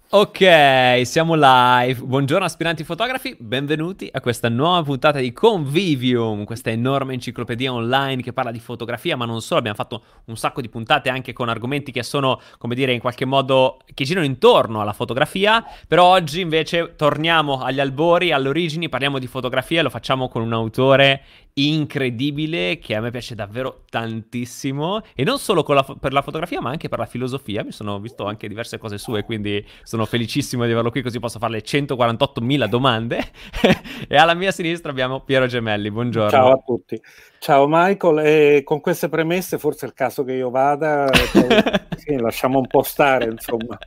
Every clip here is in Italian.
Ok, siamo live. Buongiorno aspiranti fotografi, benvenuti a questa nuova puntata di Convivium, questa enorme enciclopedia online che parla di fotografia, ma non solo, abbiamo fatto un sacco di puntate anche con argomenti che sono, come dire, in qualche modo che girano intorno alla fotografia, però oggi invece torniamo agli albori, alle origini, parliamo di fotografia e lo facciamo con un autore incredibile che a me piace davvero tantissimo e non solo per la fotografia ma anche per la filosofia. Mi sono visto anche diverse cose sue, quindi sono felicissimo di averlo qui così posso farle 148.000 domande. E alla mia sinistra abbiamo Piero Gemelli, Ciao a buongiorno. tutti. Ciao Michael, e con queste premesse forse è il caso che io vada, e poi sì, lasciamo un po' stare, insomma.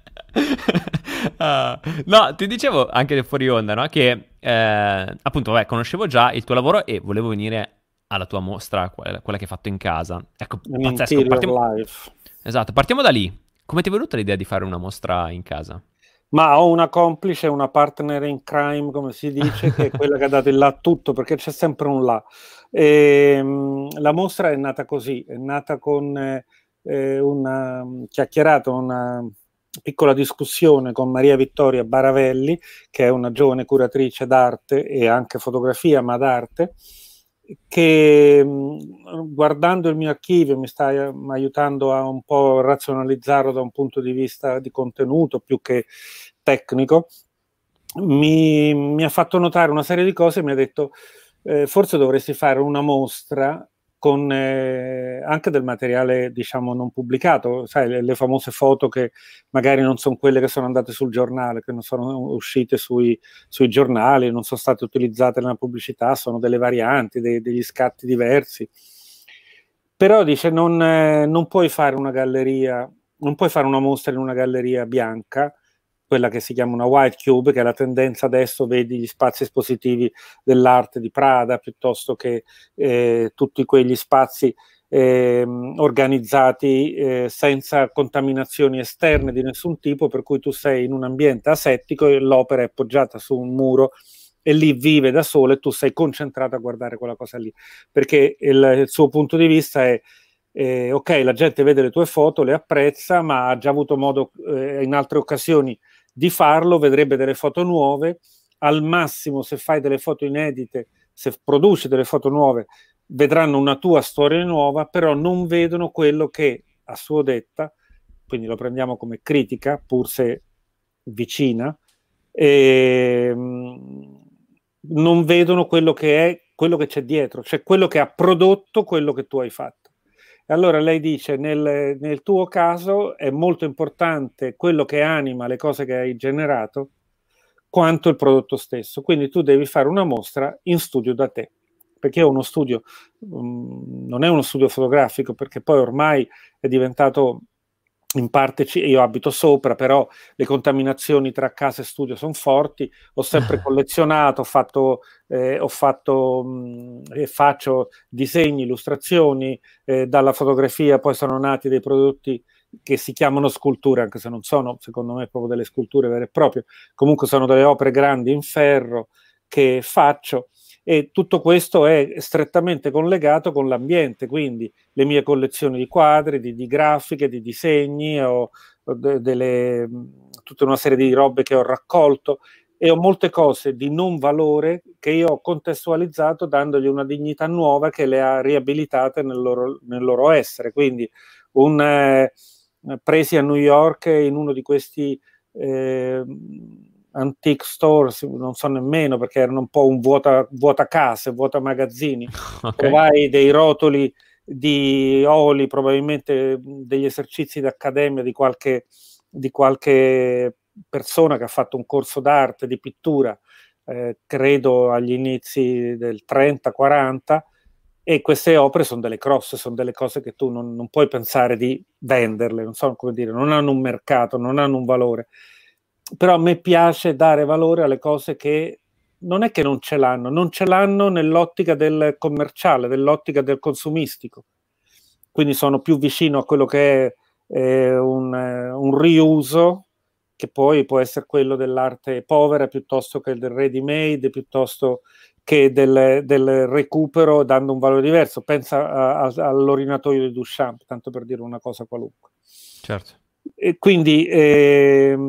No, ti dicevo anche fuori onda, no? Che appunto, vabbè, conoscevo già il tuo lavoro e volevo venire alla tua mostra, quella che hai fatto in casa. Ecco, Un pazzesco. interior Partiamo. life. Esatto, partiamo da lì. Come ti è venuta l'idea di fare una mostra in casa? Ma ho una complice, una partner in crime, come si dice, che è quella che ha dato il là a tutto, perché c'è sempre un là. La mostra è nata così, è nata con una chiacchierata, una piccola discussione con Maria Vittoria Baravelli, che è una giovane curatrice d'arte e anche fotografia, ma d'arte, che guardando il mio archivio mi sta aiutando a un po' razionalizzarlo da un punto di vista di contenuto più che tecnico. Mi ha fatto notare una serie di cose e mi ha detto forse dovresti fare una mostra con anche del materiale diciamo non pubblicato, sai, le famose foto che magari non sono quelle che sono andate sul giornale, che non sono uscite sui giornali, non sono state utilizzate nella pubblicità, sono delle varianti, degli scatti diversi. Però dice non puoi fare una galleria, non puoi fare una mostra in una galleria bianca, quella che si chiama una white cube, che è la tendenza adesso, vedi gli spazi espositivi dell'arte di Prada, piuttosto che tutti quegli spazi organizzati senza contaminazioni esterne di nessun tipo, per cui tu sei in un ambiente asettico e l'opera è appoggiata su un muro e lì vive da solo e tu sei concentrato a guardare quella cosa lì, perché il suo punto di vista è ok, la gente vede le tue foto, le apprezza, ma ha già avuto modo in altre occasioni di farlo, vedrebbe delle foto nuove, al massimo se fai delle foto inedite, se produci delle foto nuove, vedranno una tua storia nuova, però non vedono quello che a suo detta, quindi lo prendiamo come critica, pur se vicina, e, non vedono quello che è, quello che c'è dietro, cioè quello che ha prodotto quello che tu hai fatto. E allora lei dice, nel tuo caso è molto importante quello che anima le cose che hai generato, quanto il prodotto stesso. Quindi tu devi fare una mostra in studio da te, perché è uno studio, non è uno studio fotografico, perché poi ormai è diventato in parte io abito sopra, però le contaminazioni tra casa e studio sono forti. Ho sempre collezionato, ho fatto e faccio disegni, illustrazioni, dalla fotografia poi sono nati dei prodotti che si chiamano sculture, anche se non sono, secondo me, proprio delle sculture vere e proprie. Comunque sono delle opere grandi in ferro che faccio e tutto questo è strettamente collegato con l'ambiente, quindi le mie collezioni di quadri, di grafiche, di disegni, tutta una serie di robe che ho raccolto e ho molte cose di non valore che io ho contestualizzato dandogli una dignità nuova che le ha riabilitate nel loro essere. Quindi presi a New York in uno di questi antique stores, non so nemmeno perché erano un po' un vuota case, vuota magazzini, Ok. trovai dei rotoli di oli, probabilmente degli esercizi d'accademia di qualche persona che ha fatto un corso d'arte, di pittura, credo agli inizi del 30-40, e queste opere sono delle crosse, sono delle cose che tu non puoi pensare di venderle, non so come dire, non hanno un mercato, non hanno un valore. Però a me piace dare valore alle cose che non è che non ce l'hanno nell'ottica del commerciale, nell'ottica del consumistico. Quindi sono più vicino a quello che è un riuso, che poi può essere quello dell'arte povera piuttosto che del ready made, piuttosto che del recupero dando un valore diverso. Pensa all'orinatoio di Duchamp, tanto per dire una cosa qualunque. Certo. E quindi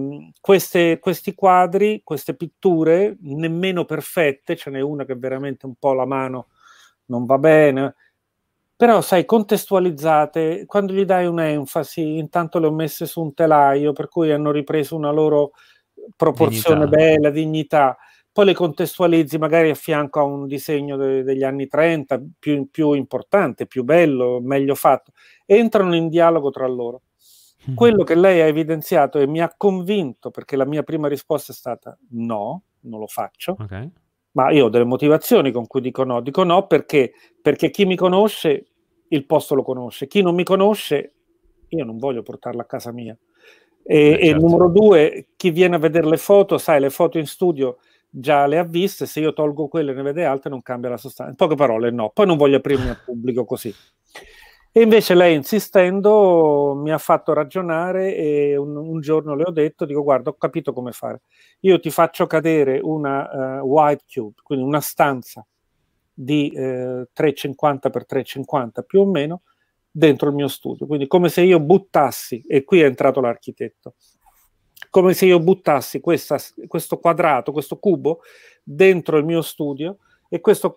questi quadri, queste pitture, nemmeno perfette, ce n'è una che veramente un po' la mano non va bene, però sai, contestualizzate, quando gli dai un'enfasi, intanto le ho messe su un telaio, per cui hanno ripreso una loro proporzione bella, dignità, poi le contestualizzi magari a fianco a un disegno degli anni 30, più importante, più bello, meglio fatto, entrano in dialogo tra loro. Quello che lei ha evidenziato e mi ha convinto, perché la mia prima risposta è stata no, non lo faccio, ma io ho delle motivazioni con cui dico no perché chi mi conosce il posto lo conosce, chi non mi conosce io non voglio portarlo a casa mia. E numero 2, chi viene a vedere le foto, sai, le foto in studio già le ha viste, se io tolgo quelle e ne vede altre non cambia la sostanza. In poche parole, no. Poi non voglio aprirmi al pubblico così. E invece lei, insistendo, mi ha fatto ragionare e un giorno le ho detto, dico, guarda, ho capito come fare. Io ti faccio cadere una white cube, quindi una stanza di 3,50 x 3,50 più o meno, dentro il mio studio. Quindi come se io buttassi, e qui è entrato l'architetto, come se io buttassi questo quadrato, questo cubo, dentro il mio studio e questo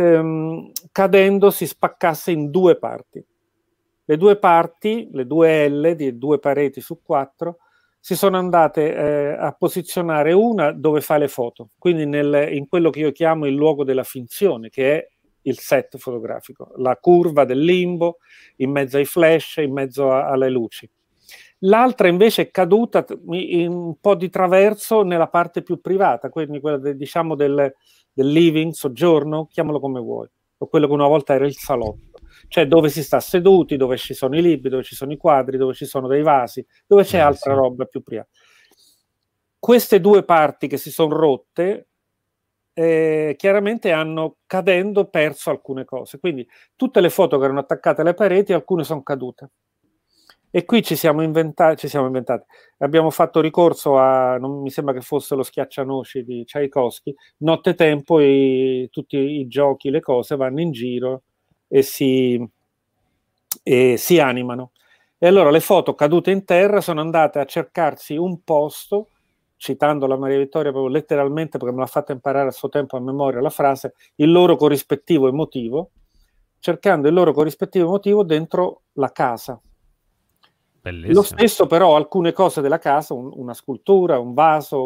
cadendo si spaccasse in 2 parti. Le 2 parti, le 2 L di 2 pareti su 4, si sono andate a posizionare una dove fa le foto, quindi in quello che io chiamo il luogo della finzione, che è il set fotografico, la curva del limbo, in mezzo ai flash, in mezzo alle luci. L'altra invece è caduta un po' di traverso nella parte più privata, quindi quella diciamo del living, soggiorno, chiamalo come vuoi, o quello che una volta era il salotto, cioè dove si sta seduti, dove ci sono i libri, dove ci sono i quadri, dove ci sono dei vasi, dove c'è altra roba più privata. Queste 2 parti che si sono rotte chiaramente hanno, cadendo, perso alcune cose, quindi tutte le foto che erano attaccate alle pareti, alcune sono cadute. E qui ci siamo inventati, abbiamo fatto ricorso a, non mi sembra che fosse lo schiaccianoci di Tchaikovsky, nottetempo tutti i giochi, le cose vanno in giro e si animano. E allora le foto cadute in terra sono andate a cercarsi un posto, citando la Maria Vittoria proprio letteralmente, perché me l'ha fatta imparare a suo tempo a memoria la frase, il loro corrispettivo emotivo, cercando il loro corrispettivo emotivo dentro la casa. Bellissimo. Lo stesso però alcune cose della casa, una scultura, un vaso,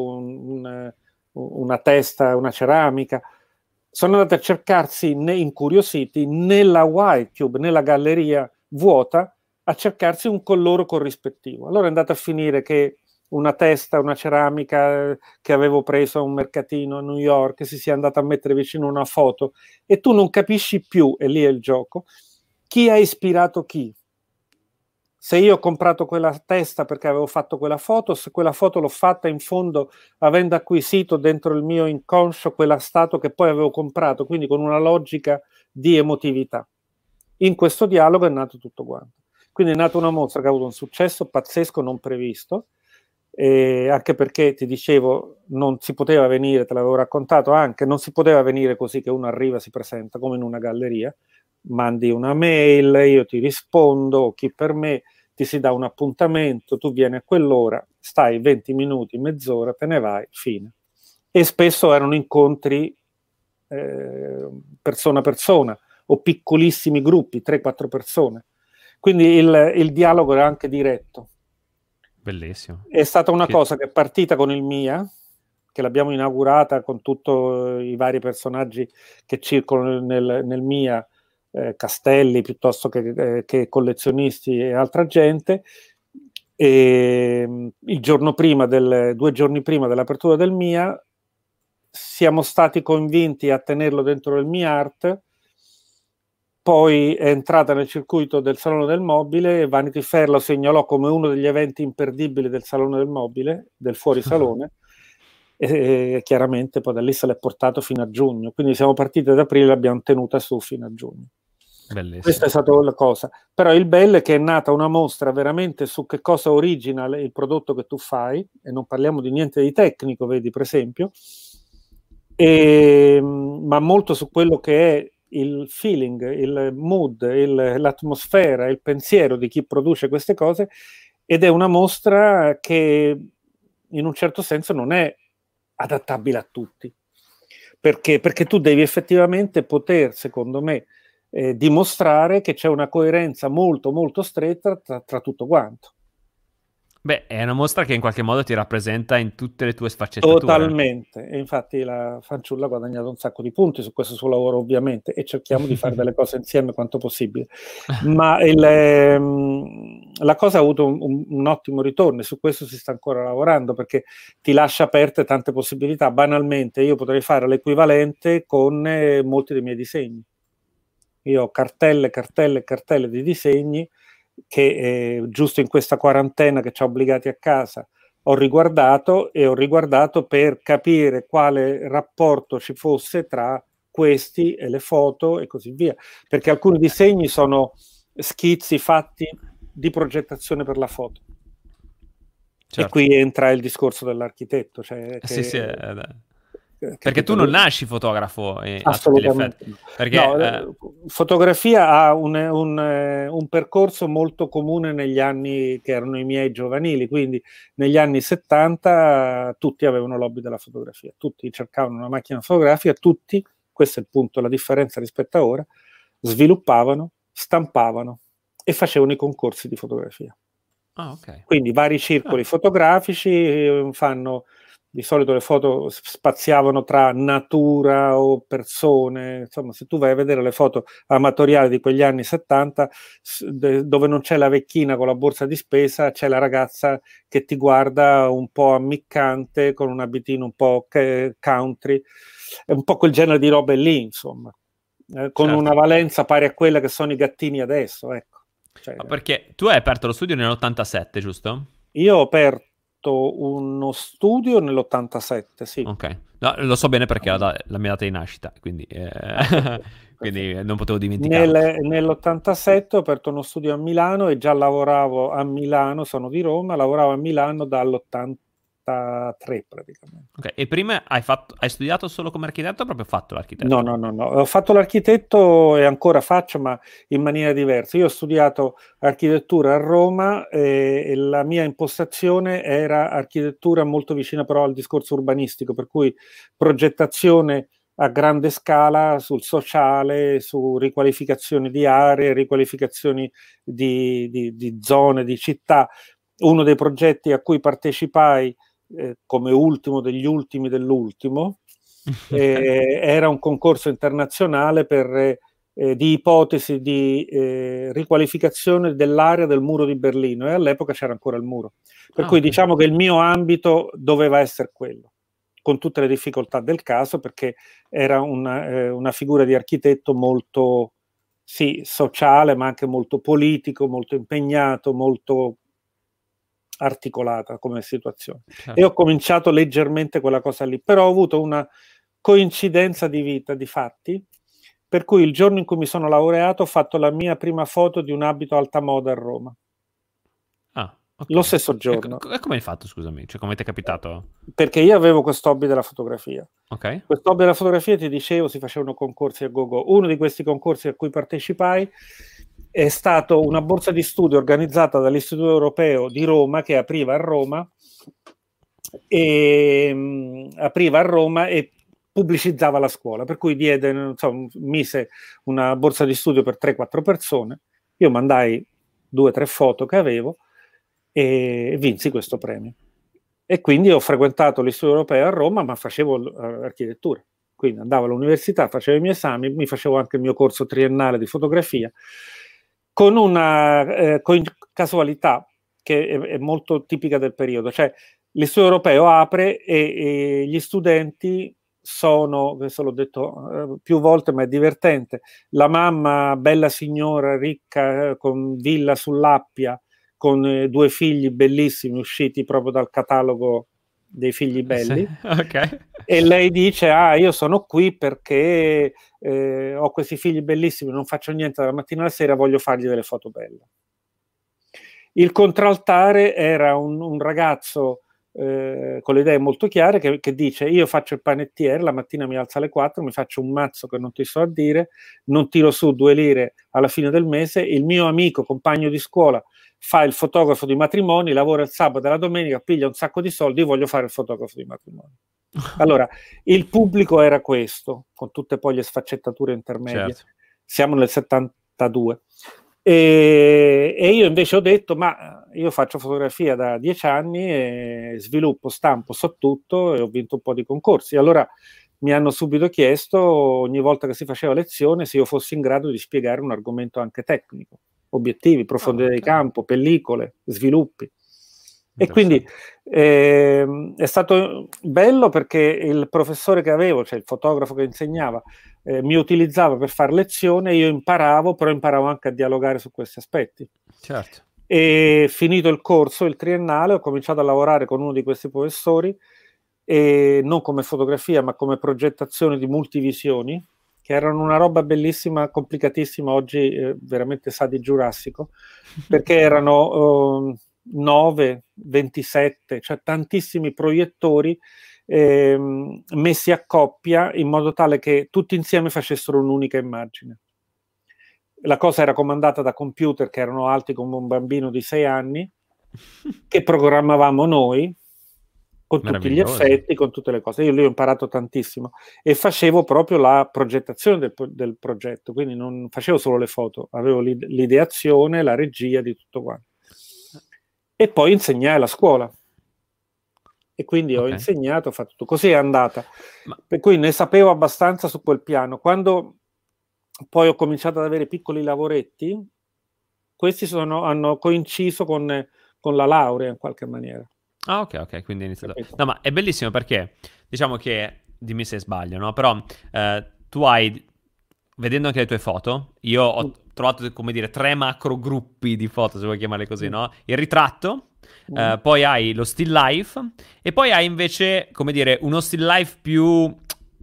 una testa, una ceramica, sono andate a cercarsi incuriositi nella white cube, nella galleria vuota, a cercarsi un loro corrispettivo. Allora è andato a finire che una testa, una ceramica che avevo preso a un mercatino a New York, si sia andata a mettere vicino una foto e tu non capisci più, e lì è il gioco, chi ha ispirato chi. Se io ho comprato quella testa perché avevo fatto quella foto, se quella foto l'ho fatta in fondo avendo acquisito dentro il mio inconscio quella statua che poi avevo comprato, quindi con una logica di emotività. In questo dialogo è nato tutto quanto. Quindi è nata una mostra che ha avuto un successo pazzesco, non previsto, anche perché, ti dicevo, non si poteva venire, te l'avevo raccontato anche, non si poteva venire così che uno arriva, si presenta come in una galleria, mandi una mail, io ti rispondo, chi per me, ti si dà un appuntamento, tu vieni a quell'ora, stai 20 minuti, mezz'ora, te ne vai, fine. E spesso erano incontri persona a persona o piccolissimi gruppi, 3-4 persone. Quindi il dialogo era anche diretto. Bellissimo. È stata una cosa che è partita con il MIA, che l'abbiamo inaugurata con tutti i vari personaggi che circolano nel MIA, Castelli piuttosto che collezionisti e altra gente. E il giorno prima 2 giorni prima dell'apertura del MIA siamo stati convinti a tenerlo dentro il MIA Art, poi è entrata nel circuito del Salone del Mobile e Vanity Fair lo segnalò come uno degli eventi imperdibili del Salone del Mobile, del fuorisalone, e chiaramente poi da lì se l'è portato fino a giugno, quindi siamo partiti ad aprile e l'abbiamo tenuta su fino a giugno. Bellissimo. Questa è stata la cosa, però il bello è che è nata una mostra veramente su che cosa origina il prodotto che tu fai, e non parliamo di niente di tecnico, vedi per esempio, ma molto su quello che è il feeling, il mood, l'atmosfera, il pensiero di chi produce queste cose, ed è una mostra che in un certo senso non è adattabile a tutti, perché tu devi effettivamente poter, secondo me, dimostrare che c'è una coerenza molto molto stretta tra tutto quanto. Beh, è una mostra che in qualche modo ti rappresenta in tutte le tue sfaccettature. Totalmente, e infatti la fanciulla ha guadagnato un sacco di punti su questo suo lavoro, ovviamente, e cerchiamo di fare delle cose insieme quanto possibile. Ma la cosa ha avuto un ottimo ritorno, e su questo si sta ancora lavorando, perché ti lascia aperte tante possibilità. Banalmente, io potrei fare l'equivalente con molti dei miei disegni. Io ho cartelle di disegni che giusto in questa quarantena che ci ha obbligati a casa ho riguardato per capire quale rapporto ci fosse tra questi e le foto e così via, perché alcuni disegni sono schizzi fatti di progettazione per la foto. Certo. E qui entra il discorso dell'architetto, cioè perché tu non nasci fotografo assolutamente no. Perché, fotografia ha un percorso molto comune negli anni che erano i miei giovanili, quindi negli anni 70 tutti avevano l'hobby della fotografia, tutti cercavano una macchina fotografica, tutti, questo è il punto, la differenza rispetto a ora, sviluppavano, stampavano e facevano i concorsi di fotografia. Okay. Quindi vari circoli fotografici fanno, di solito le foto spaziavano tra natura o persone, insomma se tu vai a vedere le foto amatoriali di quegli anni 70, dove non c'è la vecchina con la borsa di spesa, c'è la ragazza che ti guarda un po' ammiccante, con un abitino un po' country, è un po' quel genere di robe lì, insomma, con una valenza pari a quella che sono i gattini adesso, ecco. Cioè, perché tu hai aperto lo studio nell'87, giusto? Io ho aperto uno studio nell'87, sì. Ok, no, lo so bene perché la mia data di nascita, quindi, quindi non potevo dimenticarlo. Nell'87 ho aperto uno studio a Milano e già lavoravo a Milano, sono di Roma, lavoravo a Milano dall'83 praticamente. Ok, e prima hai studiato solo come architetto o proprio fatto l'architetto? No, ho fatto l'architetto e ancora faccio, ma in maniera diversa. Io ho studiato architettura a Roma e la mia impostazione era architettura molto vicina però al discorso urbanistico, per cui progettazione a grande scala sul sociale, su riqualificazioni di aree, riqualificazioni di zone, di città. Uno dei progetti a cui partecipai come ultimo degli ultimi dell'ultimo era un concorso internazionale di ipotesi di riqualificazione dell'area del muro di Berlino, e all'epoca c'era ancora il muro, per cui diciamo che il mio ambito doveva essere quello, con tutte le difficoltà del caso, perché era una figura di architetto molto sì, sociale, ma anche molto politico, molto impegnato, molto articolata come situazione. E ho cominciato leggermente quella cosa lì, però ho avuto una coincidenza di vita, di fatti, per cui il giorno in cui mi sono laureato ho fatto la mia prima foto di un abito alta moda a Roma. Okay. Lo stesso giorno. E come hai fatto, scusami? Cioè, come ti è capitato? Perché io avevo questo hobby della fotografia. Okay. Questo hobby della fotografia, ti dicevo, si facevano concorsi a gogo. Uno di questi concorsi a cui partecipai è stato una borsa di studio organizzata dall'Istituto Europeo di Roma, che apriva a Roma e pubblicizzava la scuola, per cui mise una borsa di studio per 3-4 persone. Io mandai 2-3 foto che avevo e vinsi questo premio. E quindi ho frequentato l'Istituto Europeo a Roma, ma facevo architettura. Quindi andavo all'università, facevo i miei esami, mi facevo anche il mio corso triennale di fotografia, con una casualità che è molto tipica del periodo. Cioè, l'Istituto Europeo apre e gli studenti sono, questo l'ho detto più volte, ma è divertente, la mamma, bella signora, ricca, con villa sull'Appia, con 2 figli bellissimi usciti proprio dal catalogo dei figli belli, sì, okay. E lei dice: io sono qui perché ho questi figli bellissimi, non faccio niente dalla mattina alla sera, voglio fargli delle foto belle. Il contraltare era un ragazzo con le idee molto chiare che dice: io faccio il panettiere, la mattina mi alzo alle 4, mi faccio un mazzo che non ti so a dire, non tiro su 2 lire alla fine del mese, il mio amico compagno di scuola fa il fotografo di matrimoni, lavora il sabato e la domenica, piglia un sacco di soldi, io voglio fare il fotografo di matrimoni. Allora, il pubblico era questo, con tutte poi le sfaccettature intermedie. Certo. Siamo nel 72. E io invece ho detto, ma io faccio fotografia da 10 anni e sviluppo, stampo, so tutto, e ho vinto un po' di concorsi. Allora mi hanno subito chiesto, ogni volta che si faceva lezione, se io fossi in grado di spiegare un argomento anche tecnico, obiettivi, profondità di campo, pellicole, sviluppi. E quindi è stato bello perché il professore che avevo, cioè il fotografo che insegnava, mi utilizzava per fare lezione, io imparavo, però imparavo anche a dialogare su questi aspetti. Certo. E finito il corso, il triennale, ho cominciato a lavorare con uno di questi professori, e non come fotografia, ma come progettazione di multivisioni, che erano una roba bellissima, complicatissima, oggi veramente sa di giurassico, perché erano 9, 27, cioè tantissimi proiettori messi a coppia in modo tale che tutti insieme facessero un'unica immagine. La cosa era comandata da computer che erano alti come un bambino di 6 anni, che programmavamo noi, con tutti gli effetti, con tutte le cose. Io lì ho imparato tantissimo e facevo proprio la progettazione del progetto, quindi non facevo solo le foto, avevo l'ideazione, la regia di tutto quanto. E poi insegnai alla scuola. E quindi ho insegnato, ho fatto tutto. Così è andata. Per cui ne sapevo abbastanza su quel piano. Quando poi ho cominciato ad avere piccoli lavoretti, questi hanno coinciso con la laurea in qualche maniera. Ah, ok, quindi è iniziato. No, ma è bellissimo perché, diciamo che, dimmi se sbaglio, no? Però tu hai, vedendo anche le tue foto, io ho trovato, come dire, 3 macro gruppi di foto, se vuoi chiamarle così, no? Il ritratto, poi hai lo still life, e poi hai invece, come dire, uno still life più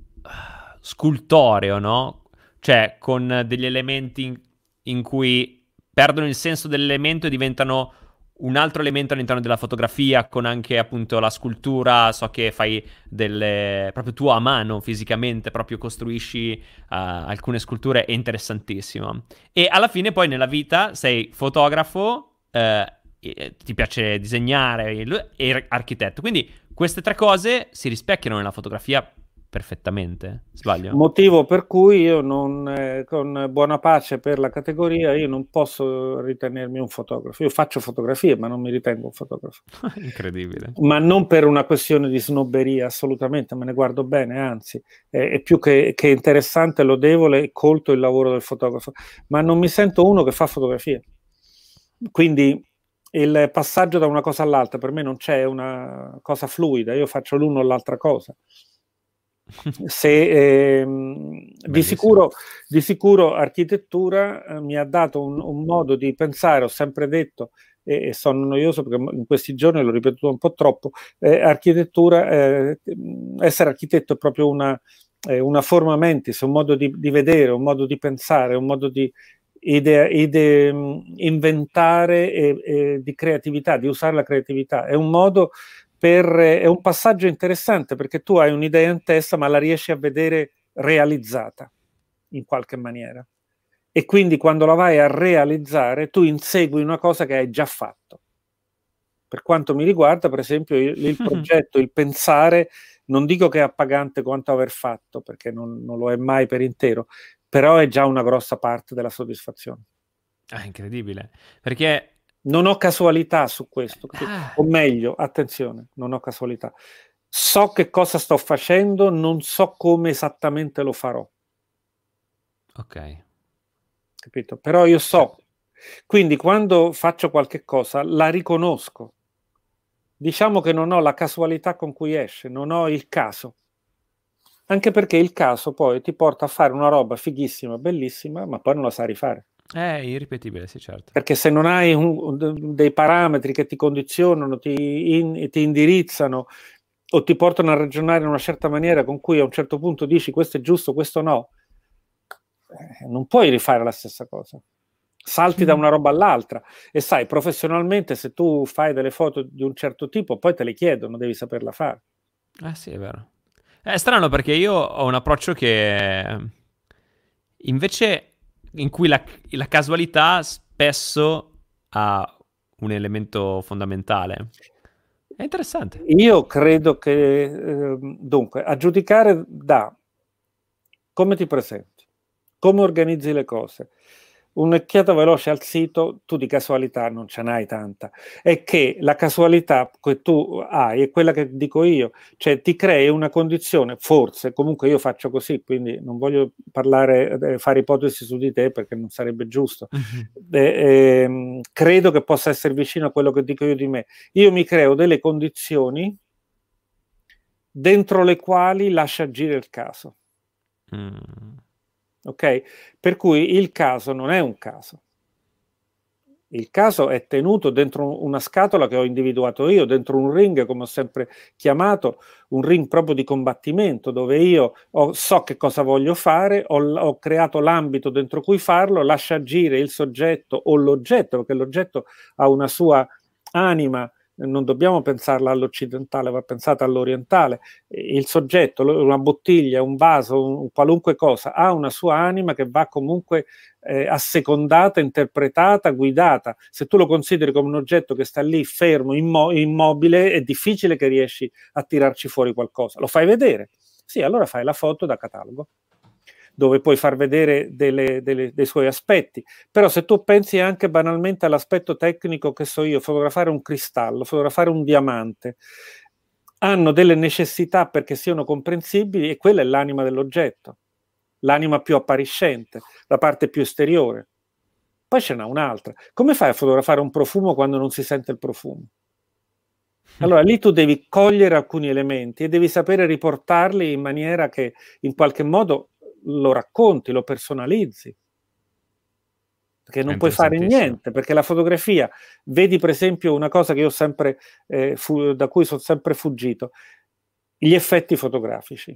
scultoreo, no? Cioè, con degli elementi in cui perdono il senso dell'elemento e diventano un altro elemento all'interno della fotografia, con anche appunto la scultura. So che fai proprio tu a mano, fisicamente, proprio costruisci alcune sculture, è interessantissimo. E alla fine poi nella vita sei fotografo, ti piace disegnare e architetto. Quindi queste 3 cose si rispecchiano nella fotografia perfettamente, sbaglio? Motivo per cui io non, con buona pace per la categoria, io non posso ritenermi un fotografo. Io faccio fotografie, ma non mi ritengo un fotografo. Incredibile. Ma non per una questione di snobberia, assolutamente, me ne guardo bene, anzi, è più che interessante, lodevole e colto il lavoro del fotografo, ma non mi sento uno che fa fotografie. Quindi il passaggio da una cosa all'altra, per me non c'è una cosa fluida, io faccio l'uno o l'altra cosa. Di sicuro architettura mi ha dato un modo di pensare, ho sempre detto, e sono noioso perché in questi giorni l'ho ripetuto un po' troppo, architettura, essere architetto è proprio una forma mentis, un modo di vedere, un modo di pensare, un modo di inventare e di creatività, di usare la creatività. È un modo è un passaggio interessante perché tu hai un'idea in testa ma la riesci a vedere realizzata in qualche maniera, e quindi quando la vai a realizzare tu insegui una cosa che hai già fatto. Per quanto mi riguarda, per esempio, il progetto, il pensare, non dico che è appagante quanto aver fatto, perché non lo è mai per intero, però è già una grossa parte della soddisfazione. Incredibile, perché non ho casualità su questo, o meglio, attenzione, non ho casualità. So che cosa sto facendo, non so come esattamente lo farò. Ok. Capito? Però io so. Quindi quando faccio qualche cosa la riconosco. Diciamo che non ho la casualità con cui esce, non ho il caso. Anche perché il caso poi ti porta a fare una roba fighissima, bellissima, ma poi non la sai rifare. È irripetibile, sì, certo. Perché se non hai dei parametri che ti condizionano, ti indirizzano o ti portano a ragionare in una certa maniera con cui a un certo punto dici questo è giusto, questo no, non puoi rifare la stessa cosa. Salti da una roba all'altra e sai, professionalmente se tu fai delle foto di un certo tipo poi te le chiedono, devi saperla fare. Sì, è vero. È strano perché io ho un approccio che invece in cui la casualità spesso ha un elemento fondamentale. È interessante. Io credo che, dunque, a giudicare da come ti presenti, come organizzi le cose. Un'occhiata veloce al sito, tu di casualità non ce n'hai tanta, è che la casualità che tu hai è quella che dico io, cioè ti crei una condizione, forse, comunque io faccio così, quindi non voglio parlare, fare ipotesi su di te perché non sarebbe giusto. Credo che possa essere vicino a quello che dico io di me. Io mi creo delle condizioni dentro le quali lascio agire il caso. Ok? Per cui il caso non è un caso. Il caso è tenuto dentro una scatola che ho individuato io, dentro un ring, come ho sempre chiamato, un ring proprio di combattimento, dove io so che cosa voglio fare, ho creato l'ambito dentro cui farlo, lascio agire il soggetto o l'oggetto, perché l'oggetto ha una sua anima, non dobbiamo pensarla all'occidentale, va pensata all'orientale. Il soggetto, una bottiglia, un vaso, qualunque cosa, ha una sua anima che va comunque assecondata, interpretata, guidata. Se tu lo consideri come un oggetto che sta lì fermo, immobile, è difficile che riesci a tirarci fuori qualcosa. Lo fai vedere? Sì, allora fai la foto da catalogo, dove puoi far vedere dei suoi aspetti. Però se tu pensi anche banalmente all'aspetto tecnico, che so io, fotografare un cristallo, fotografare un diamante, hanno delle necessità perché siano comprensibili e quella è l'anima dell'oggetto, l'anima più appariscente, la parte più esteriore. Poi ce n'è un'altra. Come fai a fotografare un profumo quando non si sente il profumo? Allora lì tu devi cogliere alcuni elementi e devi sapere riportarli in maniera che in qualche modo lo racconti, lo personalizzi, perché non puoi fare niente, perché la fotografia, vedi per esempio una cosa che io sempre da cui sono sempre fuggito, gli effetti fotografici.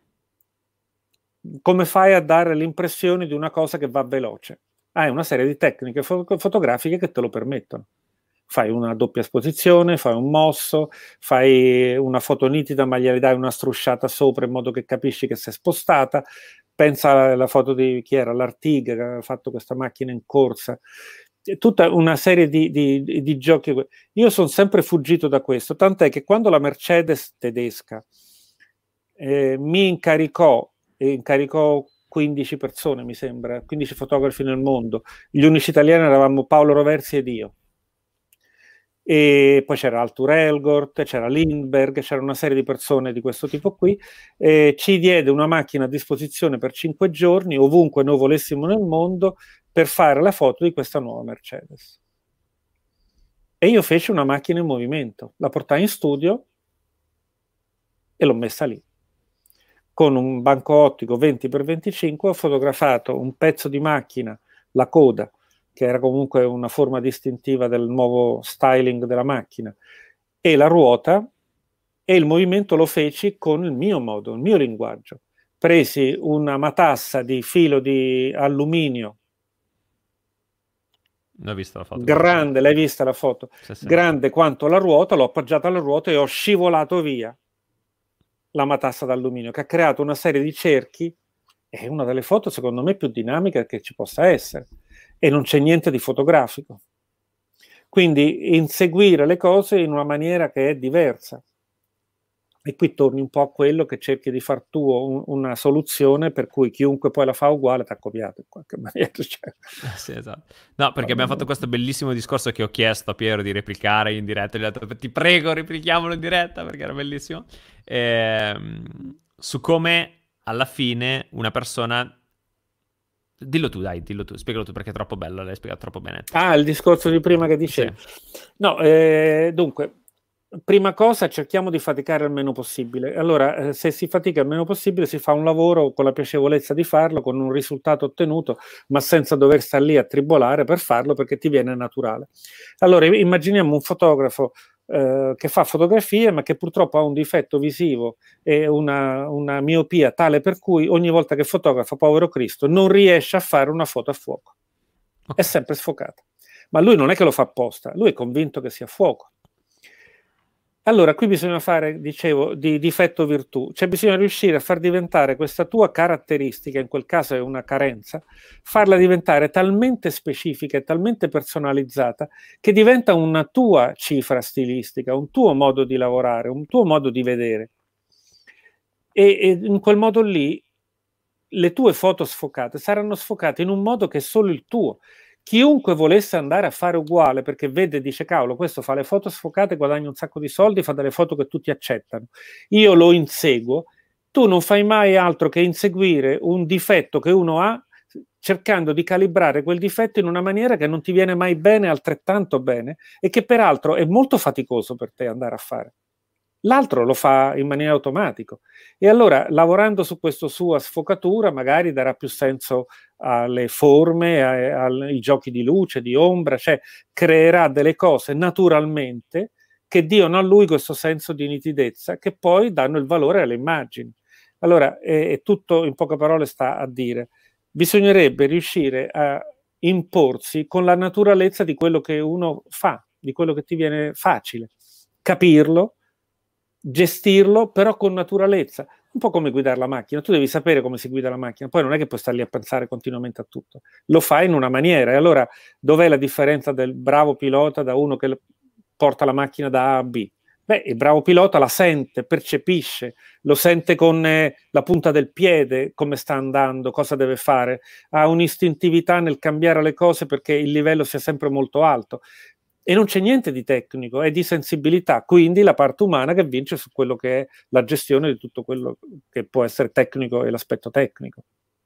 Come fai a dare l'impressione di una cosa che va veloce? Hai una serie di tecniche fotografiche che te lo permettono. Fai una doppia esposizione, fai un mosso, fai una foto nitida ma gli dai una strusciata sopra in modo che capisci che si è spostata. Pensa alla foto di chi era, l'Artiga, che aveva fatto questa macchina in corsa. Tutta una serie di giochi. Io sono sempre fuggito da questo, tant'è che quando la Mercedes tedesca mi incaricò 15 persone, mi sembra, 15 fotografi nel mondo, gli unici italiani eravamo Paolo Roversi ed io. E poi c'era Arthur Elgort, c'era Lindbergh, c'era una serie di persone di questo tipo qui, ci diede una macchina a disposizione per 5 giorni, ovunque noi volessimo nel mondo, per fare la foto di questa nuova Mercedes. E io feci una macchina in movimento, la portai in studio e l'ho messa lì. Con un banco ottico 20x25 ho fotografato un pezzo di macchina, la coda, che era comunque una forma distintiva del nuovo styling della macchina, e la ruota, e il movimento lo feci con il mio modo, il mio linguaggio. Presi una matassa di filo di alluminio, l'ho vista la foto, grande, l'hai vista la foto? Sì. Grande quanto la ruota, l'ho appoggiata alla ruota e ho scivolato via la matassa d'alluminio, che ha creato una serie di cerchi. È una delle foto secondo me più dinamiche che ci possa essere, e non c'è niente di fotografico. Quindi inseguire le cose in una maniera che è diversa. E qui torni un po' a quello che cerchi di far tuo, una soluzione per cui chiunque poi la fa uguale ti ha copiato in qualche maniera. Cioè. Sì, esatto. No, perché abbiamo fatto questo bellissimo discorso che ho chiesto a Piero di replicare in diretta. Gli ho detto, ti prego, replichiamolo in diretta perché era bellissimo. Su come alla fine una persona... Dillo tu, spiegalo tu perché è troppo bello, l'hai spiegato troppo bene. Ah, il discorso di prima che dicevi. Sì. No, dunque, prima cosa cerchiamo di faticare il meno possibile. Allora, se si fatica il meno possibile si fa un lavoro con la piacevolezza di farlo, con un risultato ottenuto, ma senza dover stare lì a tribolare per farlo perché ti viene naturale. Allora, immaginiamo un fotografo che fa fotografie ma che purtroppo ha un difetto visivo e una miopia tale per cui ogni volta che fotografa, povero Cristo, non riesce a fare una foto a fuoco. Okay. È sempre sfocata. Ma lui non è che lo fa apposta, lui è convinto che sia a fuoco. Allora, qui bisogna fare, dicevo, di difetto virtù, cioè bisogna riuscire a far diventare questa tua caratteristica, in quel caso è una carenza, farla diventare talmente specifica e talmente personalizzata che diventa una tua cifra stilistica, un tuo modo di lavorare, un tuo modo di vedere. E in quel modo lì le tue foto sfocate saranno sfocate in un modo che è solo il tuo. Chiunque volesse andare a fare uguale perché vede e dice cavolo, questo fa le foto sfocate, guadagna un sacco di soldi, fa delle foto che tutti accettano, io lo inseguo, tu non fai mai altro che inseguire un difetto che uno ha, cercando di calibrare quel difetto in una maniera che non ti viene mai bene altrettanto bene e che peraltro è molto faticoso per te andare a fare. L'altro lo fa in maniera automatica e allora lavorando su questa sua sfocatura magari darà più senso alle forme, ai giochi di luce, di ombra, cioè creerà delle cose naturalmente che diano a lui questo senso di nitidezza che poi danno il valore alle immagini. Allora è tutto in poche parole sta a dire. Bisognerebbe riuscire a imporsi con la naturalezza di quello che uno fa, di quello che ti viene facile, capirlo, gestirlo però con naturalezza, un po' come guidare la macchina. Tu devi sapere come si guida la macchina, poi non è che puoi stare lì a pensare continuamente a tutto, lo fai in una maniera. E allora dov'è la differenza del bravo pilota da uno che porta la macchina da A a B? Beh, il bravo pilota la sente, percepisce, lo sente con la punta del piede come sta andando, cosa deve fare, ha un'istintività nel cambiare le cose perché il livello sia sempre molto alto. E non c'è niente di tecnico, è di sensibilità, quindi la parte umana che vince su quello che è la gestione di tutto quello che può essere tecnico e l'aspetto tecnico.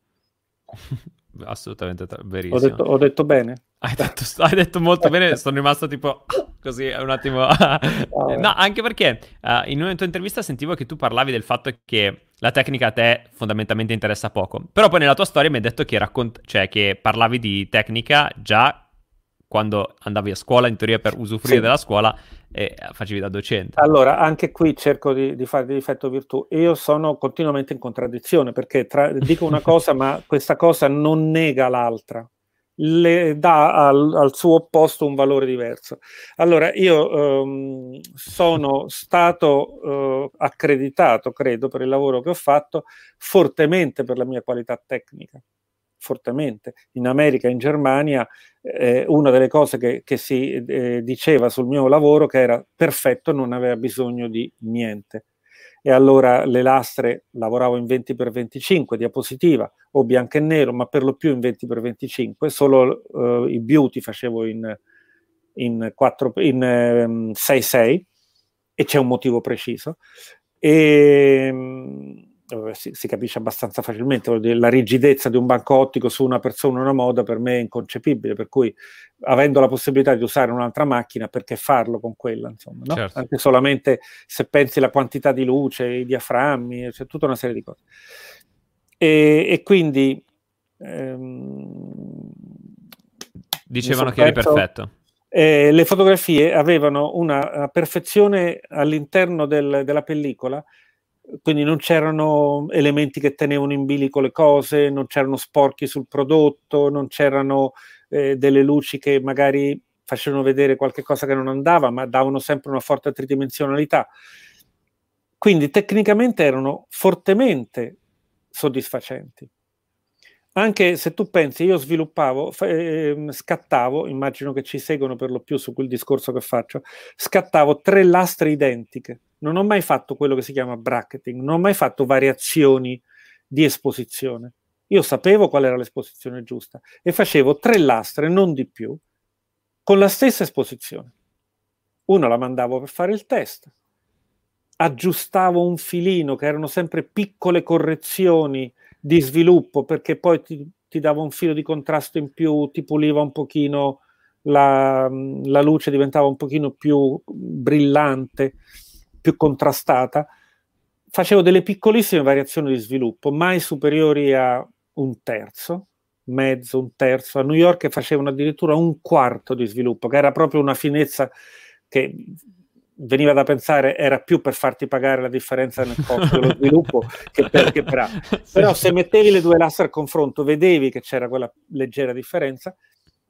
Assolutamente verissimo. Ho detto bene? Hai detto molto bene, sono rimasto tipo così un attimo. No, anche perché in una tua intervista sentivo che tu parlavi del fatto che la tecnica a te fondamentalmente interessa poco, però poi nella tua storia mi hai detto che, cioè, che parlavi di tecnica già quando andavi a scuola, in teoria per usufruire della scuola, e facevi da docente. Allora, anche qui cerco di fare di difetto virtù. Io sono continuamente in contraddizione, perché dico una cosa, ma questa cosa non nega l'altra, le dà al suo opposto un valore diverso. Allora, io sono stato accreditato, credo, per il lavoro che ho fatto, fortemente per la mia qualità tecnica. Fortemente. In America, in Germania, una delle cose che si diceva sul mio lavoro che era perfetto, non aveva bisogno di niente. E allora le lastre lavoravo in 20x25 diapositiva o bianco e nero, ma per lo più in 20x25, solo i beauty facevo in 6:6 e c'è un motivo preciso. E si capisce abbastanza facilmente, la rigidezza di un banco ottico su una persona, una moda, per me è inconcepibile, per cui avendo la possibilità di usare un'altra macchina, perché farlo con quella, insomma, no? Certo. Anche solamente se pensi alla quantità di luce, i diaframmi, c'è tutta una serie di cose. E quindi dicevano che eri perfetto. Le fotografie avevano una perfezione all'interno della pellicola, quindi non c'erano elementi che tenevano in bilico le cose, non c'erano sporchi sul prodotto, non c'erano delle luci che magari facevano vedere qualche cosa che non andava, ma davano sempre una forte tridimensionalità. Quindi tecnicamente erano fortemente soddisfacenti. Anche se tu pensi, io sviluppavo, scattavo, immagino che ci seguono per lo più su quel discorso che faccio, scattavo 3 lastre identiche. Non ho mai fatto quello che si chiama bracketing, non ho mai fatto variazioni di esposizione. Io sapevo qual era l'esposizione giusta e facevo 3 lastre, non di più, con la stessa esposizione. Una la mandavo per fare il test, aggiustavo un filino, che erano sempre piccole correzioni di sviluppo, perché poi ti dava un filo di contrasto in più, ti puliva un pochino, la luce diventava un pochino più brillante, più contrastata. Facevo delle piccolissime variazioni di sviluppo, mai superiori a un terzo, mezzo, un terzo. A New York facevano addirittura un quarto di sviluppo, che era proprio una finezza che veniva da pensare era più per farti pagare la differenza nel costo dello sviluppo che per altro. Però se mettevi le 2 lastre a confronto vedevi che c'era quella leggera differenza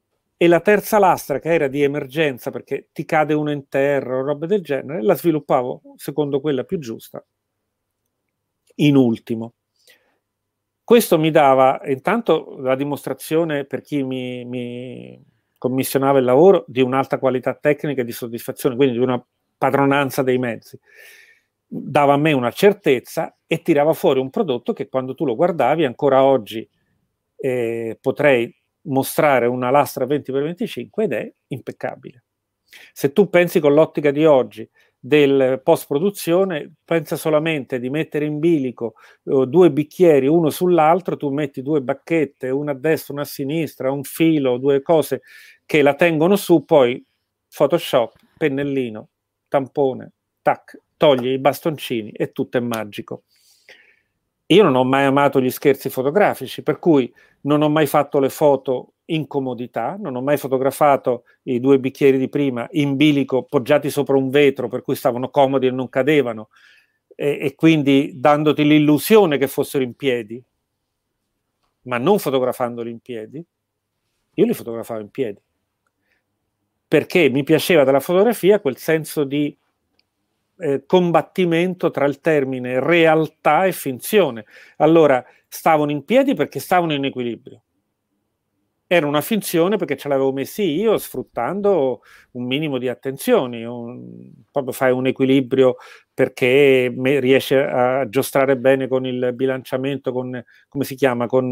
e la terza lastra, che era di emergenza perché ti cade una in terra o roba del genere, la sviluppavo secondo quella più giusta in ultimo. Questo mi dava intanto la dimostrazione, per chi mi commissionava il lavoro, di un'alta qualità tecnica e di soddisfazione, quindi di una padronanza dei mezzi. Dava a me una certezza e tirava fuori un prodotto che quando tu lo guardavi, ancora oggi potrei mostrare una lastra 20x25 ed è impeccabile. Se tu pensi con l'ottica di oggi del post-produzione, pensa solamente di mettere in bilico due bicchieri uno sull'altro, tu metti due bacchette, una a destra, una a sinistra, un filo, due cose che la tengono su, poi Photoshop, pennellino, tampone, tac, togli i bastoncini e tutto è magico. Io non ho mai amato gli scherzi fotografici, per cui non ho mai fatto le foto in comodità, non ho mai fotografato i due bicchieri di prima in bilico poggiati sopra un vetro, per cui stavano comodi e non cadevano, e quindi dandoti l'illusione che fossero in piedi, ma non fotografandoli in piedi. Io li fotografavo in piedi, perché mi piaceva della fotografia quel senso di combattimento tra il termine realtà e finzione. Allora, stavano in piedi perché stavano in equilibrio. Era una finzione perché ce l'avevo messi io, sfruttando un minimo di attenzioni. Proprio fai un equilibrio perché riesce a giostrare bene con il bilanciamento, con, come si chiama, con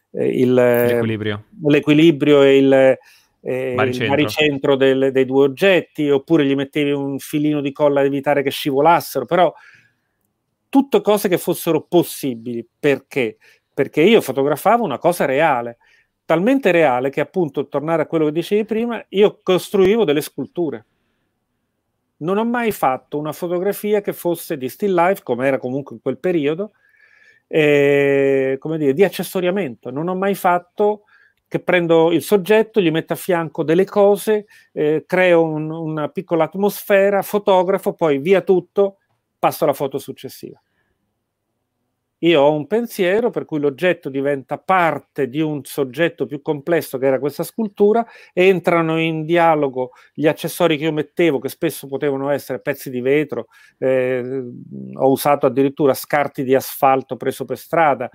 l'equilibrio e il baricentro dei due oggetti, oppure gli mettevi un filino di colla ad evitare che scivolassero, però tutte cose che fossero possibili. Perché? Perché io fotografavo una cosa reale, talmente reale che, appunto, tornare a quello che dicevi prima, io costruivo delle sculture. Non ho mai fatto una fotografia che fosse di still life, come era comunque in quel periodo, come dire, di accessoriamento. Non ho mai fatto che prendo il soggetto, gli metto a fianco delle cose, creo una piccola atmosfera, fotografo, poi via tutto, passo alla foto successiva. Io ho un pensiero per cui l'oggetto diventa parte di un soggetto più complesso che era questa scultura, entrano in dialogo gli accessori che io mettevo, che spesso potevano essere pezzi di vetro, ho usato addirittura scarti di asfalto preso per strada,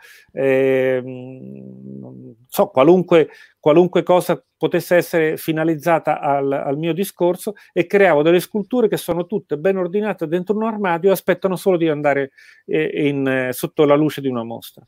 non so, qualunque cosa potesse essere finalizzata al mio discorso, e creavo delle sculture che sono tutte ben ordinate dentro un armadio e aspettano solo di andare sotto la luce di una mostra.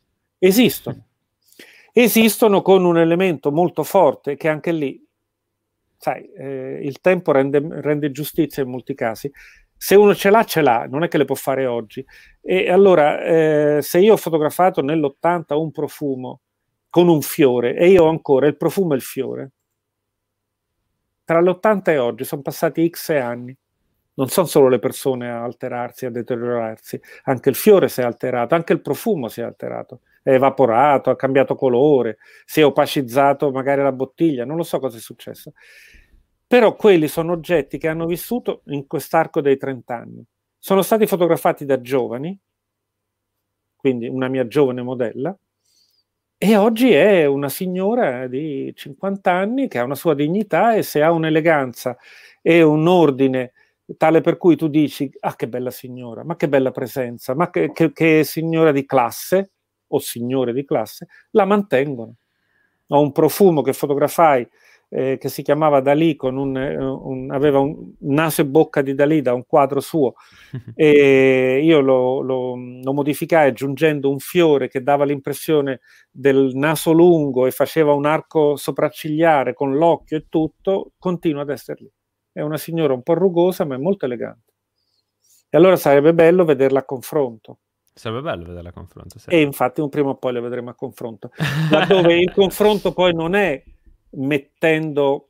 Esistono con un elemento molto forte che anche lì, sai, il tempo rende giustizia in molti casi. Se uno ce l'ha, non è che le può fare oggi. E allora, se io ho fotografato nell'80 un profumo con un fiore e io ho ancora il profumo e il fiore, tra l'80 e oggi sono passati X anni. Non sono solo le persone a alterarsi, a deteriorarsi, anche il fiore si è alterato, anche il profumo si è alterato, è evaporato, ha cambiato colore, si è opacizzato magari la bottiglia, non lo so cosa è successo. Però quelli sono oggetti che hanno vissuto in quest'arco dei 30 anni. Sono stati fotografati da giovani, quindi una mia giovane modella, e oggi è una signora di 50 anni che ha una sua dignità, e se ha un'eleganza e un ordine tale per cui tu dici: ah, che bella signora, ma che bella presenza, ma che signora di classe o signore di classe, la mantengono. Ho un profumo che fotografai che si chiamava Dalì, aveva un naso e bocca di Dalì da un quadro suo, e io lo modificai aggiungendo un fiore che dava l'impressione del naso lungo e faceva un arco sopraccigliare con l'occhio e tutto. Continua ad essere lì. È una signora un po' rugosa, ma è molto elegante. E allora sarebbe bello vederla a confronto. Sarebbe bello vederla a confronto, sì. E infatti prima o poi le vedremo a confronto. Laddove il confronto poi non è mettendo,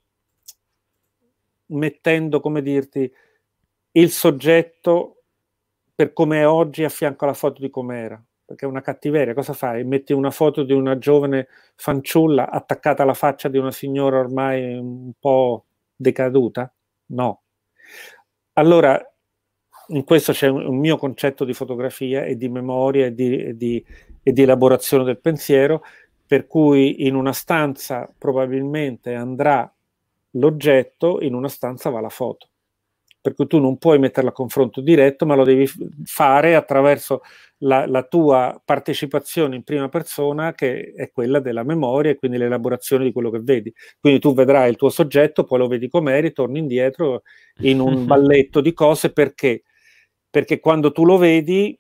come dirti, il soggetto per come è oggi a fianco alla foto di com'era, perché è una cattiveria. Cosa fai? Metti una foto di una giovane fanciulla attaccata alla faccia di una signora ormai un po' decaduta? No. Allora, in questo c'è un mio concetto di fotografia e di memoria e di elaborazione del pensiero, per cui in una stanza probabilmente andrà l'oggetto, in una stanza va la foto. Per cui tu non puoi metterla a confronto diretto, ma lo devi fare attraverso la tua partecipazione in prima persona, che è quella della memoria e quindi l'elaborazione di quello che vedi. Quindi tu vedrai il tuo soggetto, poi lo vedi com'è, torni indietro in un balletto di cose. Perché? Perché quando tu lo vedi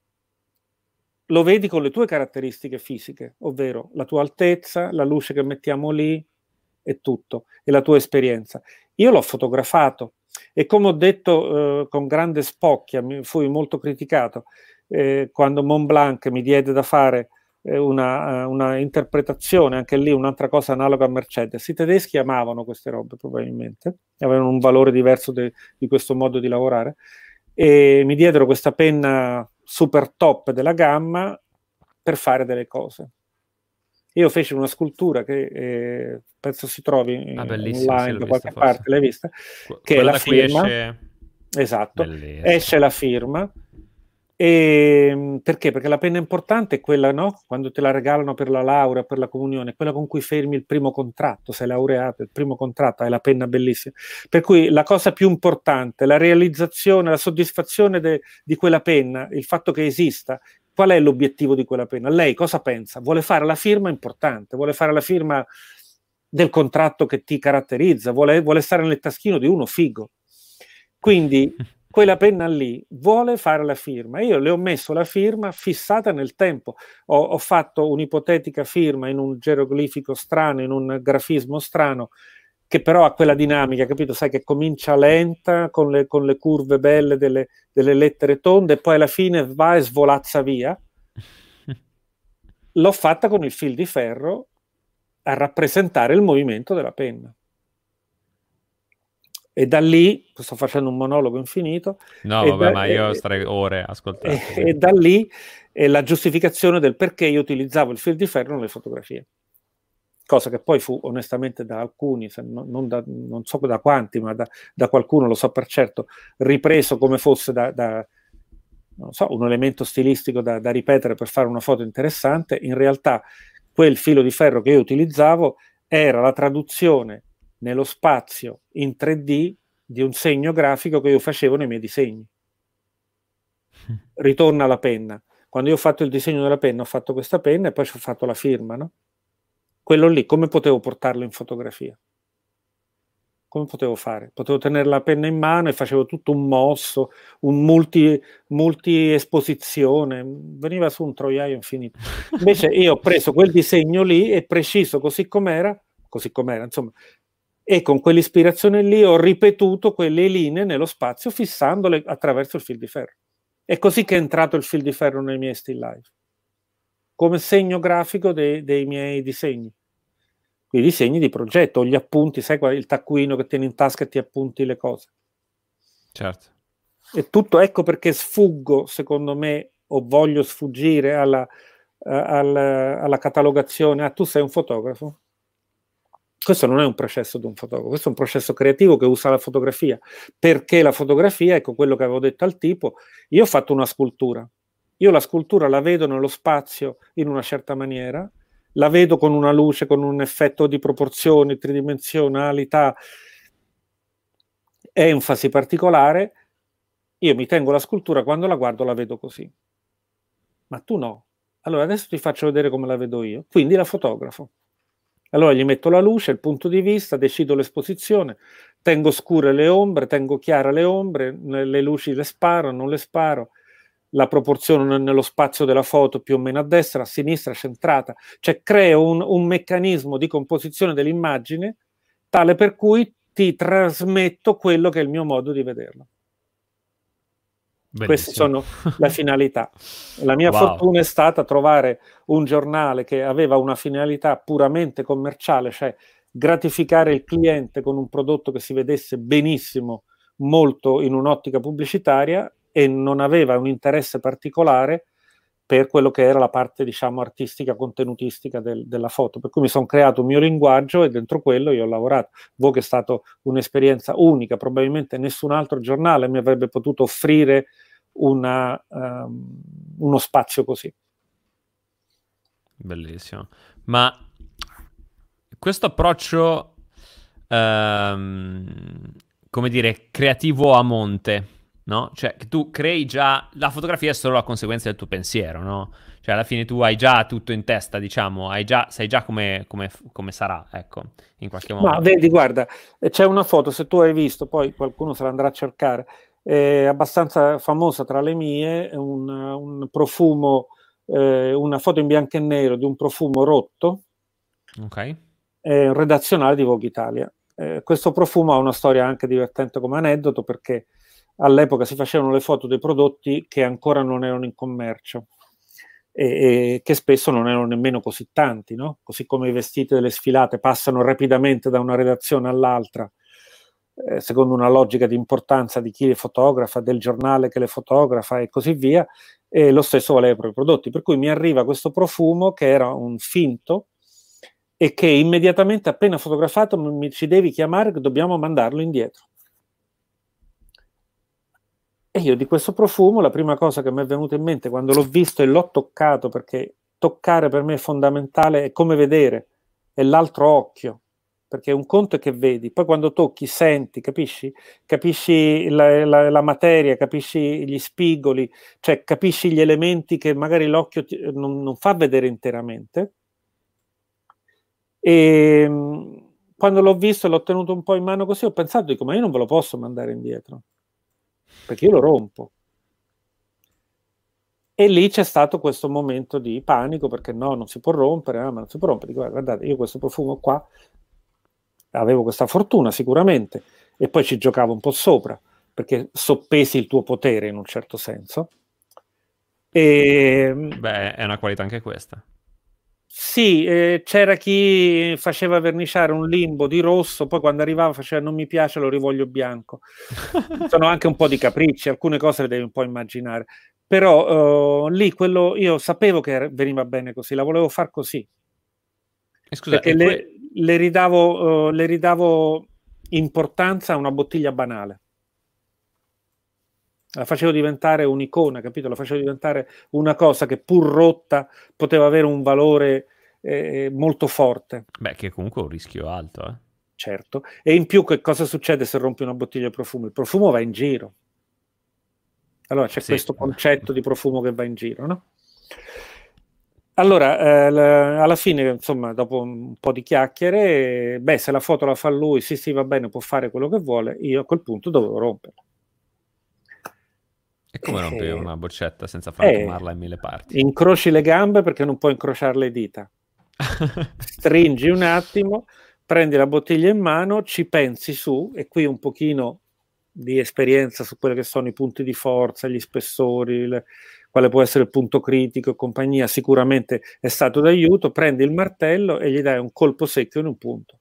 con le tue caratteristiche fisiche, ovvero la tua altezza, la luce che mettiamo lì e tutto, e la tua esperienza. Io l'ho fotografato e, come ho detto con grande spocchia, fui molto criticato quando Mont Blanc mi diede da fare una interpretazione, anche lì un'altra cosa analoga a Mercedes. I tedeschi amavano queste robe probabilmente, avevano un valore diverso di questo modo di lavorare, e mi diedero questa penna super top della gamma per fare delle cose. Io feci una scultura che penso si trovi bellissima, sì, online l'ho da vista qualche forse. parte, l'hai vista? Che è Quella la da cui firma. esce... Esatto, Bellissima. esce la firma. E perché? Perché la penna importante è quella, no? Quando te la regalano per la laurea, per la comunione, quella con cui firmi il primo contratto, sei laureato, il primo contratto, hai la penna bellissima. Per cui la cosa più importante, la realizzazione, la soddisfazione di quella penna, il fatto che esista. Qual è l'obiettivo di quella penna? Lei cosa pensa? Vuole fare la firma importante, vuole fare la firma del contratto che ti caratterizza, vuole stare nel taschino di uno figo. Quindi quella penna lì vuole fare la firma. Io le ho messo la firma fissata nel tempo. Ho fatto un'ipotetica firma in un geroglifico strano, in un grafismo strano, che però ha quella dinamica, capito? Sai, che comincia lenta, con le curve belle delle lettere tonde, e poi alla fine va e svolazza via. L'ho fatta con il fil di ferro a rappresentare il movimento della penna. E da lì, sto facendo un monologo infinito, No, vabbè, ma io starei ore ascoltando. e da lì la giustificazione del perché io utilizzavo il fil di ferro nelle fotografie. Cosa che poi fu onestamente da alcuni, non so da quanti, ma da qualcuno, lo so per certo, ripreso come fosse non so, un elemento stilistico da ripetere per fare una foto interessante. In realtà quel filo di ferro che io utilizzavo era la traduzione nello spazio in 3D di un segno grafico che io facevo nei miei disegni. Ritorna alla penna. Quando io ho fatto il disegno della penna, ho fatto questa penna e poi ci ho fatto la firma, no? Quello lì, come potevo portarlo in fotografia? Come potevo fare? Potevo tenere la penna in mano e facevo tutto un mosso, un multi-esposizione, veniva su un troiaio infinito. Invece io ho preso quel disegno lì e, preciso così com'era, insomma, e con quell'ispirazione lì ho ripetuto quelle linee nello spazio, fissandole attraverso il fil di ferro. È così che è entrato il fil di ferro nei miei still life, come segno grafico dei miei disegni. I disegni di progetto o gli appunti, sai, il taccuino che tieni in tasca e ti appunti le cose. Certo. E tutto, ecco perché sfuggo, secondo me, o voglio sfuggire alla catalogazione. Tu sei un fotografo? Questo non è un processo di un fotografo, questo è un processo creativo che usa la fotografia. Perché la fotografia, ecco quello che avevo detto al tipo, io ho fatto una scultura. Io la scultura la vedo nello spazio in una certa maniera, la vedo con una luce, con un effetto di proporzioni, tridimensionalità, enfasi particolare. Io mi tengo la scultura, quando la guardo la vedo così. Ma tu no. Allora adesso ti faccio vedere come la vedo io. Quindi la fotografo. Allora gli metto la luce, il punto di vista, decido l'esposizione, tengo scure le ombre, tengo chiare le ombre, le luci le sparo, non le sparo, la proporzione nello spazio della foto più o meno a destra, a sinistra, centrata, cioè creo un meccanismo di composizione dell'immagine tale per cui ti trasmetto quello che è il mio modo di vederla. Queste sono la finalità. La mia fortuna è stata trovare un giornale che aveva una finalità puramente commerciale, cioè gratificare il cliente con un prodotto che si vedesse benissimo, molto in un'ottica pubblicitaria, e non aveva un interesse particolare per quello che era la parte, diciamo, artistica, contenutistica della foto. Per cui mi sono creato un mio linguaggio e dentro quello io ho lavorato. Vogue è stata un'esperienza unica, probabilmente nessun altro giornale mi avrebbe potuto offrire uno spazio così. Bellissimo. Ma questo approccio come dire, creativo a monte, no? Cioè, che tu crei già, la fotografia è solo la conseguenza del tuo pensiero, no? Cioè, alla fine tu hai già tutto in testa, diciamo, sai già come sarà, ecco, in qualche Ma modo. vedi, guarda, c'è una foto, se tu hai visto, poi qualcuno se la andrà a cercare, è abbastanza famosa tra le mie, è un profumo, una foto in bianco e nero di un profumo rotto, Ok. è un redazionale di Vogue Italia. Questo profumo ha una storia anche divertente come aneddoto, perché all'epoca si facevano le foto dei prodotti che ancora non erano in commercio e che spesso non erano nemmeno così tanti, no? Così come i vestiti delle sfilate passano rapidamente da una redazione all'altra, secondo una logica di importanza di chi le fotografa, del giornale che le fotografa e così via, e lo stesso valeva per i prodotti. Per cui mi arriva questo profumo che era un finto e che immediatamente appena fotografato ci devi chiamare che dobbiamo mandarlo indietro. E io di questo profumo, la prima cosa che mi è venuta in mente quando l'ho visto e l'ho toccato, perché toccare per me è fondamentale, è come vedere, è l'altro occhio, perché un conto è che vedi, poi quando tocchi senti, capisci? Capisci la materia, capisci gli spigoli, cioè capisci gli elementi che magari l'occhio non fa vedere interamente. E quando l'ho visto e l'ho tenuto un po' in mano così, ho pensato, dico, ma io non ve lo posso mandare indietro, perché io lo rompo. E lì c'è stato questo momento di panico, perché no, non si può rompere, ma non si può rompere. Dico, guardate, io questo profumo qua avevo questa fortuna sicuramente, e poi ci giocavo un po' sopra, perché soppesi il tuo potere in un certo senso. E Beh, è una qualità anche questa. sì, c'era chi faceva verniciare un limbo di rosso, poi quando arrivava faceva non mi piace, lo rivoglio bianco. Sono anche un po' di capricci, alcune cose le devi un po' immaginare. Però lì quello io sapevo che veniva bene così, la volevo far così, Scusa, perché le ridavo importanza a una bottiglia banale. La facevo diventare un'icona, capito? La facevo diventare una cosa che pur rotta poteva avere un valore molto forte. Beh, che comunque è un rischio alto, eh. Certo. E in più che cosa succede se rompi una bottiglia di profumo? Il profumo va in giro. Allora c'è Sì. questo concetto di profumo che va in giro, no? Allora, alla fine, insomma, dopo un po' di chiacchiere, beh, se la foto la fa lui, sì, sì, va bene, può fare quello che vuole, io a quel punto dovevo romperla. E come rompi Eh, una boccetta senza frantumarla in 1000 parti? incroci le gambe perché non puoi incrociare le dita. Stringi un attimo, prendi la bottiglia in mano, ci pensi su, e qui un pochino di esperienza su quelli che sono i punti di forza, gli spessori, quale può essere il punto critico e compagnia, sicuramente è stato d'aiuto. Prendi il martello e gli dai un colpo secco in un punto.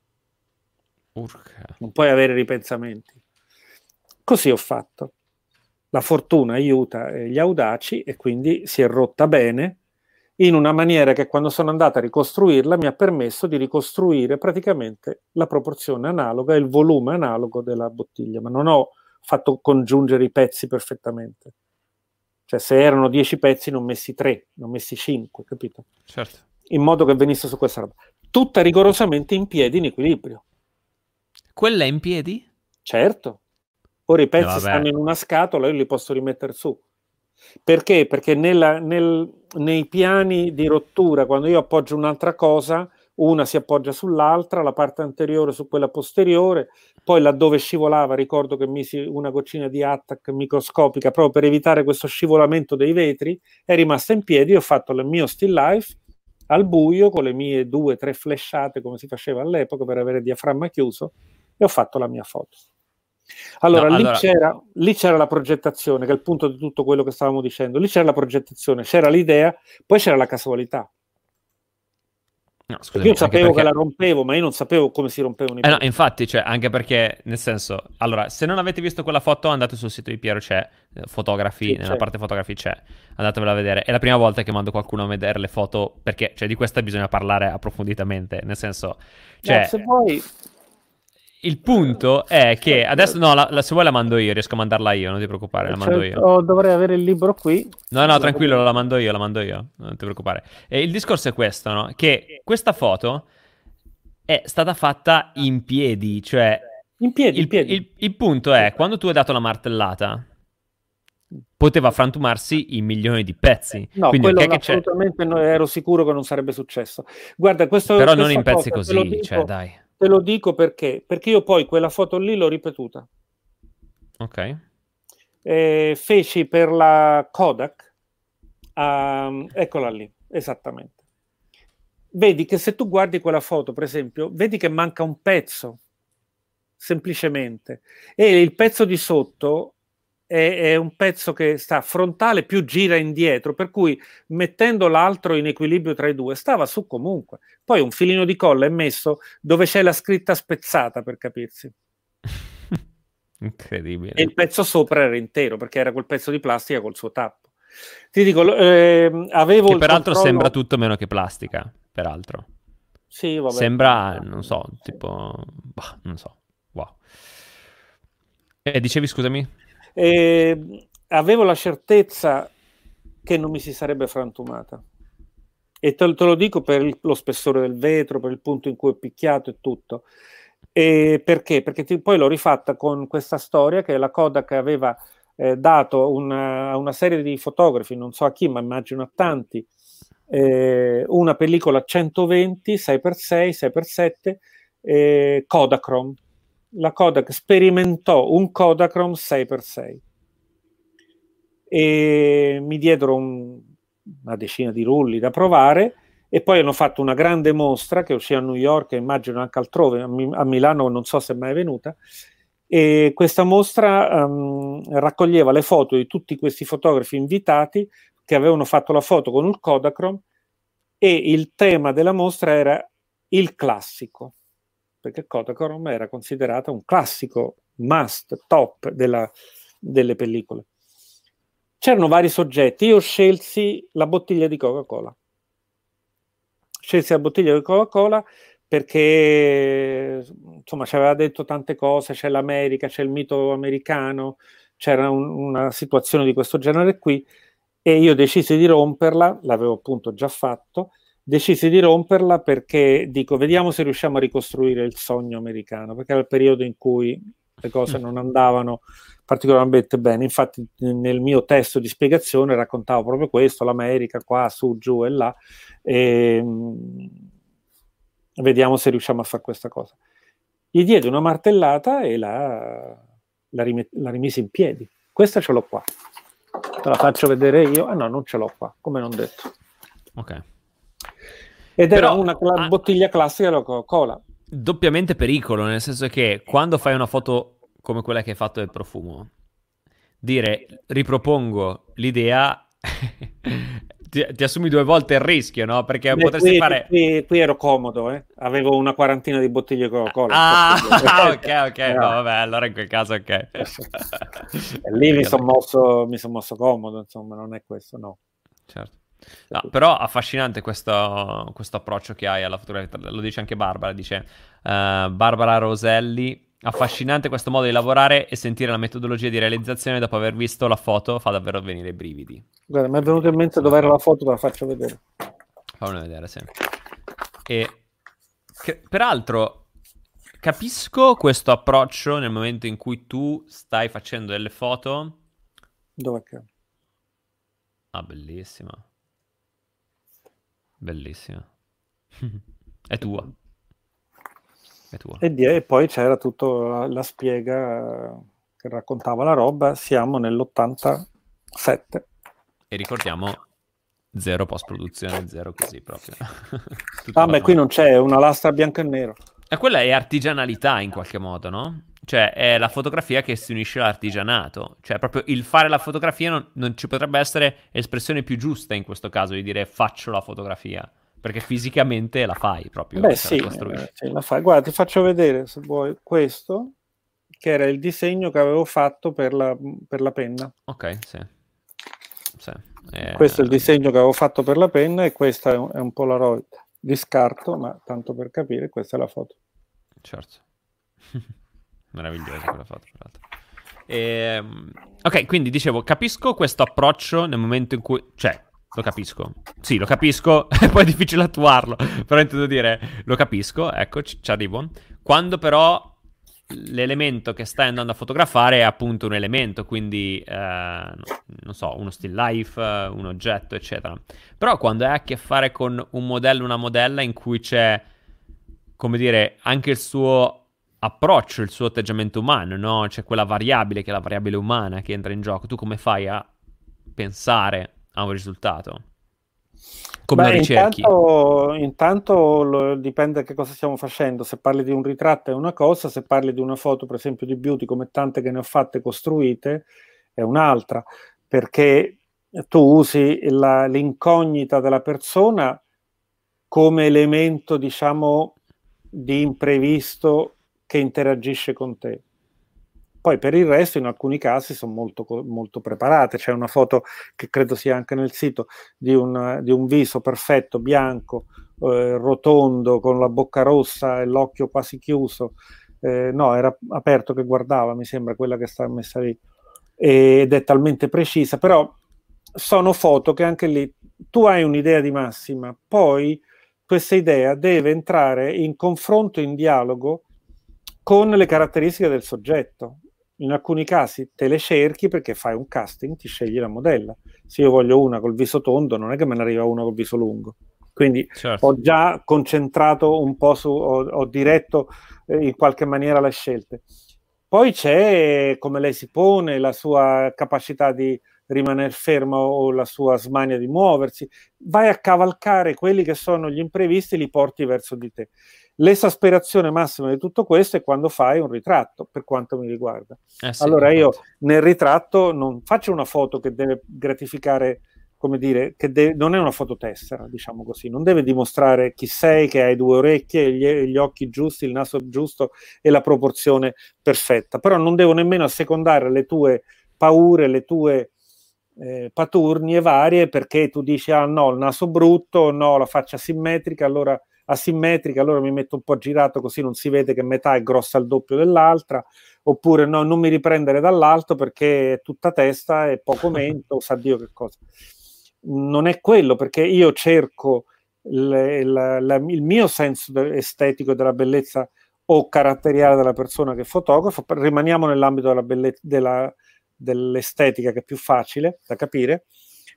Urca. Non puoi avere ripensamenti. Così ho fatto. La fortuna aiuta gli audaci e quindi si è rotta bene, in una maniera che quando sono andata a ricostruirla mi ha permesso di ricostruire praticamente la proporzione analoga e il volume analogo della bottiglia, ma non ho fatto congiungere i pezzi perfettamente. Cioè se erano 10 pezzi non messi 3, non messi 5, capito? Certo. In modo che venisse su questa roba. Tutta rigorosamente in piedi, in equilibrio. Quella è in piedi? Certo. Ora i pezzi Vabbè. stanno in una scatola, io li posso rimettere su. Perché? Perché nei piani di rottura, quando io appoggio un'altra cosa, una si appoggia sull'altra, la parte anteriore su quella posteriore, poi laddove scivolava ricordo che misi una goccina di attack microscopica proprio per evitare questo scivolamento dei vetri, è rimasta in piedi, ho fatto il mio still life al buio con le mie 2-3 flashate come si faceva all'epoca per avere il diaframma chiuso e ho fatto la mia foto. No, Allora, allora, lì c'era la progettazione, che è il punto di tutto quello che stavamo dicendo. Lì c'era la progettazione, c'era l'idea, poi c'era la casualità. no, Perché io scusami, anche sapevo che perché... la rompevo, ma io non sapevo come si rompevano i No, pezzi. infatti, cioè, anche perché, nel senso, allora, se non avete visto quella foto, andate sul sito di Piero, c'è, fotografi, Sì, nella c'è. parte fotografi c'è, andatevela a vedere. È la prima volta che mando qualcuno a vedere le foto, perché, cioè, di questa bisogna parlare approfonditamente, nel senso, Se cioè, vuoi, il punto è che, adesso, no, se vuoi la mando io, riesco a mandarla io, non ti preoccupare, la mando io. dovrei avere il libro qui. No, no, tranquillo, la mando io, non ti preoccupare. E il discorso è questo, no? Che questa foto è stata fatta in piedi, cioè In piedi, in piedi. il punto è, quando tu hai dato la martellata, poteva frantumarsi in milioni di pezzi, No, quindi quello ok che c'è, assolutamente ero sicuro che non sarebbe successo. Guarda, però non in questa pezzi cosa così, cioè dai, te lo dico perché io poi quella foto lì l'ho ripetuta. ok. Feci per la Kodak, eccola lì, esattamente. Vedi che se tu guardi quella foto, per esempio, vedi che manca un pezzo, semplicemente, e il pezzo di sotto è un pezzo che sta frontale più gira indietro, per cui mettendo l'altro in equilibrio tra i due stava su comunque. Poi un filino di colla è messo dove c'è la scritta spezzata, per capirsi. E Incredibile. il pezzo sopra era intero perché era quel pezzo di plastica col suo tappo. Ti dico, avevo Che il peraltro sembra controllo. tutto meno che plastica, peraltro. Sì, vabbè. Sembra, non so, tipo, bah, non so, wow. Dicevi, scusami? Avevo la certezza che non mi si sarebbe frantumata. E te lo dico per lo spessore del vetro, per il punto in cui è picchiato e tutto. E perché? Perché poi l'ho rifatta con questa storia che la Kodak aveva dato a una serie di fotografi, non so a chi, ma immagino a tanti, una pellicola 120, 6x6, 6x7, Kodachrome. La Kodak sperimentò un Kodachrome 6x6 e mi diedero una decina di rulli da provare e poi hanno fatto una grande mostra che uscì a New York e immagino anche altrove, a Milano non so se è mai venuta, e questa mostra raccoglieva le foto di tutti questi fotografi invitati che avevano fatto la foto con il Kodachrome e il tema della mostra era il classico, perché il Kodachrome era considerato un classico must, top delle pellicole. C'erano vari soggetti, io scelsi la bottiglia di Coca-Cola. Scelsi la bottiglia di Coca-Cola perché insomma ci aveva detto tante cose, c'è l'America, c'è il mito americano, c'era una situazione di questo genere qui e io decisi di romperla, l'avevo appunto già fatto, decisi di romperla perché dico vediamo se riusciamo a ricostruire il sogno americano, perché era il periodo in cui le cose non andavano particolarmente bene. Infatti nel mio testo di spiegazione raccontavo proprio questo, l'America qua, su, giù e là, e vediamo se riusciamo a fare questa cosa. Gli diedi una martellata e la rimisi in piedi. Questa ce l'ho qua. Te la faccio vedere io. Ah no, non ce l'ho qua, come non detto. Ok. Ed era Però una bottiglia classica della Coca-Cola. doppiamente pericolo, nel senso che quando fai una foto come quella che hai fatto del profumo, dire ripropongo l'idea, ti assumi due volte il rischio, no? Perché Beh, potresti fare... qui ero comodo, eh. Avevo una quarantina di bottiglie Coca-Cola. Ah, ok, no, vabbè, allora in quel caso ok. E lì mi sono mosso comodo, insomma, non è questo, no. Certo. No, però affascinante questo approccio che hai alla fotografia, lo dice anche Barbara, dice Barbara Roselli, affascinante questo modo di lavorare e sentire la metodologia di realizzazione dopo aver visto la foto fa davvero venire i brividi. Guarda, mi è venuto in mente Sono dove era la d'accordo. foto, te la faccio vedere. Fammi vedere, sì. E peraltro capisco questo approccio nel momento in cui tu stai facendo delle foto. Dov'è che? Ah, bellissima. Bellissima. È tua. È tua. E poi c'era tutta la spiega che raccontava la roba. Siamo nell'87. E ricordiamo zero post-produzione, zero così proprio. Tutto Ah, beh, qui automatizzato. non c'è una lastra bianco e nero. E quella è artigianalità in qualche modo, no? Cioè è la fotografia che si unisce all'artigianato. Cioè proprio il fare la fotografia non ci potrebbe essere espressione più giusta in questo caso di dire faccio la fotografia. Perché fisicamente la fai proprio, Beh, cioè la sì, costruisci. sì, la fai. Guarda, ti faccio vedere se vuoi questo, che era il disegno che avevo fatto per la penna. Ok, sì. Sì. Questo è il disegno che avevo fatto per la penna e questa è un Polaroid di scarto, ma tanto per capire, questa è la foto. Certo. Meravigliosa quella foto, tra l'altro. Ok, quindi dicevo, capisco questo approccio nel momento in cui... Cioè, Lo capisco. Sì, lo capisco, poi è difficile attuarlo, però intendo dire, lo capisco, ecco, ci arrivo. Quando però l'elemento che stai andando a fotografare è appunto un elemento, quindi, non so, uno still life, un oggetto, eccetera. Però quando hai a che fare con un modello, una modella in cui c'è, come dire, anche il suo approccio, il suo atteggiamento umano, no? C'è quella variabile che è la variabile umana che entra in gioco. Tu come fai a pensare a un risultato? Come lo Beh, ricerchi? intanto dipende da che cosa stiamo facendo. Se parli di un ritratto è una cosa, se parli di una foto, per esempio, di beauty, come tante che ne ho fatte costruite, è un'altra, perché tu usi l'incognita della persona come elemento, diciamo, di imprevisto che interagisce con te. Poi per il resto in alcuni casi sono molto preparate. C'è una foto che credo sia anche nel sito di un viso perfetto, bianco, rotondo, con la bocca rossa e l'occhio quasi chiuso. No, era aperto che guardava, mi sembra quella che sta messa lì. Ed è talmente precisa, però sono foto che anche lì tu hai un'idea di massima, poi questa idea deve entrare in confronto, in dialogo con le caratteristiche del soggetto. In alcuni casi te le cerchi perché fai un casting, ti scegli la modella. Se io voglio una col viso tondo, non è che me ne arriva una col viso lungo. Quindi Certo. ho già concentrato un po' ho diretto in qualche maniera le scelte. Poi c'è come lei si pone, la sua capacità di rimanere ferma o la sua smania di muoversi. Vai a cavalcare quelli che sono gli imprevisti e li porti verso di te. L'esasperazione massima di tutto questo è quando fai un ritratto, per quanto mi riguarda. Sì, Allora io infatti. nel ritratto non faccio una foto che deve gratificare, come dire, non è una fototessera, diciamo così, non deve dimostrare chi sei, che hai due orecchie, gli occhi giusti, il naso giusto e la proporzione perfetta, però non devo nemmeno assecondare le tue paure, le tue paturnie varie, perché tu dici ah no, il naso brutto, no, la faccia asimmetrica, allora mi metto un po' girato così non si vede che metà è grossa al doppio dell'altra, oppure no, non mi riprendere dall'alto perché è tutta testa e poco mento, sa Dio che cosa. Non è quello, perché io cerco il mio senso estetico della bellezza o caratteriale della persona che fotografo. Rimaniamo nell'ambito della bellezza, dell'estetica, che è più facile da capire,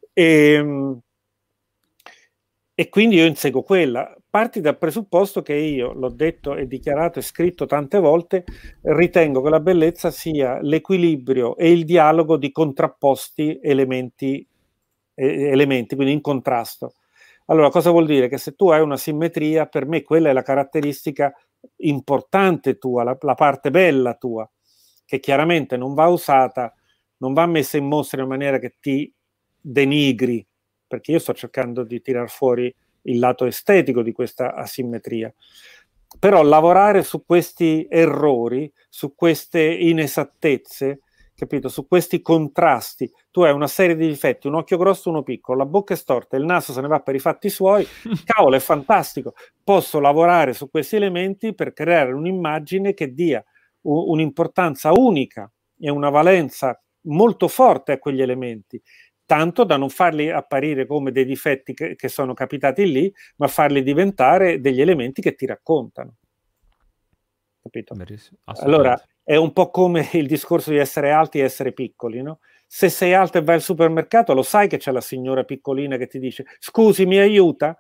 e quindi io inseguo quella. Parti dal presupposto che io, l'ho detto e dichiarato e scritto tante volte, ritengo che la bellezza sia l'equilibrio e il dialogo di contrapposti elementi, quindi in contrasto. Allora, cosa vuol dire? Che se tu hai una simmetria, per me quella è la caratteristica importante tua, la parte bella tua, che chiaramente non va usata, non va messa in mostra in maniera che ti denigri, perché io sto cercando di tirar fuori il lato estetico di questa asimmetria. Però lavorare su questi errori, su queste inesattezze, capito? Su questi contrasti. Tu hai una serie di difetti, un occhio grosso, uno piccolo, la bocca è storta, il naso se ne va per i fatti suoi. Cavolo, è fantastico. Posso lavorare su questi elementi per creare un'immagine che dia un'importanza unica e una valenza molto forte a quegli elementi, tanto da non farli apparire come dei difetti che sono capitati lì, ma farli diventare degli elementi che ti raccontano. Capito? Allora, è un po' come il discorso di essere alti e essere piccoli, no? Se sei alto e vai al supermercato, lo sai che c'è la signora piccolina che ti dice scusi, mi aiuta?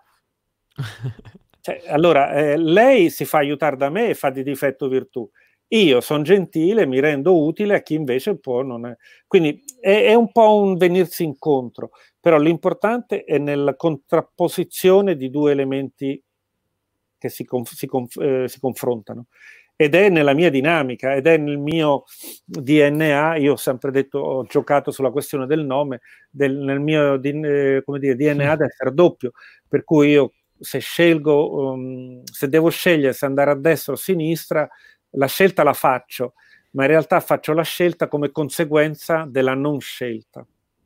Cioè, allora, lei si fa aiutare da me e fa di difetto virtù. Io sono gentile, mi rendo utile a chi invece può non è. Quindi è un po' un venirsi incontro, però l'importante è nella contrapposizione di due elementi che si confrontano. Ed è nella mia dinamica, ed è nel mio DNA. Io ho sempre detto, ho giocato sulla questione del nome, nel mio come dire, DNA da essere doppio, per cui io se devo scegliere se andare a destra o a sinistra, la scelta la faccio, ma in realtà faccio la scelta come conseguenza della non scelta.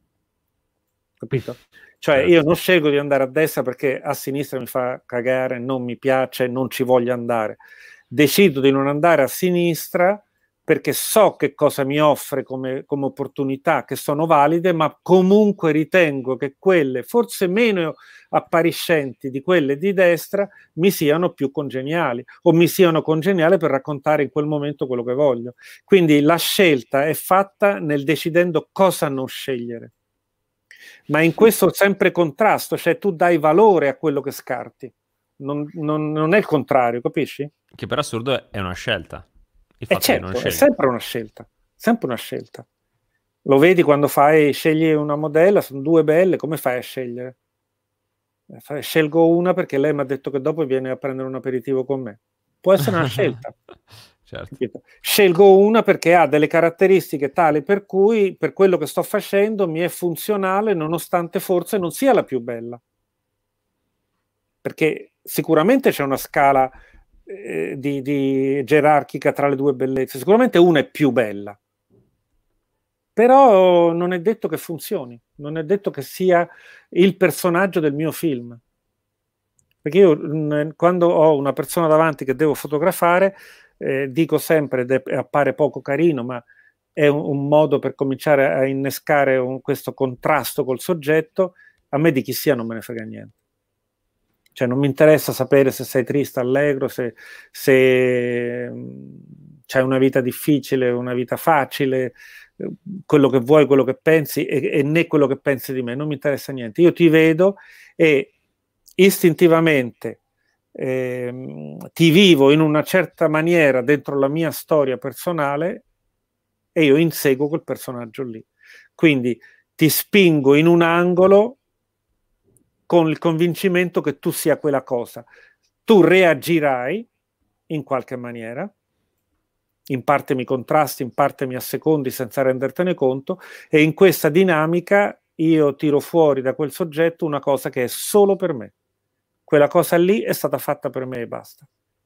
Capito? Cioè io non scelgo di andare a destra perché a sinistra mi fa cagare, non mi piace, non ci voglio andare. Decido di non andare a sinistra perché so che cosa mi offre come opportunità, che sono valide, ma comunque ritengo che quelle, forse meno appariscenti di quelle di destra, mi siano più congeniali, o mi siano congeniali per raccontare in quel momento quello che voglio. Quindi la scelta è fatta nel decidendo cosa non scegliere. Ma in questo sempre contrasto, cioè tu dai valore a quello che scarti. Non è il contrario, capisci? Che per assurdo è una scelta. Il E fatto di non certo, è scegliere. sempre una scelta, sempre una scelta. Lo vedi quando scegli una modella, sono due belle, come fai a scegliere? Scelgo una perché lei mi ha detto che dopo viene a prendere un aperitivo con me. Può essere una scelta. Certo. Scelgo una perché ha delle caratteristiche tali per cui per quello che sto facendo mi è funzionale nonostante forse non sia la più bella. Perché sicuramente c'è una scala di gerarchica tra le due bellezze, sicuramente una è più bella, però non è detto che funzioni, non è detto che sia il personaggio del mio film. Perché io quando ho una persona davanti che devo fotografare, dico sempre, appare poco carino, ma è un modo per cominciare a innescare questo contrasto col soggetto, a me di chi sia non me ne frega niente. Cioè non mi interessa sapere se sei triste, allegro, se c'hai una vita difficile, una vita facile, quello che vuoi, quello che pensi e né quello che pensi di me, non mi interessa niente. Io ti vedo e istintivamente ti vivo in una certa maniera dentro la mia storia personale e io inseguo quel personaggio lì. Quindi ti spingo in un angolo con il convincimento che tu sia quella cosa. Tu reagirai in qualche maniera, in parte mi contrasti, in parte mi assecondi senza rendertene conto, e in questa dinamica io tiro fuori da quel soggetto una cosa che è solo per me. Quella cosa lì è stata fatta per me e basta.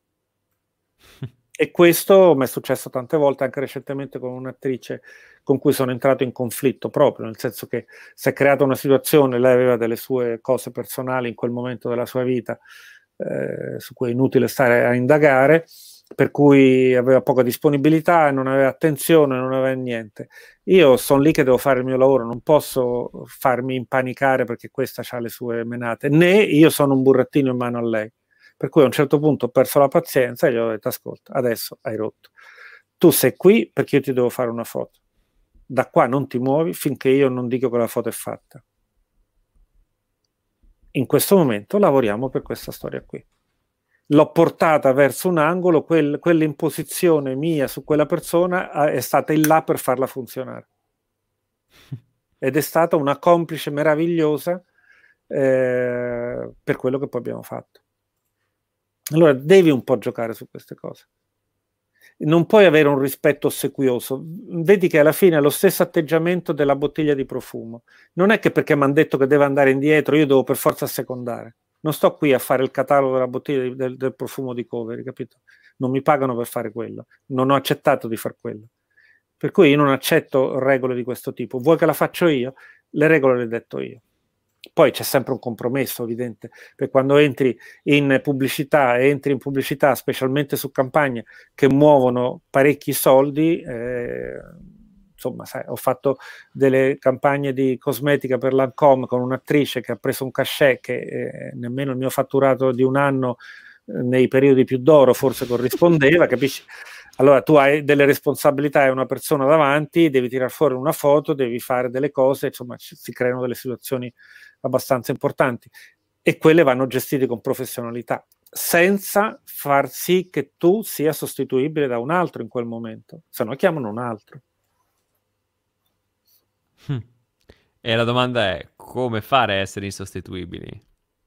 E questo mi è successo tante volte, anche recentemente con un'attrice con cui sono entrato in conflitto proprio, nel senso che si è creata una situazione, lei aveva delle sue cose personali in quel momento della sua vita, su cui è inutile stare a indagare, per cui aveva poca disponibilità, non aveva attenzione, non aveva niente. Io sono lì che devo fare il mio lavoro, non posso farmi impanicare perché questa ha le sue menate, né io sono un burrettino in mano a lei. Per cui a un certo punto ho perso la pazienza e gli ho detto: ascolta, adesso hai rotto. Tu sei qui perché io ti devo fare una foto. Da qua non ti muovi finché io non dico che la foto è fatta. In questo momento lavoriamo per questa storia qui. L'ho portata verso un angolo, quell'imposizione mia su quella persona è stata in là per farla funzionare. Ed è stata una complice meravigliosa per quello che poi abbiamo fatto. Allora devi un po' giocare su queste cose. Non puoi avere un rispetto ossequioso. Vedi che alla fine è lo stesso atteggiamento della bottiglia di profumo. Non è che perché mi hanno detto che deve andare indietro io devo per forza assecondare. Non sto qui a fare il catalogo della bottiglia del profumo di Covery, capito? Non mi pagano per fare quello. Non ho accettato di fare quello. Per cui io non accetto regole di questo tipo. Vuoi che la faccio io? Le regole le detto io. Poi c'è sempre un compromesso evidente, perché quando entri in pubblicità specialmente su campagne che muovono parecchi soldi, insomma, sai, ho fatto delle campagne di cosmetica per Lancôme con un'attrice che ha preso un cachet che nemmeno il mio fatturato di un anno nei periodi più d'oro forse corrispondeva, capisci? Allora tu hai delle responsabilità, hai una persona davanti, devi tirar fuori una foto, devi fare delle cose, insomma si creano delle situazioni abbastanza importanti e quelle vanno gestite con professionalità, senza far sì che tu sia sostituibile da un altro in quel momento, se no chiamano un altro. E la domanda è: come fare a essere insostituibili?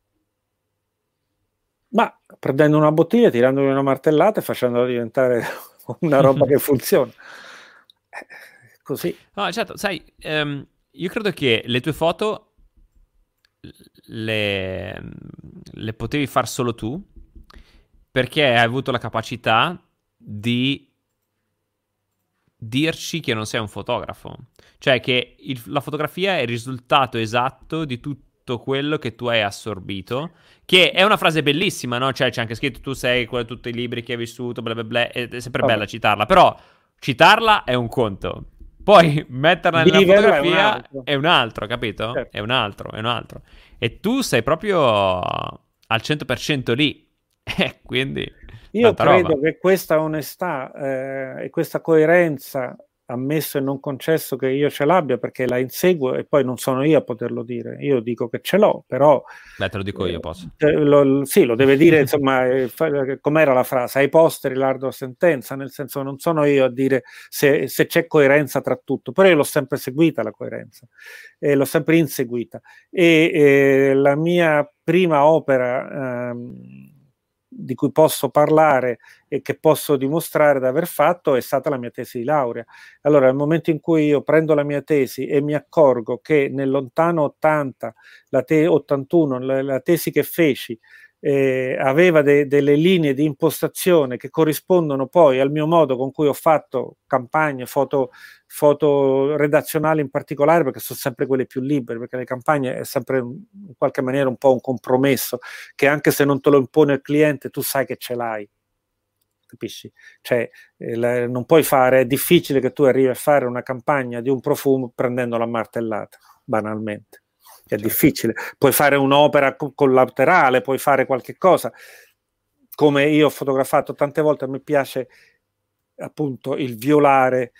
Ma prendendo una bottiglia, tirandogli una martellata e facendola diventare una roba che funziona. Così. No, certo, sai, io credo che le tue foto le potevi far solo tu perché hai avuto la capacità di dirci che non sei un fotografo. Cioè che la fotografia è il risultato esatto di tutto quello che tu hai assorbito, che è una frase bellissima, no? Cioè c'è anche scritto tu sei tutti i libri che hai vissuto, bla bla bla, è sempre Vabbè. bella citarla, però citarla è un conto. Poi metterla nella Viverla fotografia è è un altro, capito? certo. È un altro, è un altro. E tu sei proprio al 100% lì. Quindi Io tanta roba. credo che questa onestà e questa coerenza, ammesso e non concesso che io ce l'abbia, perché la inseguo e poi non sono io a poterlo dire, io dico che ce l'ho, però Beh, te lo dico io, posso. sì, lo deve dire, insomma, com'era la frase, ai posteri l'ardua sentenza, nel senso non sono io a dire se c'è coerenza tra tutto, però io l'ho sempre seguita la coerenza, l'ho sempre inseguita e la mia prima opera di cui posso parlare e che posso dimostrare di aver fatto è stata la mia tesi di laurea. Allora, nel momento in cui io prendo la mia tesi e mi accorgo che nel lontano 80, 81, la tesi che feci aveva delle linee di impostazione che corrispondono poi al mio modo con cui ho fatto campagne, foto redazionali in particolare, perché sono sempre quelle più libere, perché le campagne è sempre in qualche maniera un po' un compromesso, che anche se non te lo impone il cliente, tu sai che ce l'hai. Capisci? Cioè, non puoi fare, è difficile che tu arrivi a fare una campagna di un profumo prendendola a martellata, banalmente. È Certo. difficile. Puoi fare un'opera collaterale, puoi fare qualche cosa. Come io ho fotografato tante volte, a me piace appunto il violare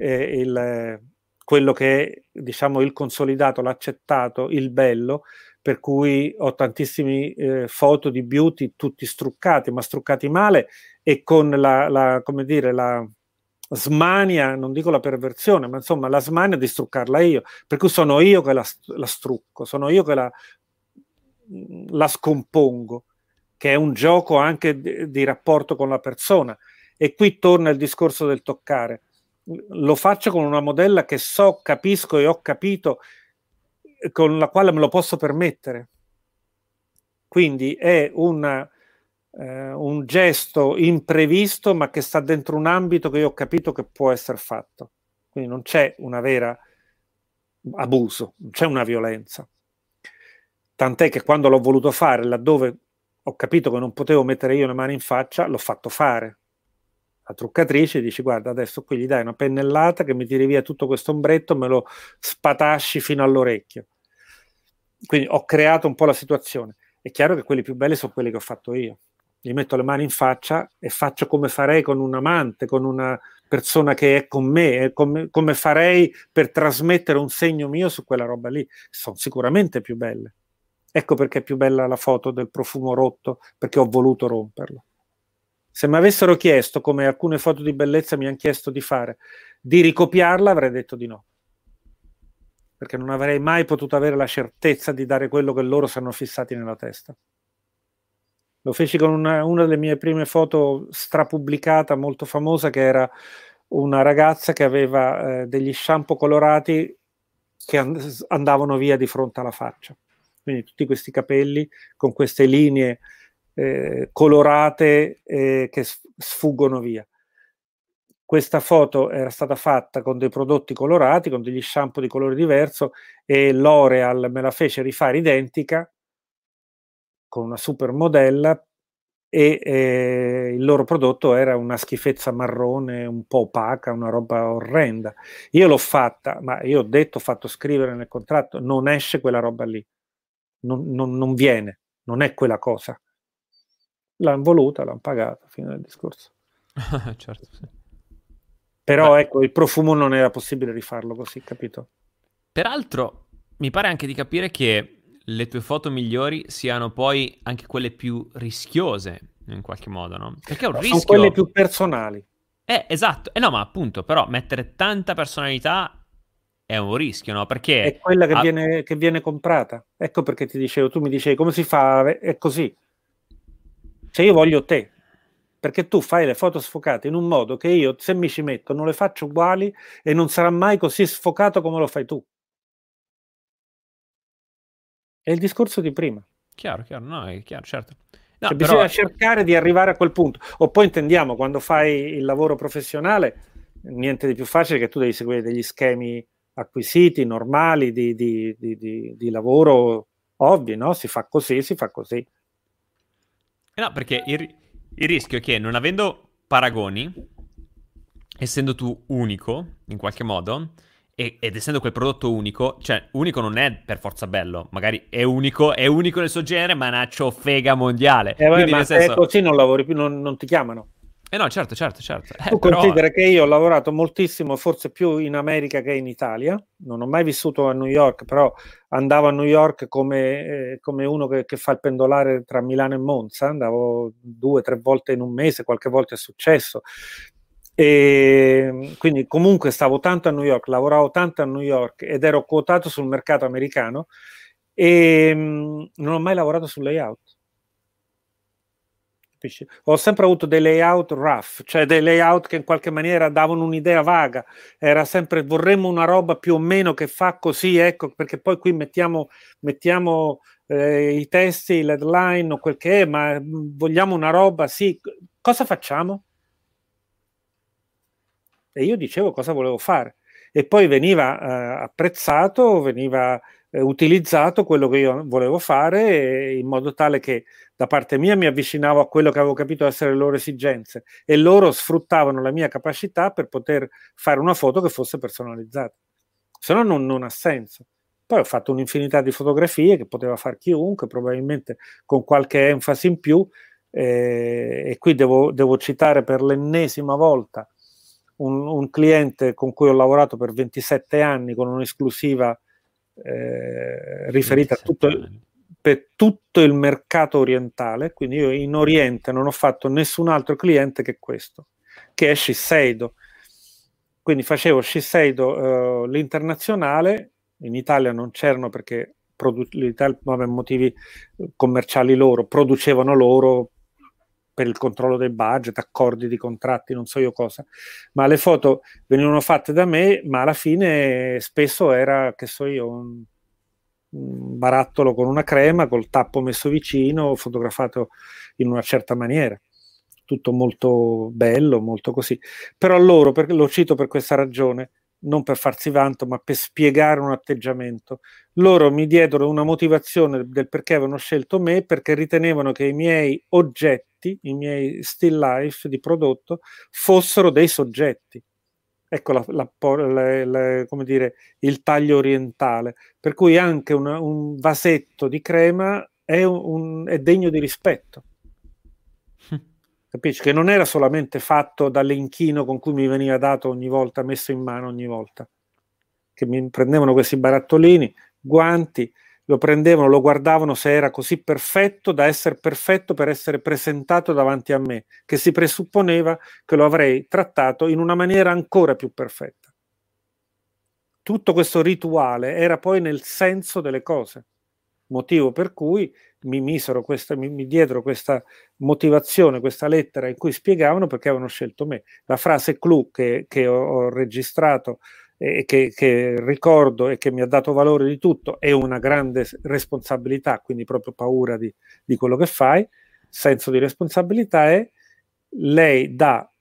quello che è, diciamo, il consolidato, l'accettato, il bello, per cui ho tantissimi foto di beauty tutti struccati, ma struccati male e con come dire, la smania, non dico la perversione, ma insomma la smania di struccarla io, per cui sono io che la strucco, sono io che la scompongo, che è un gioco anche di rapporto con la persona. E qui torna il discorso del toccare. Lo faccio con una modella che so, capisco e ho capito, con la quale me lo posso permettere. Quindi è un gesto imprevisto, ma che sta dentro un ambito che io ho capito che può essere fatto. Quindi non c'è una vera abuso, non c'è una violenza. Tant'è che quando l'ho voluto fare, laddove ho capito che non potevo mettere io le mani in faccia, l'ho fatto fare. La truccatrice dice: guarda, adesso qui gli dai una pennellata che mi tiri via tutto questo ombretto, me lo spatasci fino all'orecchio. Quindi ho creato un po' la situazione. È chiaro che quelli più belli sono quelli che ho fatto io. Gli metto le mani in faccia e faccio come farei con un amante, con una persona che è con me, come farei per trasmettere un segno mio su quella roba lì. Sono sicuramente più belle. Ecco perché è più bella la foto del profumo rotto, perché ho voluto romperlo. Se mi avessero chiesto, come alcune foto di bellezza mi hanno chiesto di fare, di ricopiarla, avrei detto di no. Perché non avrei mai potuto avere la certezza di dare quello che loro si hanno fissati nella testa. Lo feci con una delle mie prime foto strapubblicata, molto famosa, che era una ragazza che aveva degli shampoo colorati che andavano via di fronte alla faccia. Quindi tutti questi capelli con queste linee colorate che sfuggono via. Questa foto era stata fatta con dei prodotti colorati, con degli shampoo di colore diverso, e L'Oreal me la fece rifare identica con una super modella e il loro prodotto era una schifezza marrone, un po' opaca, una roba orrenda. Io l'ho fatta, ma io ho detto, ho fatto scrivere nel contratto, non esce quella roba lì, non viene, non è quella cosa. L'hanno voluta, l'hanno pagata, fine del discorso. Certo, sì. Però Beh, ecco, il profumo non era possibile rifarlo così, capito? peraltro, mi pare anche di capire che le tue foto migliori siano poi anche quelle più rischiose, in qualche modo, no? Perché è un Sono quelle rischio. più personali. Esatto. No, ma appunto, però mettere tanta personalità è un rischio, no? È Perché quella che viene comprata. Ecco perché ti dicevo, tu mi dicevi come si fa, è così. Cioè io voglio te, perché tu fai le foto sfocate in un modo che io, se mi ci metto, non le faccio uguali e non sarà mai così sfocato come lo fai tu. È il discorso di prima. chiaro, chiaro, no, è chiaro, certo. Cioè No, però bisogna cercare di arrivare a quel punto. O poi intendiamo, quando fai il lavoro professionale, niente di più facile che tu devi seguire degli schemi acquisiti, normali, di lavoro ovvi, no? Si fa così, si fa così. no, perché il rischio è che non avendo paragoni essendo tu unico, in qualche modo, ed essendo quel prodotto unico, cioè unico non è per forza bello, magari è unico nel suo genere, ma è una ciofega mondiale. Quindi Ma nel se è senso... così non lavori più, non ti chiamano. Eh no, certo, certo, certo. Tu Però... considera che io ho lavorato moltissimo, forse più in America che in Italia, non ho mai vissuto a New York, però andavo a New York come uno che fa il pendolare tra Milano e Monza, andavo 2 o 3 volte in un mese, qualche volta è successo. E quindi comunque stavo tanto a New York, lavoravo tanto a New York ed ero quotato sul mercato americano e non ho mai lavorato sul layout. Capisci? Ho sempre avuto dei layout rough, cioè dei layout che in qualche maniera davano un'idea vaga. Era sempre vorremmo una roba più o meno che fa così, ecco, perché poi qui mettiamo i testi, l'headline o quel che è, ma vogliamo una roba, sì. Cosa facciamo? E io dicevo cosa volevo fare. E poi veniva apprezzato, veniva utilizzato quello che io volevo fare in modo tale che da parte mia mi avvicinavo a quello che avevo capito essere le loro esigenze e loro sfruttavano la mia capacità per poter fare una foto che fosse personalizzata. Se no non ha senso. Poi ho fatto un'infinità di fotografie che poteva fare chiunque, probabilmente con qualche enfasi in più, e qui devo citare per l'ennesima volta un cliente con cui ho lavorato per 27 anni con un'esclusiva riferita a 27 anni. per tutto il mercato orientale, quindi io in Oriente non ho fatto nessun altro cliente che questo, che è Shiseido. Quindi facevo Shiseido l'internazionale, in Italia non c'erano perché per motivi commerciali loro, producevano loro per il controllo del budget, accordi di contratti, non so io cosa, ma le foto venivano fatte da me, ma alla fine spesso era, che so io, un barattolo con una crema, col tappo messo vicino, fotografato in una certa maniera. Tutto molto bello, molto così. Però loro, lo cito per questa ragione, non per farsi vanto, ma per spiegare un atteggiamento. Loro mi diedero una motivazione del perché avevano scelto me, perché ritenevano che i miei oggetti, i miei still life di prodotto, fossero dei soggetti. Ecco come dire, il taglio orientale. Per cui anche un vasetto di crema è degno di rispetto. Capisci? Che non era solamente fatto dall'inchino con cui mi veniva dato ogni volta, messo in mano ogni volta. Che mi prendevano questi barattolini, guanti, lo prendevano, lo guardavano se era così perfetto da essere perfetto per essere presentato davanti a me, che si presupponeva che lo avrei trattato in una maniera ancora più perfetta. Tutto questo rituale era poi nel senso delle cose, motivo per cui mi diedero questa motivazione, questa lettera in cui spiegavano perché avevano scelto me. La frase clou che ho registrato e che ricordo e che mi ha dato valore di tutto è una grande responsabilità, quindi proprio paura di quello che fai, senso di responsabilità è lei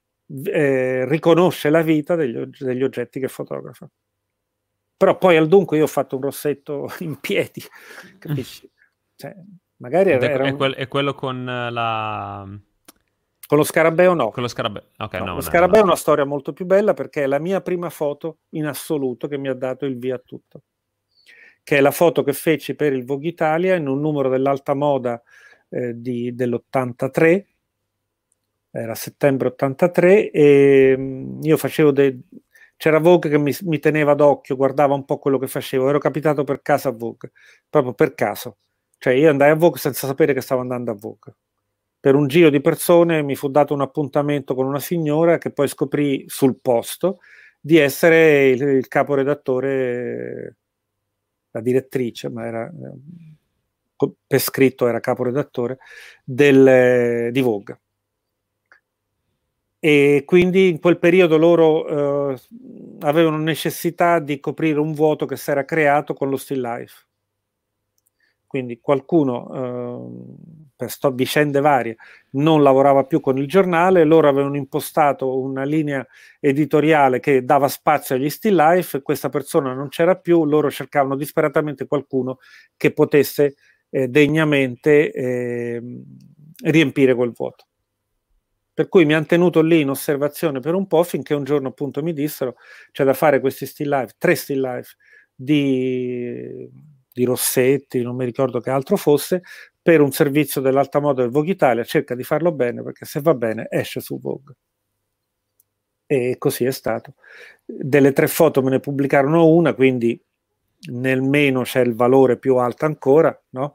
riconosce la vita degli oggetti che fotografa. Però poi al dunque io ho fatto un rossetto in piedi, capisci? Cioè, magari Ed era è quello con la... con lo scarabeo no. Con lo scarabeo. Ok, No, no, lo non è un scarabeo è altro. una storia molto più bella perché è la mia prima foto in assoluto che mi ha dato il via a tutto, che è la foto che feci per il Vogue Italia in un numero dell'alta moda dell'83, era settembre 83, e io facevo c'era Vogue che mi teneva d'occhio, guardava un po' quello che facevo, ero capitato per caso a Vogue, proprio per caso. Cioè io andai a Vogue senza sapere che stavo andando a Vogue. Per un giro di persone mi fu dato un appuntamento con una signora che poi scoprì sul posto di essere il caporedattore, la direttrice, ma era per scritto era caporedattore di Vogue. E quindi in quel periodo loro avevano necessità di coprire un vuoto che si era creato con lo still life. Quindi qualcuno, per vicende varie, non lavorava più con il giornale, loro avevano impostato una linea editoriale che dava spazio agli still life, questa persona non c'era più, loro cercavano disperatamente qualcuno che potesse degnamente riempire quel vuoto. Per cui mi hanno tenuto lì in osservazione per un po', finché un giorno appunto mi dissero c'è da fare questi still life, 3 still life di Rossetti, non mi ricordo che altro fosse, per un servizio dell'alta moda del Vogue Italia. Cerca di farlo bene, perché se va bene esce su Vogue. E così è stato. Delle 3 foto me ne pubblicarono una, quindi nel meno c'è il valore più alto ancora, no?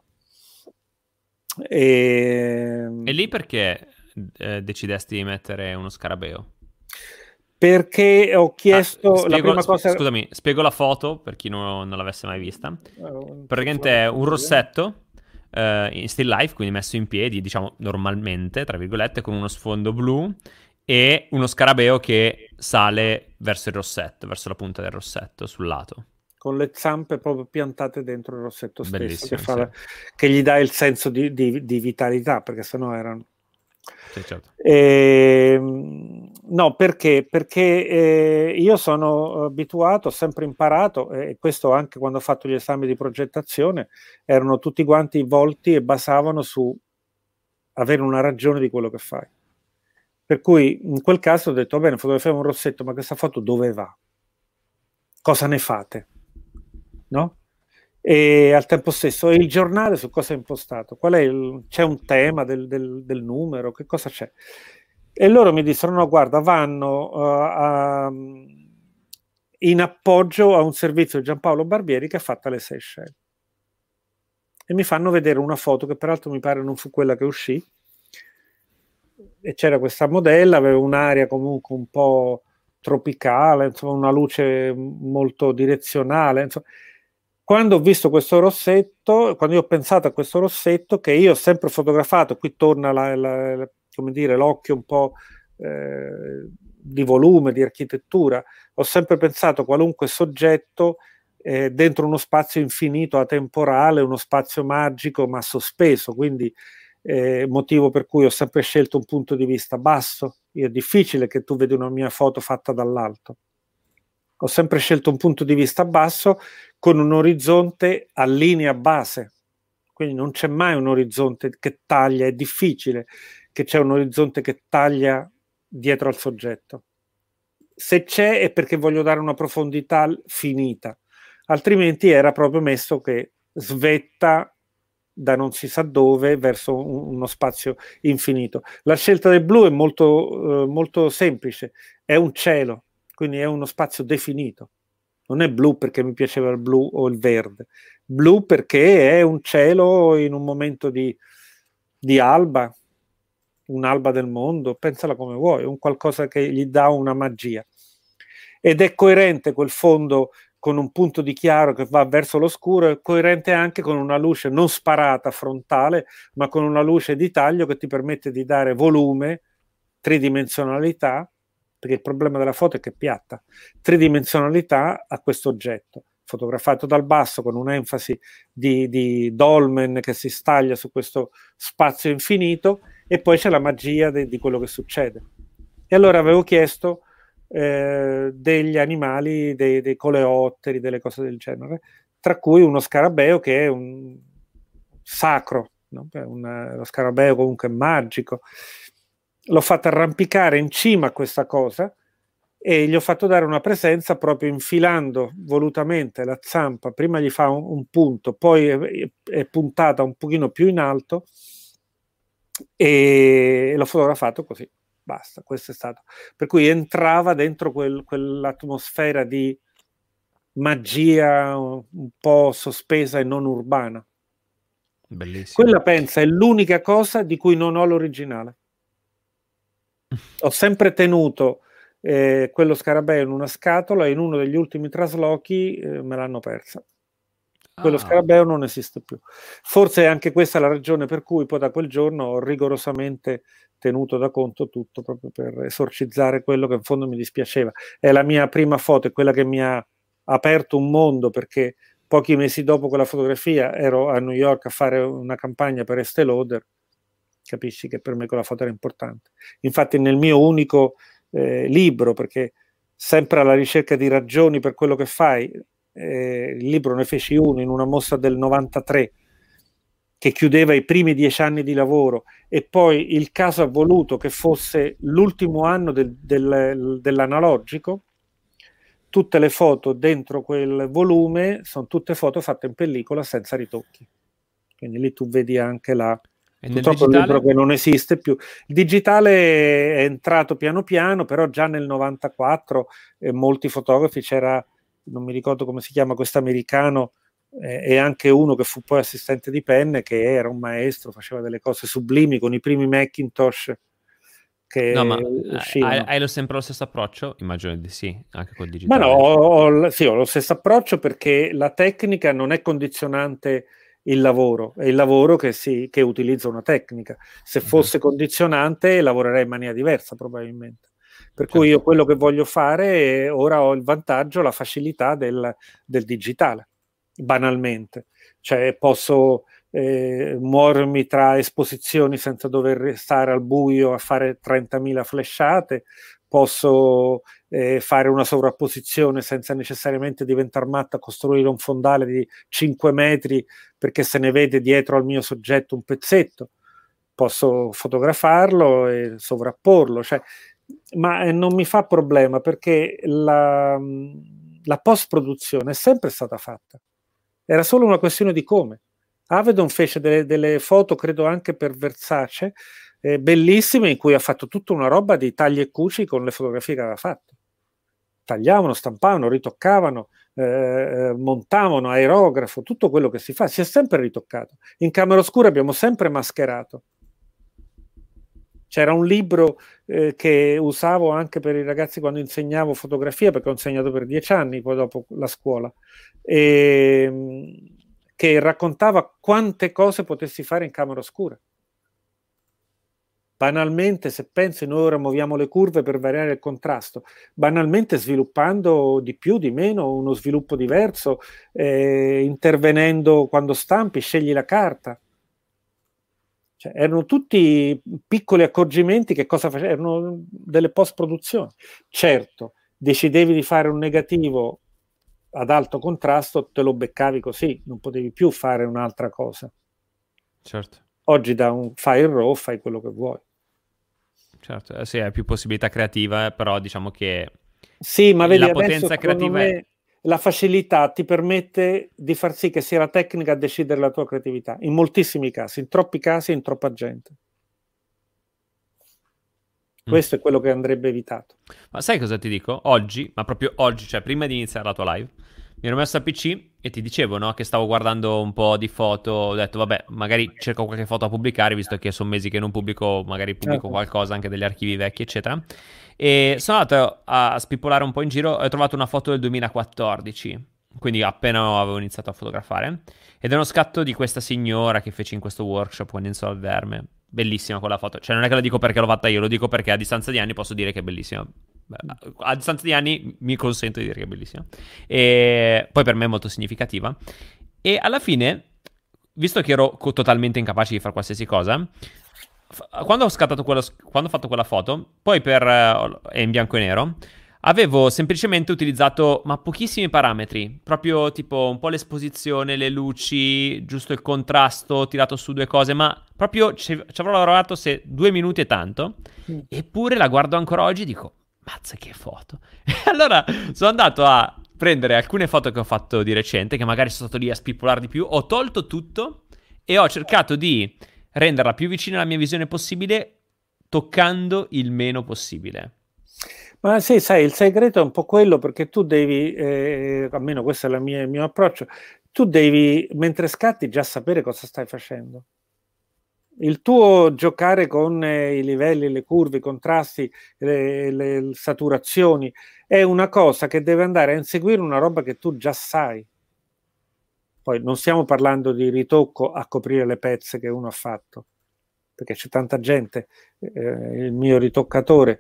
E lì perché decidesti di mettere uno scarabeo? Perché ho chiesto la prima cosa. Scusami, spiego la foto per chi non l'avesse mai vista. Praticamente è un rossetto in still life, quindi messo in piedi, diciamo normalmente, tra virgolette, con uno sfondo blu e uno scarabeo che sale verso il rossetto, verso la punta del rossetto, sul lato. Con le zampe proprio piantate dentro il rossetto stesso, Bellissimo, che gli dà il senso di vitalità, perché sennò erano. Sì, certo. No, perché? Perché io sono abituato, ho sempre imparato, e questo anche quando ho fatto gli esami di progettazione, erano tutti quanti volti e basavano su avere una ragione di quello che fai. Per cui in quel caso ho detto, va bene, fotografiamo un rossetto, ma questa foto dove va? Cosa ne fate? No? E al tempo stesso, e il giornale su cosa è impostato? C'è un tema del numero? Che cosa c'è? E loro mi dissero, no, guarda, vanno in appoggio a un servizio di Giampaolo Barbieri che ha fatto alle Seychelles. E mi fanno vedere una foto che peraltro mi pare non fu quella che uscì, e c'era questa modella, aveva un'aria comunque un po' tropicale, insomma, una luce molto direzionale, insomma. Quando ho visto questo rossetto, quando io ho pensato a questo rossetto, che io ho sempre fotografato, qui torna come dire, l'occhio un po' di volume, di architettura, ho sempre pensato a qualunque soggetto dentro uno spazio infinito, atemporale, uno spazio magico ma sospeso, quindi motivo per cui ho sempre scelto un punto di vista basso. È difficile che tu vedi una mia foto fatta dall'alto. Ho sempre scelto un punto di vista basso con un orizzonte a linea base, quindi non c'è mai un orizzonte che taglia, è difficile che c'è un orizzonte che taglia dietro al soggetto. Se c'è è perché voglio dare una profondità finita, altrimenti era proprio messo che svetta da non si sa dove verso uno spazio infinito. La scelta del blu è molto semplice, è un cielo, quindi è uno spazio definito. Non è blu perché mi piaceva il blu o il verde, blu perché è un cielo in un momento di alba, un'alba del mondo, pensala come vuoi, un qualcosa che gli dà una magia. Ed è coerente quel fondo con un punto di chiaro che va verso l'oscuro, è coerente anche con una luce non sparata frontale, ma con una luce di taglio che ti permette di dare volume, tridimensionalità, perché il problema della foto è che è piatta, tridimensionalità a questo oggetto, fotografato dal basso con un'enfasi di dolmen che si staglia su questo spazio infinito, e poi c'è la magia di quello che succede. E allora avevo chiesto degli animali, dei coleotteri, delle cose del genere, tra cui uno scarabeo che è un sacro, no? Lo scarabeo comunque magico. L'ho fatto arrampicare in cima a questa cosa e gli ho fatto dare una presenza proprio infilando volutamente la zampa, prima gli fa un punto, poi è puntata un pochino più in alto e l'ho fotografato così. Basta, questo è stato. Per cui entrava dentro quell'atmosfera di magia un po' sospesa e non urbana. Bellissimo. Quella, pensa, è l'unica cosa di cui non ho l'originale. Ho sempre tenuto quello scarabeo in una scatola e in uno degli ultimi traslochi me l'hanno persa. Quello scarabeo non esiste più. Forse è anche questa la ragione per cui poi da quel giorno ho rigorosamente tenuto da conto tutto, proprio per esorcizzare quello che in fondo mi dispiaceva. È la mia prima foto, è quella che mi ha aperto un mondo, perché pochi mesi dopo quella fotografia ero a New York a fare una campagna per Estée Lauder. Capisci che per me quella foto era importante. Infatti nel mio unico libro, perché sempre alla ricerca di ragioni per quello che fai, il libro ne feci uno in una mostra del 93, che chiudeva i primi 10 anni di lavoro, e poi il caso ha voluto che fosse l'ultimo anno dell'analogico, tutte le foto dentro quel volume sono tutte foto fatte in pellicola senza ritocchi. Quindi lì tu vedi anche E nel purtroppo è un digitale? libro che non esiste più. Il digitale è entrato piano piano, però già nel 94 molti fotografi, c'era, non mi ricordo come si chiama, questo americano, e anche uno che fu poi assistente di penne, che era un maestro, faceva delle cose sublimi con i primi Macintosh No, che ma uscivano. hai sempre lo stesso approccio? Immagino di sì, anche col Ma no, digitale. sì, ho lo stesso approccio, perché la tecnica non è condizionante il lavoro, è il lavoro che utilizza una tecnica. Se fosse condizionante, lavorerei in maniera diversa probabilmente. Per cui Certo. io quello che voglio fare, ora ho il vantaggio, la facilità del digitale, banalmente. Cioè posso muovermi tra esposizioni senza dover stare al buio a fare 30.000 flashate, posso fare una sovrapposizione senza necessariamente diventare matta, costruire un fondale di 5 metri perché se ne vede dietro al mio soggetto un pezzetto, posso fotografarlo e sovrapporlo, cioè, ma non mi fa problema, perché la post-produzione è sempre stata fatta, era solo una questione di come. Avedon fece delle foto, credo anche per Versace, bellissime, in cui ha fatto tutta una roba di tagli e cuci con le fotografie che aveva fatto. Tagliavano, stampavano, ritoccavano, montavano, aerografo, tutto quello che si fa, si è sempre ritoccato. In camera oscura abbiamo sempre mascherato. C'era un libro che usavo anche per i ragazzi quando insegnavo fotografia, perché ho insegnato per 10 anni, poi dopo la scuola, che raccontava quante cose potessi fare in camera oscura. Banalmente, se pensi, noi ora muoviamo le curve per variare il contrasto, banalmente sviluppando di più, di meno, uno sviluppo diverso, intervenendo quando stampi, scegli la carta. Cioè, erano tutti piccoli accorgimenti che cosa facevano, erano delle post-produzioni. Certo, decidevi di fare un negativo ad alto contrasto, te lo beccavi così, non potevi più fare un'altra cosa. Certo. Oggi da un file RAW fai quello che vuoi. Certo, sì, hai più possibilità creative, però diciamo che Sì, ma vedi, la adesso potenza secondo creativa è... me la facilità ti permette di far sì che sia la tecnica a decidere la tua creatività, in moltissimi casi, in troppi casi, in troppa gente. Questo è quello che andrebbe evitato. Ma sai cosa ti dico? Oggi, ma proprio oggi, cioè prima di iniziare la tua live, mi ero messo a PC e ti dicevo, no? Che stavo guardando un po' di foto, ho detto, vabbè, magari cerco qualche foto a pubblicare, visto che sono mesi che non pubblico, magari pubblico qualcosa, anche degli archivi vecchi, eccetera. E sono andato a spippolare un po' in giro e ho trovato una foto del 2014, quindi appena avevo iniziato a fotografare, ed è uno scatto di questa signora che fece in questo workshop quando iniziò al Verme. Bellissima quella foto, cioè non è che la dico perché l'ho fatta io, lo dico perché a distanza di anni posso dire che è bellissima. A distanza di anni mi consento di dire che è bellissima. E poi per me è molto significativa. E alla fine, visto che ero totalmente incapace di fare qualsiasi cosa, quando ho scattato quando ho fatto quella foto, poi è in bianco e nero, avevo semplicemente utilizzato ma pochissimi parametri, proprio tipo un po' l'esposizione, le luci, giusto il contrasto, tirato su due cose, ma proprio ci avrò lavorato se 2 minuti e tanto. Eppure la guardo ancora oggi e dico, mazza che foto. E allora sono andato a prendere alcune foto che ho fatto di recente, che magari sono stato lì a spippolare di più, ho tolto tutto e ho cercato di renderla più vicina alla mia visione possibile, toccando il meno possibile. Ma sì, sai, il segreto è un po' quello, perché tu devi, almeno questo è il mio approccio, tu devi, mentre scatti, già sapere cosa stai facendo. Il tuo giocare con i livelli, le curve, i contrasti, le saturazioni, è una cosa che deve andare a inseguire una roba che tu già sai. Poi non stiamo parlando di ritocco a coprire le pezze che uno ha fatto, perché c'è tanta gente, il mio ritoccatore,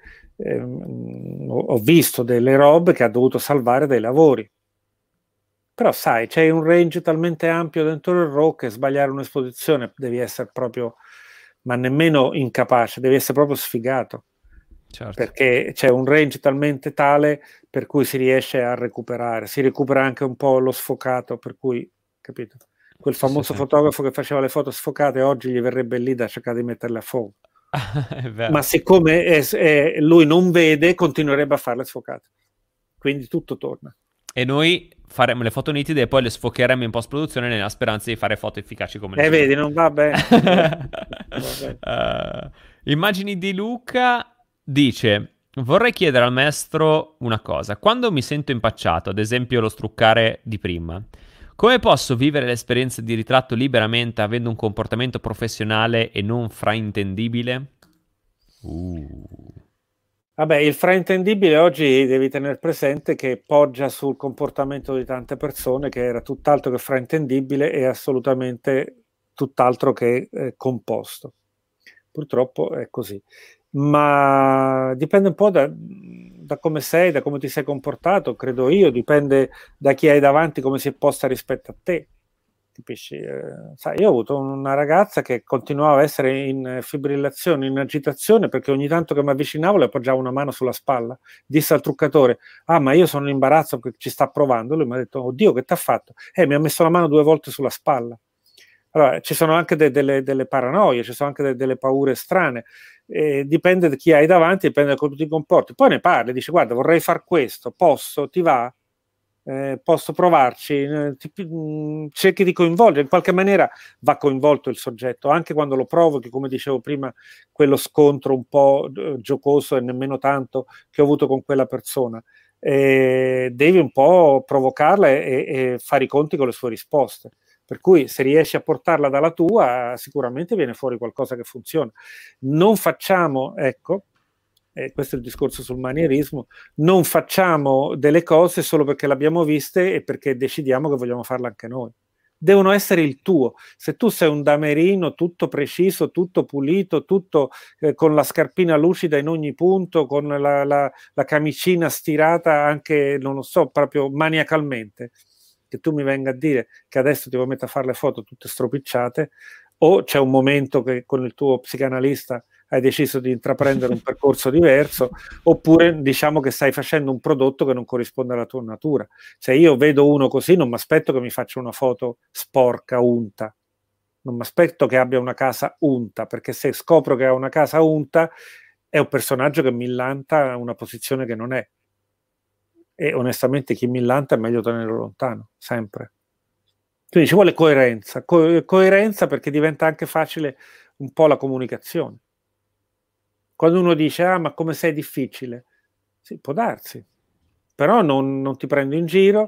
ho visto delle robe che ha dovuto salvare dai lavori. Però sai, c'è un range talmente ampio dentro il RAW che sbagliare un'esposizione devi essere proprio, ma nemmeno incapace, devi essere proprio sfigato. Certo. Perché c'è un range talmente tale per cui si riesce a recuperare, si recupera anche un po' lo sfocato, per cui, capito? Quel Sì, sì, famoso sì. fotografo che faceva le foto sfocate, oggi gli verrebbe lì da cercare di metterle a fuoco. È vero. Ma siccome lui non vede, continuerebbe a farle sfocate. Quindi tutto torna. E noi faremo le foto nitide e poi le sfocheremo in post-produzione nella speranza di fare foto efficaci come le tue. Vedi, non va bene. Non va bene. Immagini di Luca dice: vorrei chiedere al maestro una cosa. Quando mi sento impacciato, ad esempio lo struccare di prima, come posso vivere l'esperienza di ritratto liberamente avendo un comportamento professionale e non fraintendibile? Vabbè, il fraintendibile oggi devi tenere presente che poggia sul comportamento di tante persone, che era tutt'altro che fraintendibile e assolutamente tutt'altro che composto. Purtroppo è così. Ma dipende un po' da come sei, da come ti sei comportato, credo io, dipende da chi hai davanti, come si è posta rispetto a te. Capisci? Sai, io ho avuto una ragazza che continuava a essere in fibrillazione, in agitazione, perché ogni tanto che mi avvicinavo le appoggiavo una mano sulla spalla. Disse al truccatore: ah, ma io sono in imbarazzo perché ci sta provando. Lui mi ha detto: oddio, che ti ha fatto? Mi ha messo la mano 2 volte sulla spalla. Allora, ci sono anche delle paranoie, ci sono anche delle paure strane. Dipende da chi hai davanti, dipende da come ti comporti. Poi ne parli, dici: guarda, vorrei fare questo, posso, ti va? Posso provarci, cerchi di coinvolgere, in qualche maniera va coinvolto il soggetto, anche quando lo provochi, come dicevo prima, quello scontro un po' giocoso e nemmeno tanto che ho avuto con quella persona. Devi un po' provocarla e fare i conti con le sue risposte. Per cui se riesci a portarla dalla tua, sicuramente viene fuori qualcosa che funziona. Non facciamo, ecco, questo è il discorso sul manierismo, non facciamo delle cose solo perché l'abbiamo viste e perché decidiamo che vogliamo farle anche noi. Devono essere il tuo. Se tu sei un damerino tutto preciso, tutto pulito, tutto con la scarpina lucida in ogni punto, con la camicina stirata anche, non lo so, proprio maniacalmente, che tu mi venga a dire che adesso ti vuoi mettere a fare le foto tutte stropicciate, o c'è un momento che con il tuo psicanalista hai deciso di intraprendere un percorso diverso, oppure diciamo che stai facendo un prodotto che non corrisponde alla tua natura. Se io vedo uno così, non mi aspetto che mi faccia una foto sporca, unta. Non mi aspetto che abbia una casa unta, perché se scopro che ha una casa unta, è un personaggio che millanta una posizione che non è. E onestamente chi millanta è meglio tenerlo lontano, sempre. Quindi ci vuole coerenza, coerenza perché diventa anche facile un po' la comunicazione. Quando uno dice: ah, ma come sei difficile, sì, può darsi, però non ti prendo in giro,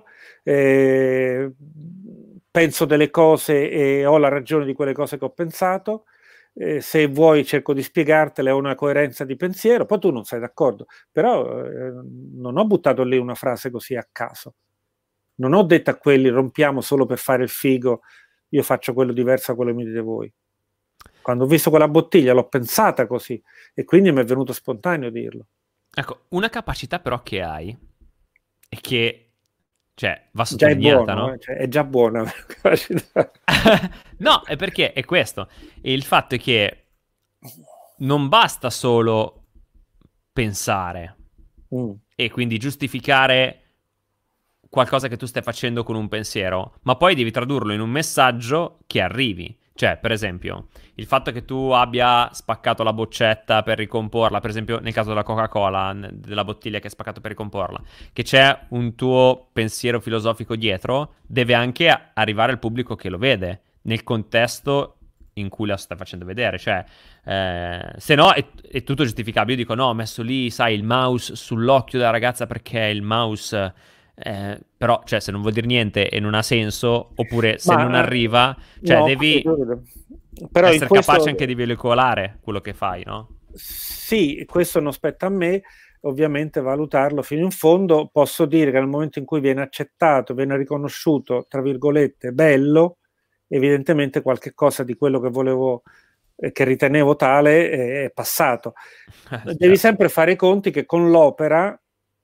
penso delle cose e ho la ragione di quelle cose che ho pensato, se vuoi cerco di spiegartele, ho una coerenza di pensiero, poi tu non sei d'accordo, però non ho buttato lì una frase così a caso, non ho detto a quelli rompiamo solo per fare il figo, io faccio quello diverso da quello che mi dite voi. Quando ho visto quella bottiglia l'ho pensata così e quindi mi è venuto spontaneo dirlo. Ecco, una capacità però che hai e che, cioè, va Già è sottolineata, buono, no? cioè, è già buona la capacità. No, è perché è questo. E il fatto è che non basta solo pensare e quindi giustificare qualcosa che tu stai facendo con un pensiero, ma poi devi tradurlo in un messaggio che arrivi. Cioè, per esempio, il fatto che tu abbia spaccato la boccetta per ricomporla, per esempio nel caso della Coca-Cola, della bottiglia che hai spaccato per ricomporla, che c'è un tuo pensiero filosofico dietro, deve anche arrivare al pubblico che lo vede, nel contesto in cui la stai facendo vedere. Cioè, se no è tutto giustificabile. Io dico, no, ho messo lì, sai, il mouse sull'occhio della ragazza perché il mouse... però, cioè, se non vuol dire niente e non ha senso, oppure se non Ma arriva, cioè, no, devi però in essere capace questo anche di veicolare quello che fai, no? sì, questo non spetta a me, ovviamente valutarlo fino in fondo. Posso dire che nel momento in cui viene accettato, viene riconosciuto, tra virgolette, bello, evidentemente qualche cosa di quello che volevo, che ritenevo tale, è passato. Devi Certo. sempre fare i conti che con l'opera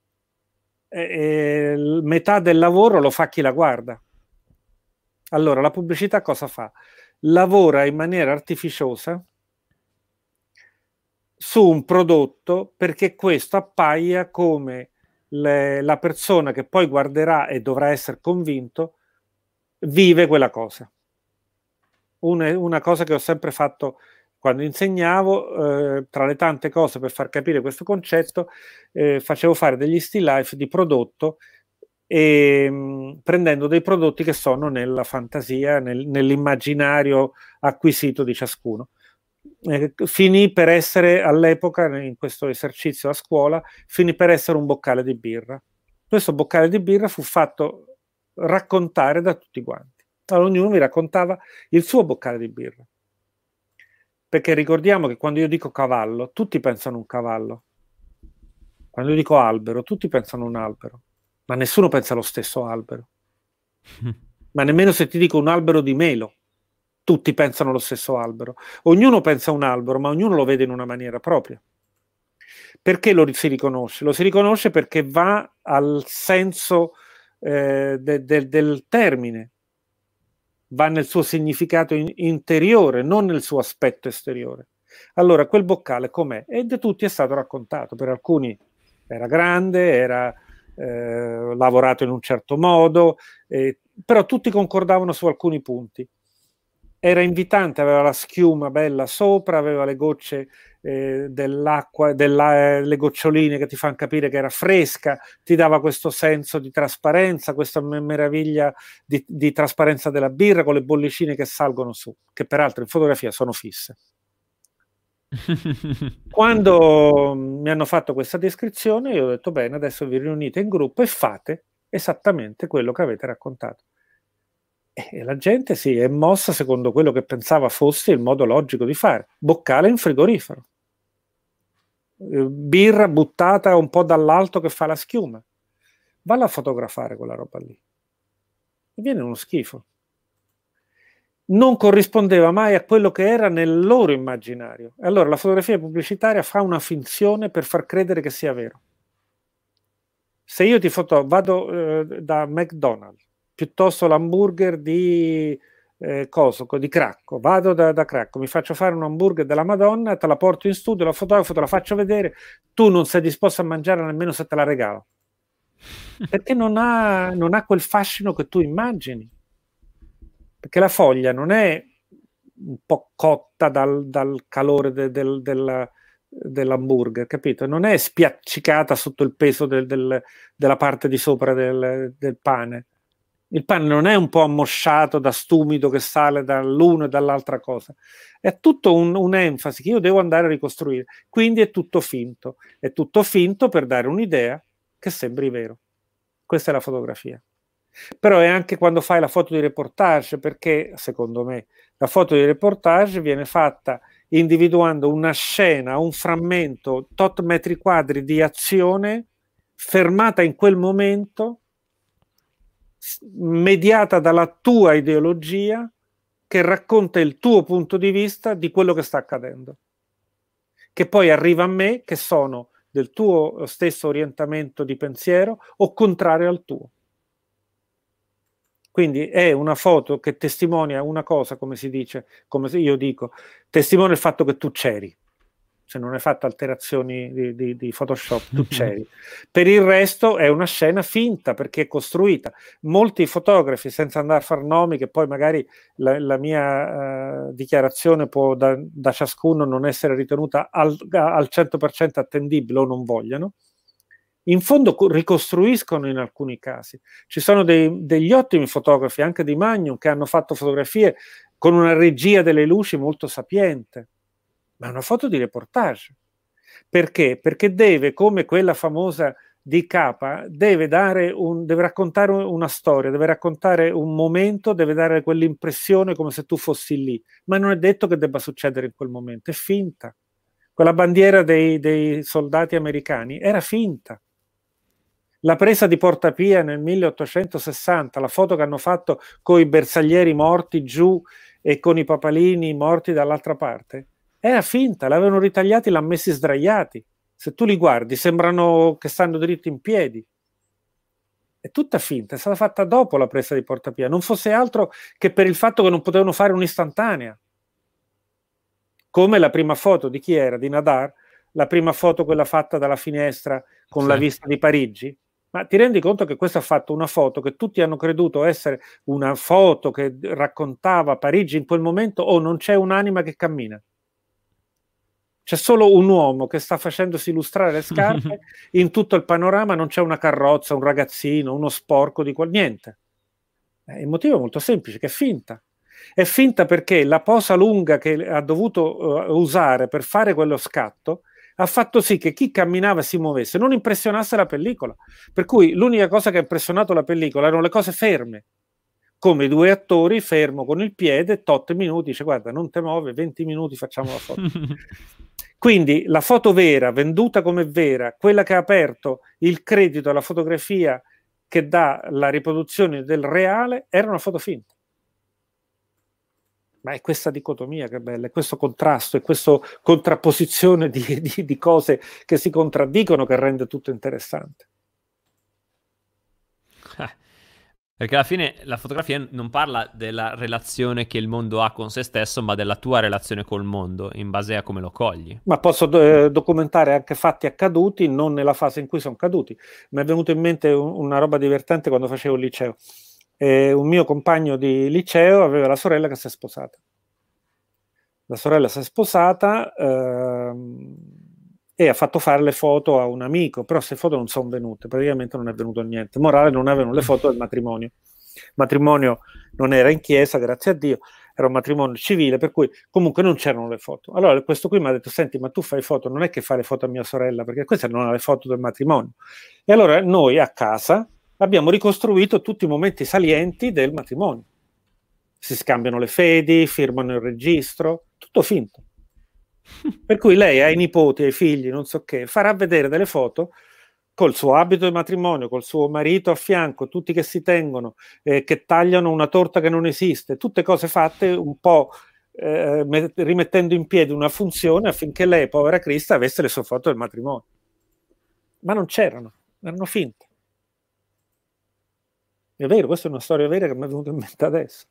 metà del lavoro lo fa chi la guarda. Allora, la pubblicità cosa fa? Lavora in maniera artificiosa su un prodotto perché questo appaia come la persona che poi guarderà e dovrà essere convinto vive quella cosa. una cosa che ho sempre fatto quando insegnavo, tra le tante cose per far capire questo concetto, facevo fare degli still life di prodotto, prendendo dei prodotti che sono nella fantasia, nell'immaginario acquisito di ciascuno. Finì per essere, all'epoca, in questo esercizio a scuola, finì per essere un boccale di birra. Questo boccale di birra fu fatto raccontare da tutti quanti. Allora, ognuno mi raccontava il suo boccale di birra. Perché ricordiamo che quando io dico cavallo, tutti pensano un cavallo. Quando io dico albero, tutti pensano un albero. Ma nessuno pensa allo stesso albero. Ma nemmeno se ti dico un albero di melo, tutti pensano allo stesso albero. Ognuno pensa a un albero, ma ognuno lo vede in una maniera propria. Perché si riconosce? Lo si riconosce perché va al senso del termine, va nel suo significato interiore, non nel suo aspetto esteriore. Allora, quel boccale com'è? E da tutti è stato raccontato. Per alcuni era grande, era lavorato in un certo modo, però tutti concordavano su alcuni punti. Era invitante, aveva la schiuma bella sopra, aveva le gocce dell'acqua, le goccioline che ti fanno capire che era fresca, ti dava questo senso di trasparenza, questa meraviglia di trasparenza della birra con le bollicine che salgono su, che peraltro in fotografia sono fisse. Quando mi hanno fatto questa descrizione, io ho detto bene, adesso vi riunite in gruppo e fate esattamente quello che avete raccontato. E la gente si è mossa secondo quello che pensava fosse il modo logico di fare. Boccale in frigorifero. Birra buttata un po' dall'alto che fa la schiuma. Valla a fotografare quella roba lì. E viene uno schifo. Non corrispondeva mai a quello che era nel loro immaginario. Allora la fotografia pubblicitaria fa una finzione per far credere che sia vero. Se io vado da McDonald's, piuttosto l'hamburger di Cracco, vado da Cracco, mi faccio fare un hamburger della Madonna, te la porto in studio, la fotografo, te la faccio vedere, tu non sei disposto a mangiare nemmeno se te la regalo, perché non ha quel fascino che tu immagini, perché la foglia non è un po' cotta dal calore dell'hamburger, capito? Non è spiaccicata sotto il peso della parte di sopra del pane. Il pane non è un po' ammosciato da stumido che sale dall'uno e dall'altra cosa. È tutto un'enfasi che io devo andare a ricostruire. Quindi è tutto finto. È tutto finto per dare un'idea che sembri vero. Questa è la fotografia. Però è anche quando fai la foto di reportage, perché secondo me la foto di reportage viene fatta individuando una scena, un frammento, tot metri quadri di azione fermata in quel momento, mediata dalla tua ideologia che racconta il tuo punto di vista di quello che sta accadendo, che poi arriva a me che sono del tuo stesso orientamento di pensiero o contrario al tuo. Quindi è una foto che testimonia una cosa, come si dice, come io dico, testimonia il fatto che tu c'eri. Se non hai fatto alterazioni di Photoshop, tu c'eri. Per il resto è una scena finta perché è costruita. Molti fotografi, senza andare a far nomi, che poi magari la mia dichiarazione può da ciascuno non essere ritenuta al 100% attendibile o non vogliano, in fondo ricostruiscono in alcuni casi. Ci sono degli ottimi fotografi, anche di Magnum, che hanno fatto fotografie con una regia delle luci molto sapiente, ma è una foto di reportage. Perché? Perché deve, come quella famosa di Capa, deve raccontare una storia, deve raccontare un momento, deve dare quell'impressione come se tu fossi lì, ma non è detto che debba succedere in quel momento, è finta. Quella bandiera dei soldati americani era finta. La presa di Porta Pia nel 1860, la foto che hanno fatto con i bersaglieri morti giù e con i papalini morti dall'altra parte, era finta, l'avevano ritagliati, l'hanno messi sdraiati. Se tu li guardi sembrano che stanno dritti in piedi. È tutta finta, è stata fatta dopo la presa di Porta Pia, non fosse altro che per il fatto che non potevano fare un'istantanea. Come la prima foto di chi era? Di Nadar, la prima foto quella fatta dalla finestra con la vista di Parigi. Ma ti rendi conto che questo ha fatto una foto che tutti hanno creduto essere una foto che raccontava Parigi in quel momento, o non c'è un'anima che cammina? C'è solo un uomo che sta facendosi illustrare le scarpe, in tutto il panorama non c'è una carrozza, un ragazzino, uno sporco di niente. Il motivo è molto semplice, che è finta. È finta perché la posa lunga che ha dovuto usare per fare quello scatto ha fatto sì che chi camminava si muovesse, non impressionasse la pellicola. Per cui l'unica cosa che ha impressionato la pellicola erano le cose ferme, come i due attori fermo con il piede, tot minuti, dice guarda non te muove, 20 minuti facciamo la foto. Quindi la foto vera, venduta come vera, quella che ha aperto il credito alla fotografia che dà la riproduzione del reale, era una foto finta. Ma è questa dicotomia che è bella, è questo contrasto, è questa contrapposizione di cose che si contraddicono che rende tutto interessante. Perché alla fine la fotografia non parla della relazione che il mondo ha con se stesso, ma della tua relazione col mondo, in base a come lo cogli. Ma posso documentare anche fatti accaduti, non nella fase in cui sono caduti. Mi è venuto in mente una roba divertente quando facevo il liceo. Un mio compagno di liceo aveva la sorella che si è sposata. La sorella si è sposata e ha fatto fare le foto a un amico, però queste foto non sono venute, praticamente non è venuto niente. Morale, non avevano le foto del matrimonio. Il matrimonio non era in chiesa, grazie a Dio, era un matrimonio civile, per cui comunque non c'erano le foto. Allora questo qui mi ha detto, senti, ma tu fai foto, non è che fai le foto a mia sorella, perché queste non ha le foto del matrimonio. E allora noi a casa abbiamo ricostruito tutti i momenti salienti del matrimonio. Si scambiano le fedi, firmano il registro, tutto finto. Per cui lei ai nipoti, ai figli, non so che, farà vedere delle foto col suo abito di matrimonio, col suo marito a fianco, tutti che si tengono, che tagliano una torta che non esiste, tutte cose fatte un po' rimettendo in piedi una funzione affinché lei, povera Crista, avesse le sue foto del matrimonio. Ma non c'erano, erano finte. È vero, questa è una storia vera che mi è venuta in mente adesso.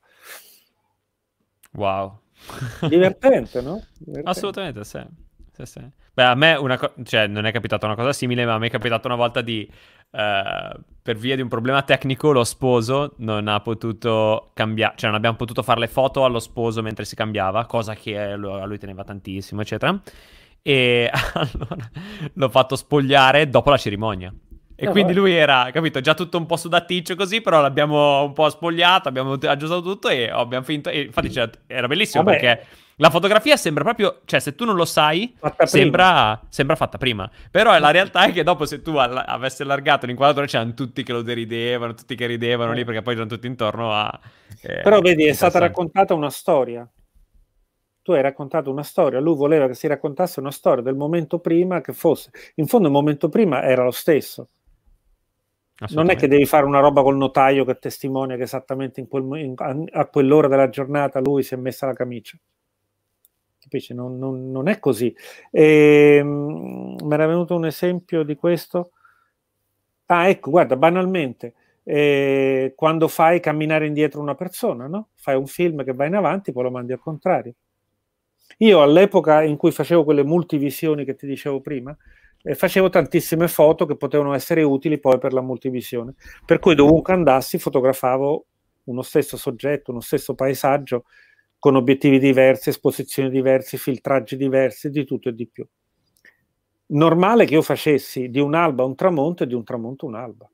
Wow. Divertente, no? Divertente. Assolutamente, sì. Sì, sì. Beh, a me cioè, non è capitata una cosa simile, ma a me è capitato una volta per via di un problema tecnico, lo sposo non ha potuto cambiare, cioè non abbiamo potuto fare le foto allo sposo mentre si cambiava, cosa che a lui teneva tantissimo, eccetera. E allora l'ho fatto spogliare dopo la cerimonia. E quindi lui era, capito, già tutto un po' sudaticcio così, però l'abbiamo un po' spogliato, abbiamo aggiustato tutto e abbiamo finito. E infatti era bellissimo perché la fotografia sembra proprio, cioè se tu non lo sai, sembra fatta prima. Però la realtà è che dopo se tu avessi allargato l'inquadratura c'erano tutti che lo deridevano, tutti che ridevano lì perché poi erano tutti intorno a... Però vedi, è stata raccontata una storia. Tu hai raccontato una storia, lui voleva che si raccontasse una storia del momento prima che fosse. In fondo il momento prima era lo stesso. Non è che devi fare una roba col notaio che testimonia che esattamente a quell'ora della giornata lui si è messa la camicia. Capisci? Non è così. Me era venuto un esempio di questo. Ah, ecco, guarda, banalmente, quando fai camminare indietro una persona, no? Fai un film che va in avanti, poi lo mandi al contrario. Io all'epoca in cui facevo quelle multivisioni che ti dicevo prima, facevo tantissime foto che potevano essere utili poi per la multivisione, per cui dovunque andassi fotografavo uno stesso soggetto, uno stesso paesaggio con obiettivi diversi, esposizioni diverse, filtraggi diversi, di tutto e di più. Normale che io facessi di un'alba un tramonto e di un tramonto un'alba.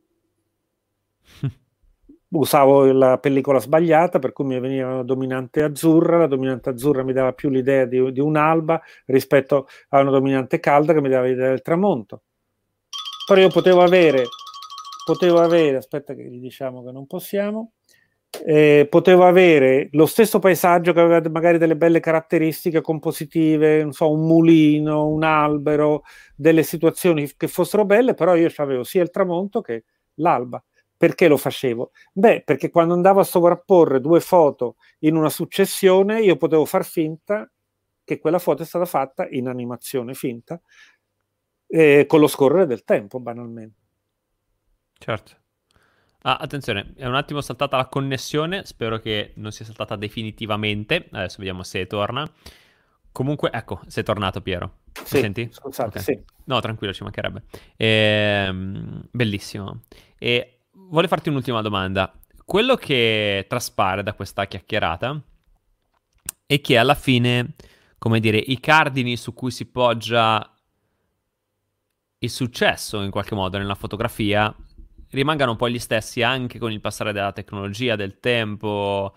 Usavo la pellicola sbagliata, per cui mi veniva una dominante azzurra, la dominante azzurra mi dava più l'idea di un'alba rispetto a una dominante calda che mi dava l'idea del tramonto. Però io potevo avere, aspetta che gli diciamo che non possiamo, potevo avere lo stesso paesaggio che aveva magari delle belle caratteristiche compositive, non so, un mulino, un albero, delle situazioni che fossero belle, però io avevo sia il tramonto che l'alba. Perché lo facevo? Beh, perché quando andavo a sovrapporre due foto in una successione, io potevo far finta che quella foto è stata fatta in animazione finta, con lo scorrere del tempo, banalmente. Certo. Ah, attenzione, è un attimo saltata la connessione, spero che non sia saltata definitivamente, adesso vediamo se torna. Comunque, ecco, sei tornato Piero. Mi Sì, senti? scusate, Ok. sì. No, tranquillo, ci mancherebbe. Bellissimo. E voglio farti un'ultima domanda. Quello che traspare da questa chiacchierata è che alla fine, come dire, i cardini su cui si poggia il successo in qualche modo nella fotografia rimangano un po' gli stessi anche con il passare della tecnologia, del tempo,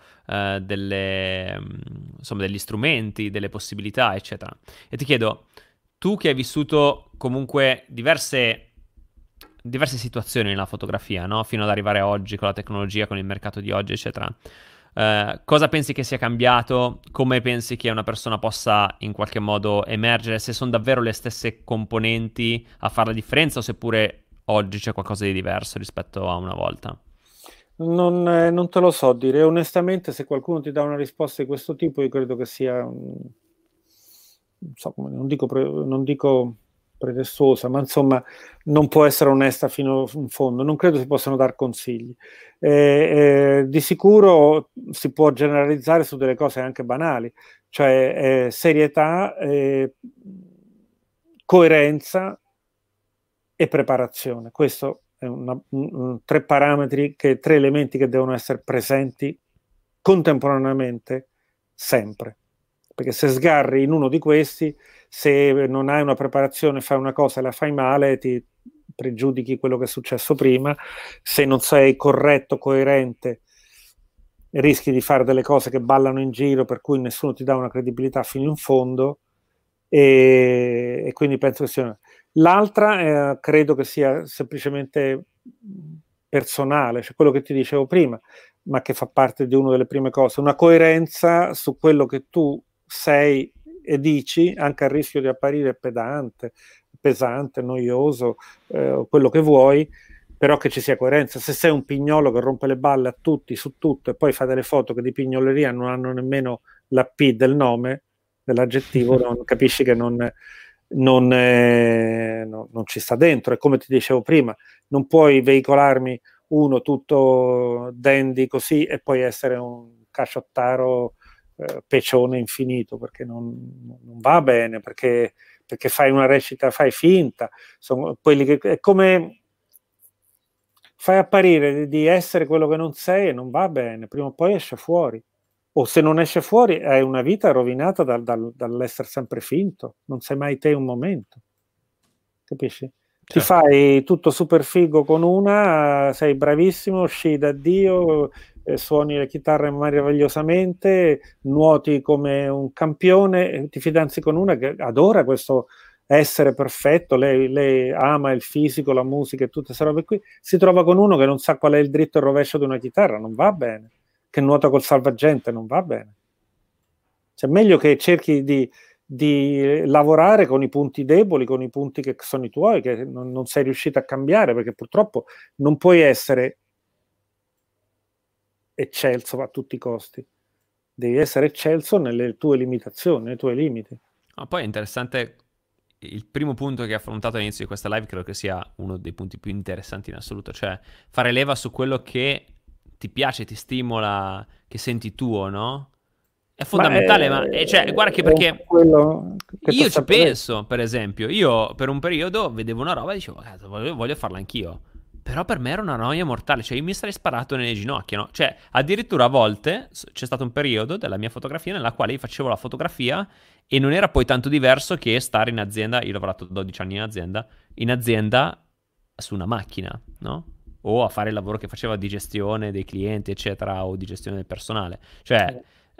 insomma, degli strumenti, delle possibilità, eccetera. E ti chiedo, tu che hai vissuto comunque diverse situazioni nella fotografia, no? Fino ad arrivare a oggi con la tecnologia, con il mercato di oggi, eccetera. Cosa pensi che sia cambiato? Come pensi che una persona possa in qualche modo emergere? Se sono davvero le stesse componenti a fare la differenza o seppure oggi c'è qualcosa di diverso rispetto a una volta? Non te lo so dire. Onestamente, se qualcuno ti dà una risposta di questo tipo, io credo che sia, non dico pretestuosa, ma insomma, non può essere onesta fino in fondo. Non credo si possano dar consigli. Di sicuro si può generalizzare su delle cose anche banali, cioè serietà, coerenza e preparazione. Questo è tre parametri, tre elementi che devono essere presenti contemporaneamente sempre. Perché se sgarri in uno di questi, se non hai una preparazione, fai una cosa e la fai male, ti pregiudichi quello che è successo prima. Se non sei corretto, coerente, rischi di fare delle cose che ballano in giro, per cui nessuno ti dà una credibilità fino in fondo. E quindi penso che sia l'altra, credo che sia semplicemente personale, cioè quello che ti dicevo prima, ma che fa parte di una delle prime cose, una coerenza su quello che tu sei e dici, anche a rischio di apparire pedante, pesante, noioso, quello che vuoi, però che ci sia coerenza. Se sei un pignolo che rompe le balle a tutti su tutto e poi fa delle foto che di pignoleria non hanno nemmeno la P del nome, dell'aggettivo, non capisci che non ci sta dentro. E come ti dicevo prima, non puoi veicolarmi uno tutto dandy così e poi essere un caciottaro pecione infinito, perché non va bene, perché fai una recita, fai finta. Sono quelli che è come fai apparire di essere quello che non sei e non va bene, prima o poi esce fuori. O se non esce fuori hai una vita rovinata dall'essere sempre finto, non sei mai te un momento, capisci? Ti Certo. fai tutto super figo con una, sei bravissimo, sci da Dio, suoni la chitarra meravigliosamente, nuoti come un campione, ti fidanzi con una che adora questo essere perfetto, lei ama il fisico, la musica e tutte queste robe qui, si trova con uno che non sa qual è il dritto e il rovescio di una chitarra, non va bene, che nuota col salvagente, non va bene. Cioè, meglio che cerchi di lavorare con i punti deboli, con i punti che sono i tuoi, che non sei riuscito a cambiare, perché purtroppo non puoi essere eccelso a tutti i costi. Devi essere eccelso nelle tue limitazioni, nei tuoi limiti. Ah, poi è interessante il primo punto che hai affrontato all'inizio di questa live, credo che sia uno dei punti più interessanti in assoluto, cioè fare leva su quello che ti piace, ti stimola, che senti tuo, no? È Ma fondamentale, cioè, guarda che è un po' perché quello che ti ho io ci sempre detto. penso, per esempio, io per un periodo vedevo una roba e dicevo, cazzo, voglio farla anch'io. Però per me era una noia mortale, cioè io mi sarei sparato nelle ginocchia, no? Cioè, addirittura a volte c'è stato un periodo della mia fotografia nella quale io facevo la fotografia e non era poi tanto diverso che stare in azienda, io ho lavorato 12 anni in azienda su una macchina, no? O a fare il lavoro che faceva di gestione dei clienti, eccetera, o di gestione del personale. Cioè,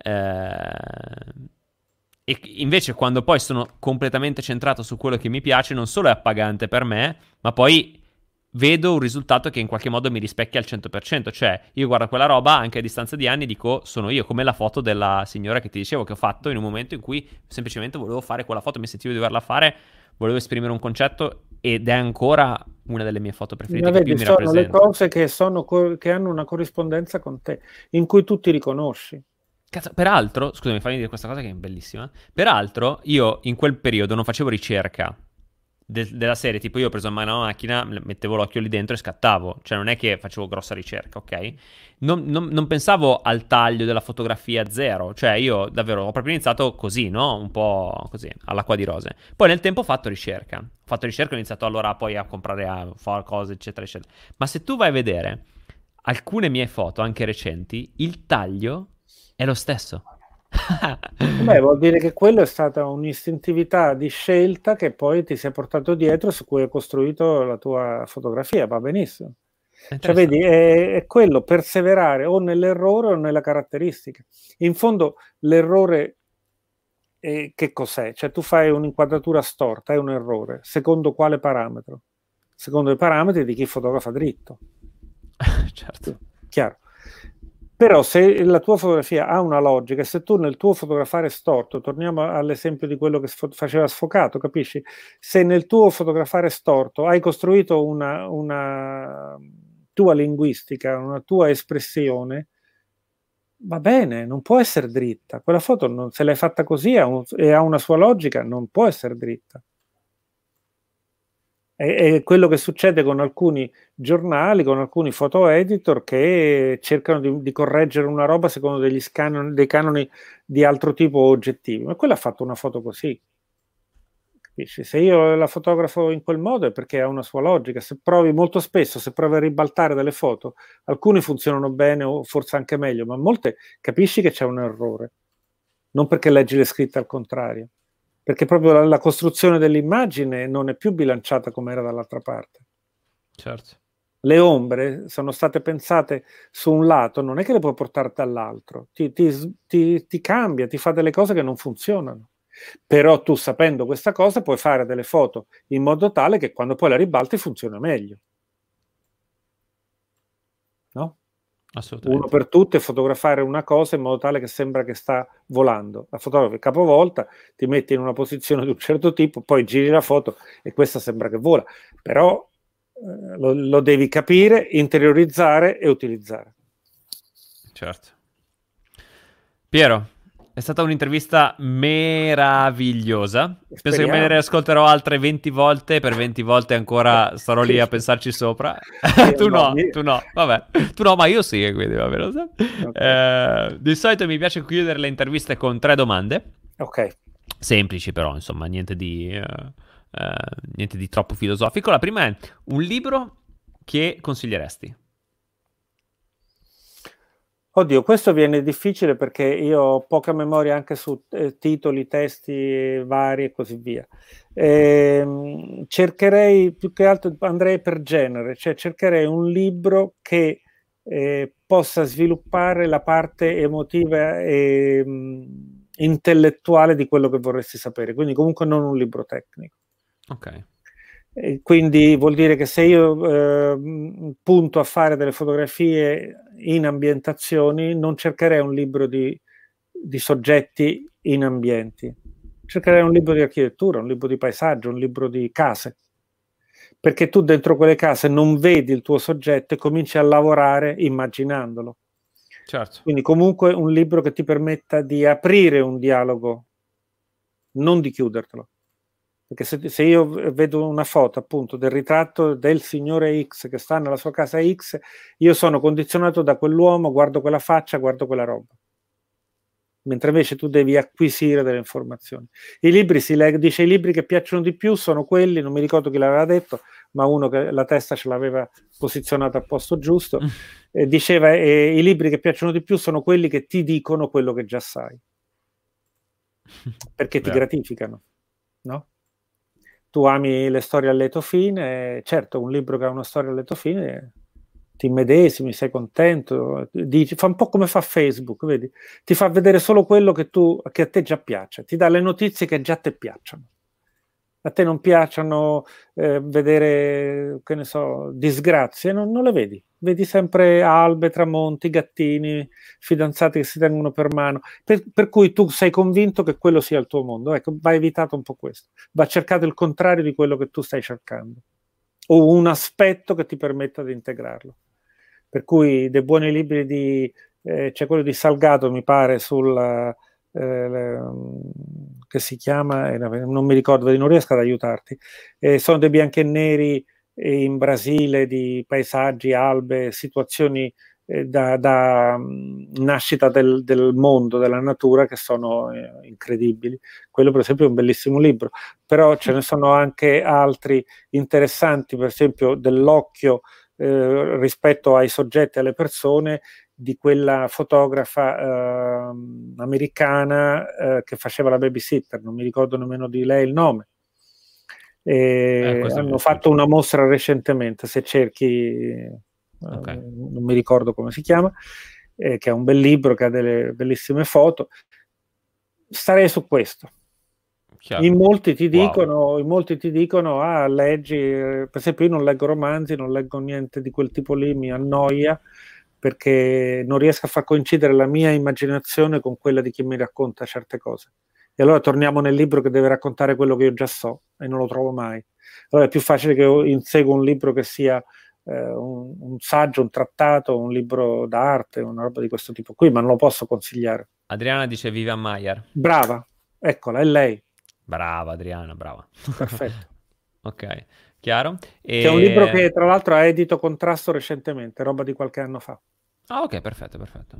e invece quando poi sono completamente centrato su quello che mi piace, non solo è appagante per me, ma poi vedo un risultato che in qualche modo mi rispecchia al 100%. Cioè, io guardo quella roba anche a distanza di anni e dico, sono io, come la foto della signora che ti dicevo che ho fatto in un momento in cui semplicemente volevo fare quella foto, mi sentivo di doverla fare, volevo esprimere un concetto ed è ancora una delle mie foto preferite Ma che più vedi, mi sono le rappresenta. cose che hanno una corrispondenza con te, in cui tu ti riconosci. Cazzo, peraltro, scusami, fammi dire questa cosa che è bellissima. Peraltro, io in quel periodo non facevo ricerca della serie, tipo io ho preso in mano la macchina, mettevo l'occhio lì dentro e scattavo, cioè non è che facevo grossa ricerca, ok? Non pensavo al taglio della fotografia zero, cioè io davvero ho proprio iniziato così, no? Un po' così, all'acqua di rose. Poi nel tempo ho fatto ricerca, ho iniziato allora poi a comprare, a fare cose, eccetera, eccetera. Ma se tu vai a vedere alcune mie foto, anche recenti, il taglio è lo stesso. Beh, vuol dire che quello è stata un'istintività di scelta che poi ti sei portato dietro, su cui hai costruito la tua fotografia, va benissimo. È Cioè, vedi, interessante. è quello, perseverare o nell'errore o nella caratteristica. In fondo, l'errore che cos'è? Cioè, tu fai un'inquadratura storta, è un errore. Secondo quale parametro? Secondo i parametri di chi fotografa dritto. Certo. Chiaro. Però se la tua fotografia ha una logica, se tu nel tuo fotografare storto, torniamo all'esempio di quello che faceva Sfocato, capisci? Se nel tuo fotografare storto hai costruito una tua linguistica, una tua espressione, va bene, non può essere dritta. Quella foto, se l'hai fatta così e ha una sua logica, non può essere dritta. È quello che succede con alcuni giornali, con alcuni photo editor che cercano di correggere una roba secondo dei canoni di altro tipo oggettivi. Ma quello ha fatto una foto così. Capisci? Se io la fotografo in quel modo è perché ha una sua logica. Se provi molto spesso, se provi a ribaltare delle foto, alcune funzionano bene o forse anche meglio, ma molte capisci che c'è un errore. Non perché leggi le scritte al contrario, perché proprio la costruzione dell'immagine non è più bilanciata come era dall'altra parte. Certo. Le ombre sono state pensate su un lato, non è che le puoi portare dall'altro, ti cambia, ti fa delle cose che non funzionano. Però tu, sapendo questa cosa, puoi fare delle foto in modo tale che quando poi la ribalti funziona meglio. No? Uno Assolutamente. per tutte, fotografare una cosa in modo tale che sembra che sta volando. La fotografi capovolta, ti metti in una posizione di un certo tipo, poi giri la foto e questa sembra che vola. Però lo devi capire, interiorizzare e utilizzare. Certo. Piero, è stata un'intervista meravigliosa. Penso che me ne Speriamo. riascolterò altre 20 volte, per 20 volte ancora starò lì a pensarci sopra. Io Tu no, no, tu no, vabbè. Tu no, ma io sì, quindi va bene. Lo so. okay. Di solito mi piace chiudere le interviste con 3 domande. Ok, Semplici però, insomma, niente di troppo filosofico. La prima è un libro che consiglieresti? oddio, questo viene difficile perché io ho poca memoria anche su titoli, testi vari e così via. Cercherei più che altro, andrei per genere, cioè cercherei un libro che possa sviluppare la parte emotiva e intellettuale di quello che vorresti sapere, quindi comunque non un libro tecnico. Ok, Quindi vuol dire che se io punto a fare delle fotografie in ambientazioni, non cercherei un libro di soggetti in ambienti, cercherei un libro di architettura, un libro di paesaggio, un libro di case, perché tu dentro quelle case non vedi il tuo soggetto e cominci a lavorare immaginandolo. certo. Quindi comunque un libro che ti permetta di aprire un dialogo, non di chiudertelo. Perché se io vedo una foto appunto del ritratto del signore X che sta nella sua casa X, io sono condizionato da quell'uomo, guardo quella faccia, guardo quella roba. Mentre invece tu devi acquisire delle informazioni. I libri si leggono, dice i libri che piacciono di più sono quelli, non mi ricordo chi l'aveva detto, ma uno che la testa ce l'aveva posizionata al posto giusto, diceva i libri che piacciono di più sono quelli che ti dicono quello che già sai, perché ti Vero. gratificano, no? Tu ami le storie a lieto fine, certo, un libro che ha una storia a lieto fine, ti immedesimi, sei contento, dici, fa un po' come fa Facebook, vedi? Ti fa vedere solo quello che a te già piace, ti dà le notizie che già a te piacciono. A te non piacciono vedere, che ne so, disgrazie, non le vedi. Vedi sempre albe, tramonti, gattini, fidanzati che si tengono per mano. Per cui tu sei convinto che quello sia il tuo mondo. Ecco, va evitato un po' questo. Va cercato il contrario di quello che tu stai cercando. O un aspetto che ti permetta di integrarlo. Per cui dei buoni libri c'è quello di Salgado, mi pare, che si chiama, non mi ricordo, non riesco ad aiutarti, sono dei bianchi e neri in Brasile di paesaggi, albe, situazioni da nascita del mondo, della natura, che sono incredibili. Quello per esempio è un bellissimo libro, però ce ne sono anche altri interessanti, per esempio dell'occhio rispetto ai soggetti, alle persone, di quella fotografa americana che faceva la babysitter, non mi ricordo nemmeno di lei il nome. Hanno fatto una mostra recentemente, se cerchi, non mi ricordo come si chiama, che è un bel libro, che ha delle bellissime foto. Starei su questo. Chiaro. In molti ti dicono, leggi, per esempio io non leggo romanzi, non leggo niente di quel tipo lì, mi annoia, perché non riesco a far coincidere la mia immaginazione con quella di chi mi racconta certe cose. E allora torniamo nel libro che deve raccontare quello che io già so e non lo trovo mai. Allora è più facile che io insegua un libro che sia un saggio, un trattato, un libro d'arte, una roba di questo tipo qui, ma non lo posso consigliare. Adriana dice Vivian Maier. Brava, eccola, è lei. Brava Adriana, brava. Perfetto. Ok, chiaro. Che è un libro che tra l'altro ha edito Contrasto recentemente, roba di qualche anno fa. Ah, ok, perfetto.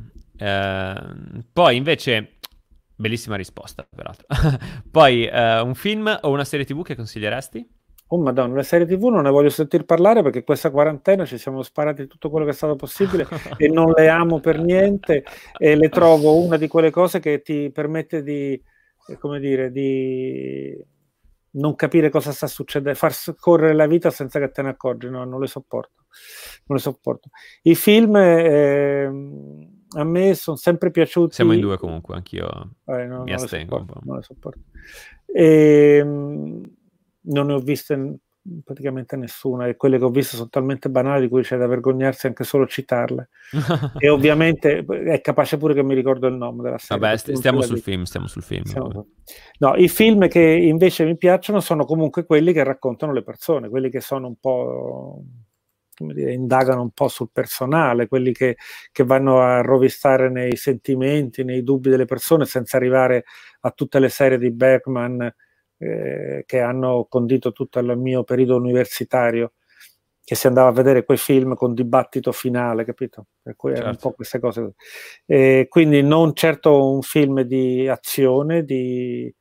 Poi invece, bellissima risposta, peraltro. Poi un film o una serie TV che consiglieresti? Oh madonna, le serie TV non ne voglio sentir parlare, perché questa quarantena ci siamo sparati tutto quello che è stato possibile e non le amo per niente, e le trovo una di quelle cose che ti permette di, come dire, di non capire cosa sta succedendo, far scorrere la vita senza che te ne accorgi. No, non le sopporto. I film a me sono sempre piaciuti. Siamo in due comunque, anch'io mi astengo un po'. Non le sopporto. Non ne ho viste praticamente nessuna, e quelle che ho visto sono talmente banali di cui c'è da vergognarsi anche solo citarle. E ovviamente è capace pure che mi ricordo il nome della serie. Vabbè, stiamo sul film. No, i film che invece mi piacciono sono comunque quelli che raccontano le persone, quelli che sono un po', come dire, indagano un po' sul personale, quelli che vanno a rovistare nei sentimenti, nei dubbi delle persone, senza arrivare a tutte le serie di Bergman che hanno condito tutto il mio periodo universitario, che si andava a vedere quei film con dibattito finale, capito? Per cui erano un po' queste cose. Quindi non certo un film di azione, di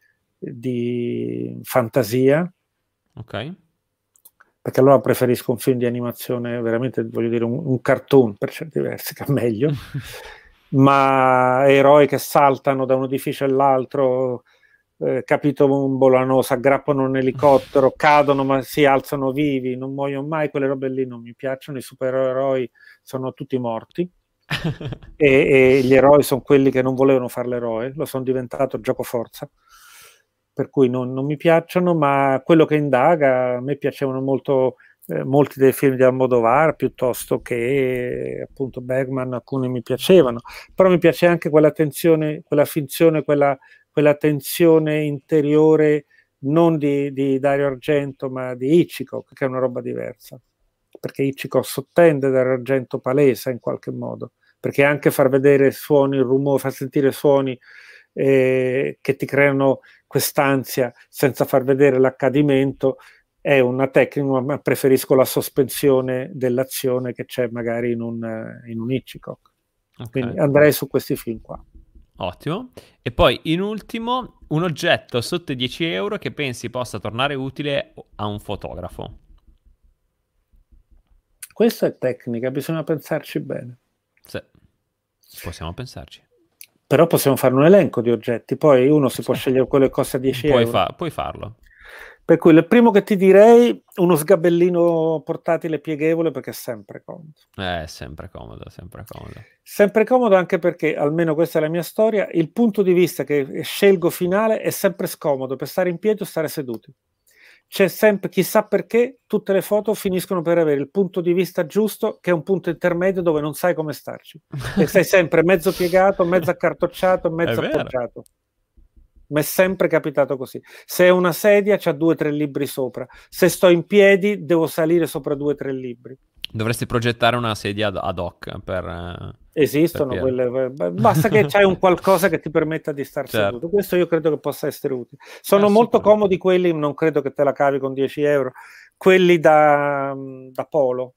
fantasia. Ok. Perché allora preferisco un film di animazione, veramente, voglio dire, un cartoon per certi versi, che è meglio. Ma eroi che saltano da un edificio all'altro, capito, un bolano, si aggrappano a un elicottero, cadono ma si alzano vivi, non muoiono mai, quelle robe lì non mi piacciono. I supereroi sono tutti morti e gli eroi sono quelli che non volevano fare l'eroe, lo sono diventato gioco forza, per cui non mi piacciono. Ma quello che indaga, a me piacevano molto molti dei film di Almodovar, piuttosto che appunto Bergman, alcuni mi piacevano, però mi piace anche quella tensione, quella finzione, quella tensione interiore, non di Dario Argento, ma di Hitchcock, che è una roba diversa, perché Hitchcock sottende Dario Argento palesa in qualche modo, perché anche far vedere suoni, rumori, far sentire suoni che ti creano quest'ansia senza far vedere l'accadimento è una tecnica, ma preferisco la sospensione dell'azione che c'è magari in un Hitchcock. Quindi andrei su questi film qua. Ottimo. E poi in ultimo, un oggetto sotto i 10 euro che pensi possa tornare utile a un fotografo. Questa è tecnica, bisogna pensarci bene. Sì, possiamo pensarci. Però possiamo fare un elenco di oggetti, poi uno si può scegliere quelle cose a 10 euro. Puoi farlo. Per cui il primo che ti direi, uno sgabellino portatile pieghevole, perché è sempre comodo. Sempre comodo. Sempre comodo, anche perché, almeno questa è la mia storia, il punto di vista che scelgo finale è sempre scomodo per stare in piedi o stare seduti. C'è sempre, chissà perché, tutte le foto finiscono per avere il punto di vista giusto, che è un punto intermedio dove non sai come starci. E sei sempre mezzo piegato, mezzo accartocciato, mezzo appoggiato. Mi è sempre capitato così. Se è una sedia, c'ha 2 o 3 libri sopra. Se sto in piedi, devo salire sopra 2 o 3 libri. Dovresti progettare una sedia ad hoc per Esistono Piero. quelle, basta che c'hai un qualcosa che ti permetta di star Certo. seduto. Questo io credo che possa essere utile. Sono molto super. comodi quelli, non credo che te la cavi con 10 euro, quelli da polo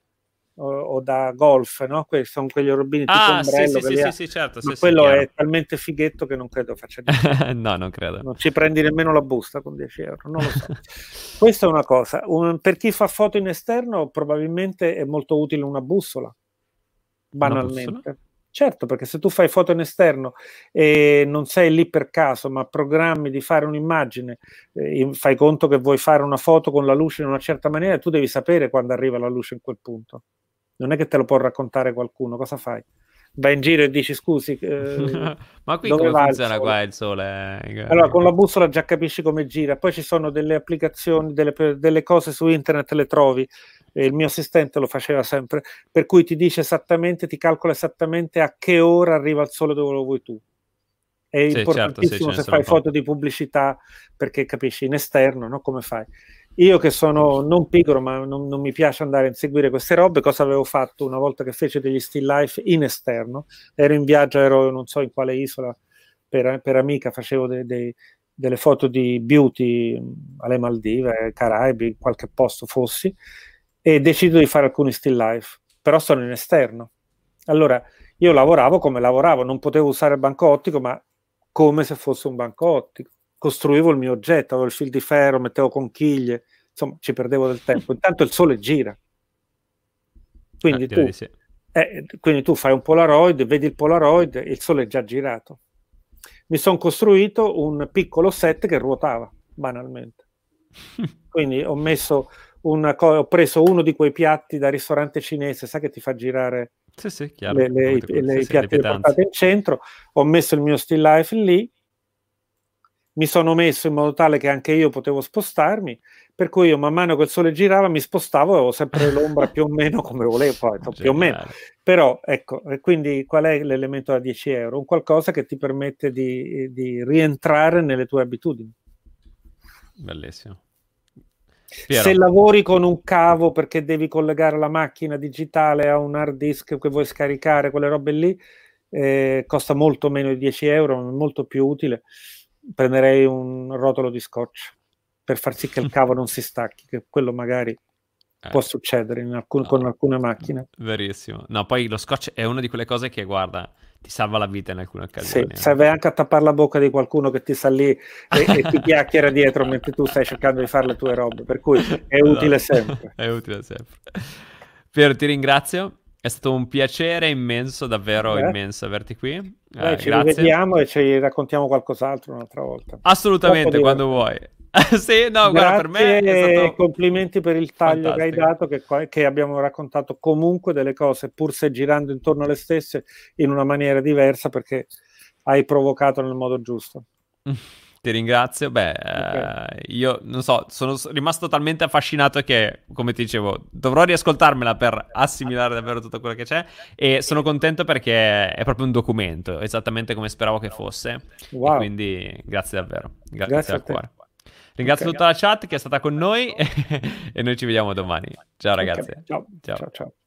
o da golf, no? Sono quegli robini tipo ombrello che li ha. Sì, certo, Ma sì, quello chiaro. è talmente fighetto che non credo faccia 10 euro. No, non credo. Non ci prendi nemmeno la busta con 10 euro, non lo so. Questa è una cosa. Per chi fa foto in esterno probabilmente è molto utile una bussola, banalmente. Una bussola? Certo, perché se tu fai foto in esterno e non sei lì per caso, ma programmi di fare un'immagine, fai conto che vuoi fare una foto con la luce in una certa maniera, tu devi sapere quando arriva la luce in quel punto. Non è che te lo può raccontare qualcuno, cosa fai? Vai in giro e dici scusi, Ma qui dove come va il funziona sole? qua il sole? Allora, con la bussola già capisci come gira, poi ci sono delle applicazioni, delle cose su internet, le trovi, il mio assistente lo faceva sempre, per cui ti dice esattamente, ti calcola esattamente a che ora arriva il sole dove lo vuoi tu. È importantissimo se fai foto di pubblicità, perché capisci in esterno, no? Come fai? Io che sono non pigro, ma non mi piace andare a inseguire queste robe, cosa avevo fatto una volta che fece degli still life in esterno? Ero in viaggio, ero non so in quale isola, per amica, facevo delle foto di beauty alle Maldive, Caraibi, in qualche posto fossi, e decido di fare alcuni still life, però sono in esterno. Allora, io lavoravo come lavoravo, non potevo usare il banco ottico, ma come se fosse un banco ottico. Costruivo il mio oggetto, avevo il fil di ferro, mettevo conchiglie, insomma, ci perdevo del tempo. Intanto il sole gira. Quindi, quindi tu fai un Polaroid, vedi il Polaroid, il sole è già girato. Mi sono costruito un piccolo set che ruotava, banalmente. Quindi ho preso uno di quei piatti da ristorante cinese, sai che ti fa girare i piatti portate in centro, ho messo il mio still life lì, mi sono messo in modo tale che anche io potevo spostarmi, per cui io man mano che il sole girava mi spostavo e avevo sempre l'ombra più o meno come volevo, poi più o meno. Però ecco, quindi qual è l'elemento da 10 euro? Un qualcosa che ti permette di rientrare nelle tue abitudini. Bellissimo. Piero. Se lavori con un cavo perché devi collegare la macchina digitale a un hard disk che vuoi scaricare, quelle robe lì, costa molto meno di 10 euro, è molto più utile. Prenderei un rotolo di scotch per far sì che il cavo non si stacchi, che quello magari può succedere con alcune macchine. Verissimo. No, poi lo scotch è una di quelle cose che, guarda, ti salva la vita in alcune occasioni. Sì, serve anche a tappare la bocca di qualcuno che ti sta lì e ti chiacchiera dietro mentre tu stai cercando di fare le tue robe, per cui è utile sempre. È utile sempre. Piero, ti ringrazio. È stato un piacere immenso, davvero immenso averti qui. Ci rivediamo e ci raccontiamo qualcos'altro un'altra volta. Assolutamente, quando vuoi. Sì, no, guarda, per me è stato complimenti per il taglio che hai dato, che abbiamo raccontato comunque delle cose, pur se girando intorno alle stesse, in una maniera diversa, perché hai provocato nel modo giusto. Ti ringrazio. Io non so, sono rimasto talmente affascinato che, come ti dicevo, dovrò riascoltarmela per assimilare davvero tutto quello che c'è, e sono contento perché è proprio un documento, esattamente come speravo che fosse. Wow. E quindi grazie davvero, grazie al cuore. Ringrazio tutta la chat che è stata con noi e noi ci vediamo domani. Ciao ragazzi. Ciao.